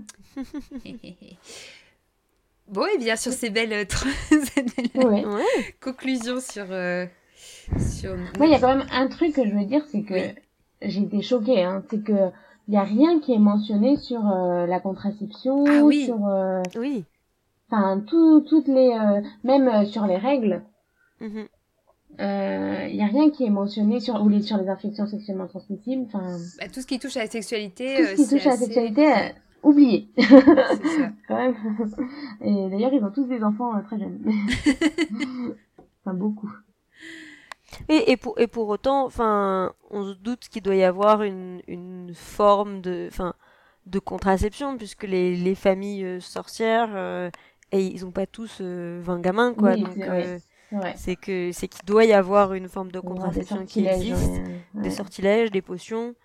Bon, et bien sur ces belles conclusions sur... Moi, il y a quand même un truc que je veux dire, c'est que j'ai été choquée, hein, c'est que il y a rien qui est mentionné sur la contraception, sur enfin toutes les même sur les règles. Il y a rien qui est mentionné sur les infections sexuellement transmissibles, enfin tout ce qui touche à la sexualité, tout ce qui touche à la sexualité, oublié. C'est ça. Quand même. Et d'ailleurs, ils ont tous des enfants très jeunes. Enfin, beaucoup. Et pour autant, enfin, on se doute qu'il doit y avoir une forme de contraception, puisque les familles sorcières, et ils ont pas tous 20 gamins, quoi. Oui, Donc, c'est vrai. c'est qu'il doit y avoir une forme de Il y aura contraception qui des sortilèges, existe, des sortilèges, des potions,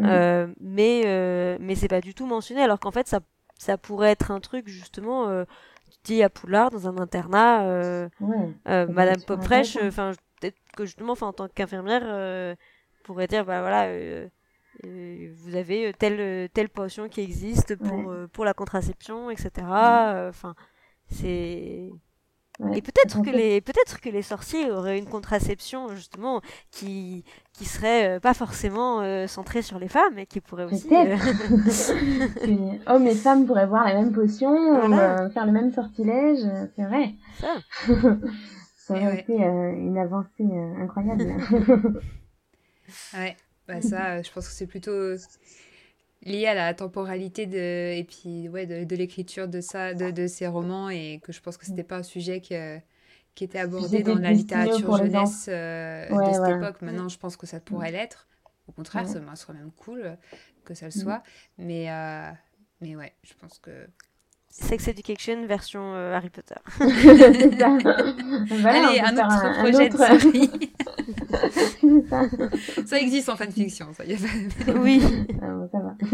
mais c'est pas du tout mentionné, alors qu'en fait, ça pourrait être un truc, justement, tu dis à Poulard, dans un internat, ça peut Madame être super Popfresh, intéressant. enfin, peut-être que justement, enfin, en tant qu'infirmière, pourrait dire, bah voilà, vous avez telle potion qui existe pour la contraception, etc. Enfin, c'est... Ouais. Et peut-être que les sorciers auraient une contraception justement qui serait pas forcément centrée sur les femmes et qui pourrait aussi Peut-être que hommes et femmes pourraient boire la même potion, Voilà. faire le même sortilège, c'est vrai. Ça. Ça aurait été une avancée incroyable. Ouais, bah ça, je pense que c'est plutôt lié à la temporalité et puis de l'écriture de ces romans, et que je pense que c'était pas un sujet qui était abordé J'étais dans la destinée littérature pour les enfants. jeunesse de Ouais, cette voilà. époque. Maintenant, je pense que ça pourrait l'être. Au contraire, ça serait même cool que ça le soit. Mais ouais, je pense que Sex Education version Harry Potter. C'est ça. Voilà, allez, on peut un faire autre projet de série. C'est ça. Ça existe en fanfiction, ça y a pas... Oui. Ah, bon, ça va.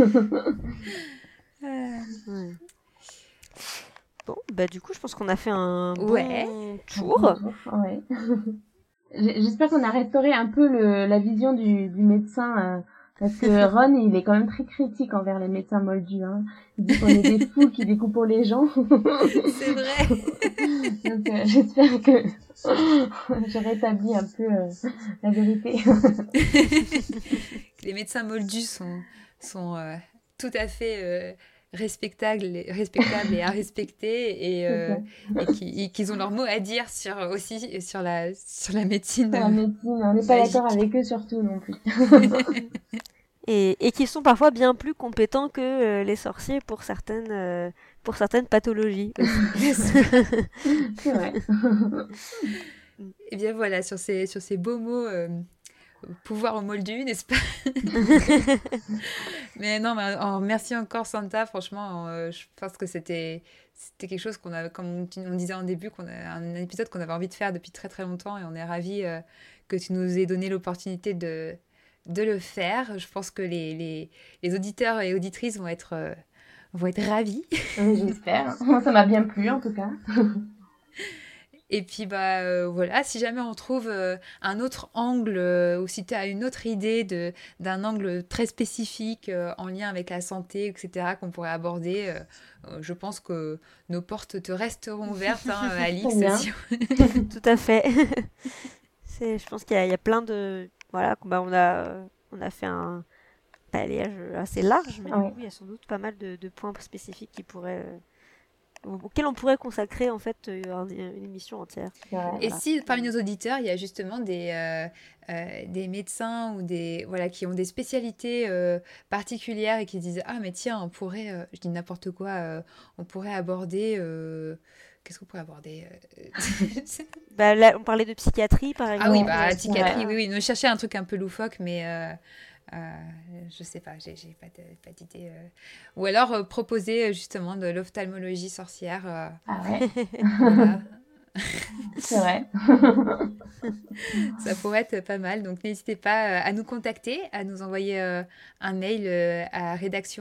Ouais. Bon, bah du coup, je pense qu'on a fait un Ouais. bon tour. Ouais. J'espère qu'on a restauré un peu la vision du médecin, parce que Ron, il est quand même très critique envers les médecins moldus. Hein. Il dit qu'on est des fous qui découpent les gens. C'est vrai. Donc j'espère que j'ai rétabli un peu la vérité. Les médecins moldus sont tout à fait respectables et à respecter, et qu'ils ont leur mot à dire aussi sur la médecine. Sur la médecine, on n'est pas magique. d'accord avec eux surtout non plus. Et qui sont parfois bien plus compétents que les sorciers pour certaines pathologies aussi. C'est vrai. Et bien voilà, sur ces beaux mots, pouvoir au moldu, n'est-ce pas? Mais non, merci encore Santa, franchement, je pense que c'était quelque chose qu'on a, comme on disait en début, un épisode qu'on avait envie de faire depuis très très longtemps, et on est ravis que tu nous aies donné l'opportunité de le faire. Je pense que les auditeurs et auditrices vont être ravis. J'espère. Moi, ça m'a bien plu en tout cas. Et puis voilà, si jamais on trouve un autre angle, ou si tu as une autre idée d'un angle très spécifique en lien avec la santé, etc., qu'on pourrait aborder, je pense que nos portes te resteront ouvertes, hein, Alix. Tout à fait. Je pense qu'il y a plein de... Voilà, on a fait un balayage assez large, mais du coup, il y a sans doute pas mal de points spécifiques auxquels on pourrait consacrer en fait une émission entière. Et si parmi nos auditeurs il y a justement des médecins ou qui ont des spécialités particulières et qui disent mais tiens, on pourrait, je dis n'importe quoi, on pourrait aborder qu'est-ce qu'on pourrait aborder là, on parlait de psychiatrie par exemple. Ah oui, psychiatrie, oui, ne chercher un truc un peu loufoque, mais je sais pas, j'ai pas d'idée. Ou alors proposer justement de l'ophtalmologie sorcière. Ah ouais. Voilà. C'est vrai. Ça pourrait être pas mal, donc n'hésitez pas à nous contacter, à nous envoyer un mail à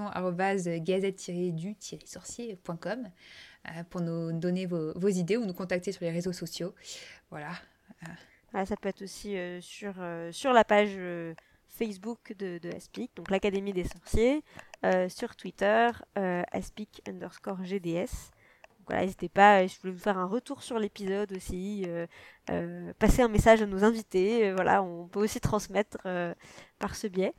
rédaction@gazette-du-sorcier.com pour nous donner vos idées, ou nous contacter sur les réseaux sociaux. Voilà. Ça peut être aussi sur la page Facebook de Aspic, donc l'Académie des Sorciers, sur Twitter, Aspic_GDS. Donc voilà, n'hésitez pas, je voulais vous faire un retour sur l'épisode aussi, passer un message à nos invités, voilà, on peut aussi transmettre par ce biais.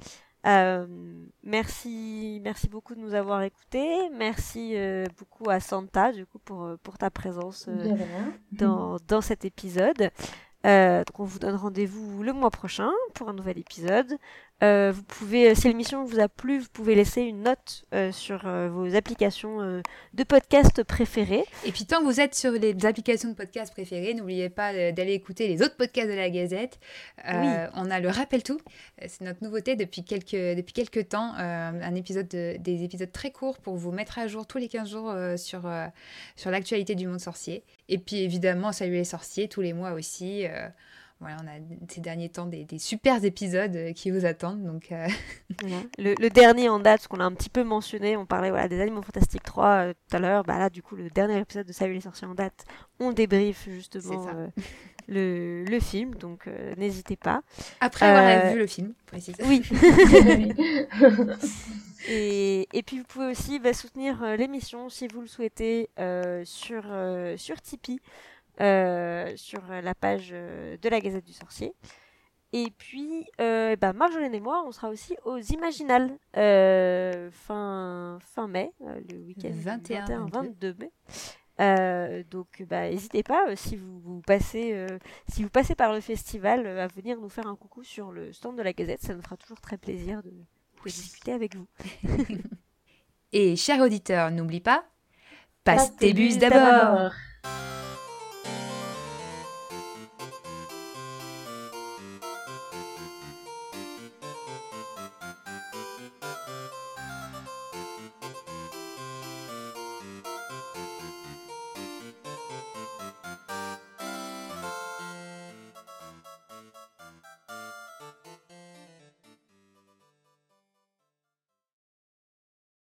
Merci beaucoup de nous avoir écoutés, merci beaucoup à Santa du coup pour ta présence dans cet épisode. Donc on vous donne rendez-vous le mois prochain pour un nouvel épisode. Vous pouvez, si l'émission vous a plu, vous pouvez laisser une note sur vos applications de podcast préférées. Et puis tant que vous êtes sur les applications de podcast préférées, n'oubliez pas d'aller écouter les autres podcasts de la Gazette. Oui. On a le Rappel Tout, c'est notre nouveauté depuis quelques temps, des épisodes très courts pour vous mettre à jour tous les 15 jours sur l'actualité du monde sorcier. Et puis évidemment, Salut les sorciers, tous les mois aussi. Voilà, on a ces derniers temps des super épisodes qui vous attendent. Donc, Voilà. Le dernier en date, ce qu'on a un petit peu mentionné, on parlait des Animaux Fantastiques 3 tout à l'heure. Bah là, du coup, le dernier épisode de Salut les sorciers en date, on débriefe justement le film, donc n'hésitez pas. Après avoir vu le film, précisément. Oui. Et puis vous pouvez aussi soutenir l'émission si vous le souhaitez sur Tipeee. Sur la page de la Gazette du Sorcier. Et puis, Marjolaine et moi, on sera aussi aux Imaginales fin mai, le week-end 21-22 mai. Donc, n'hésitez pas, si vous passez par le festival, à venir nous faire un coucou sur le stand de la Gazette. Ça nous fera toujours très plaisir de discuter avec vous. Et chers auditeurs, n'oublie pas, passe tes bus d'abord.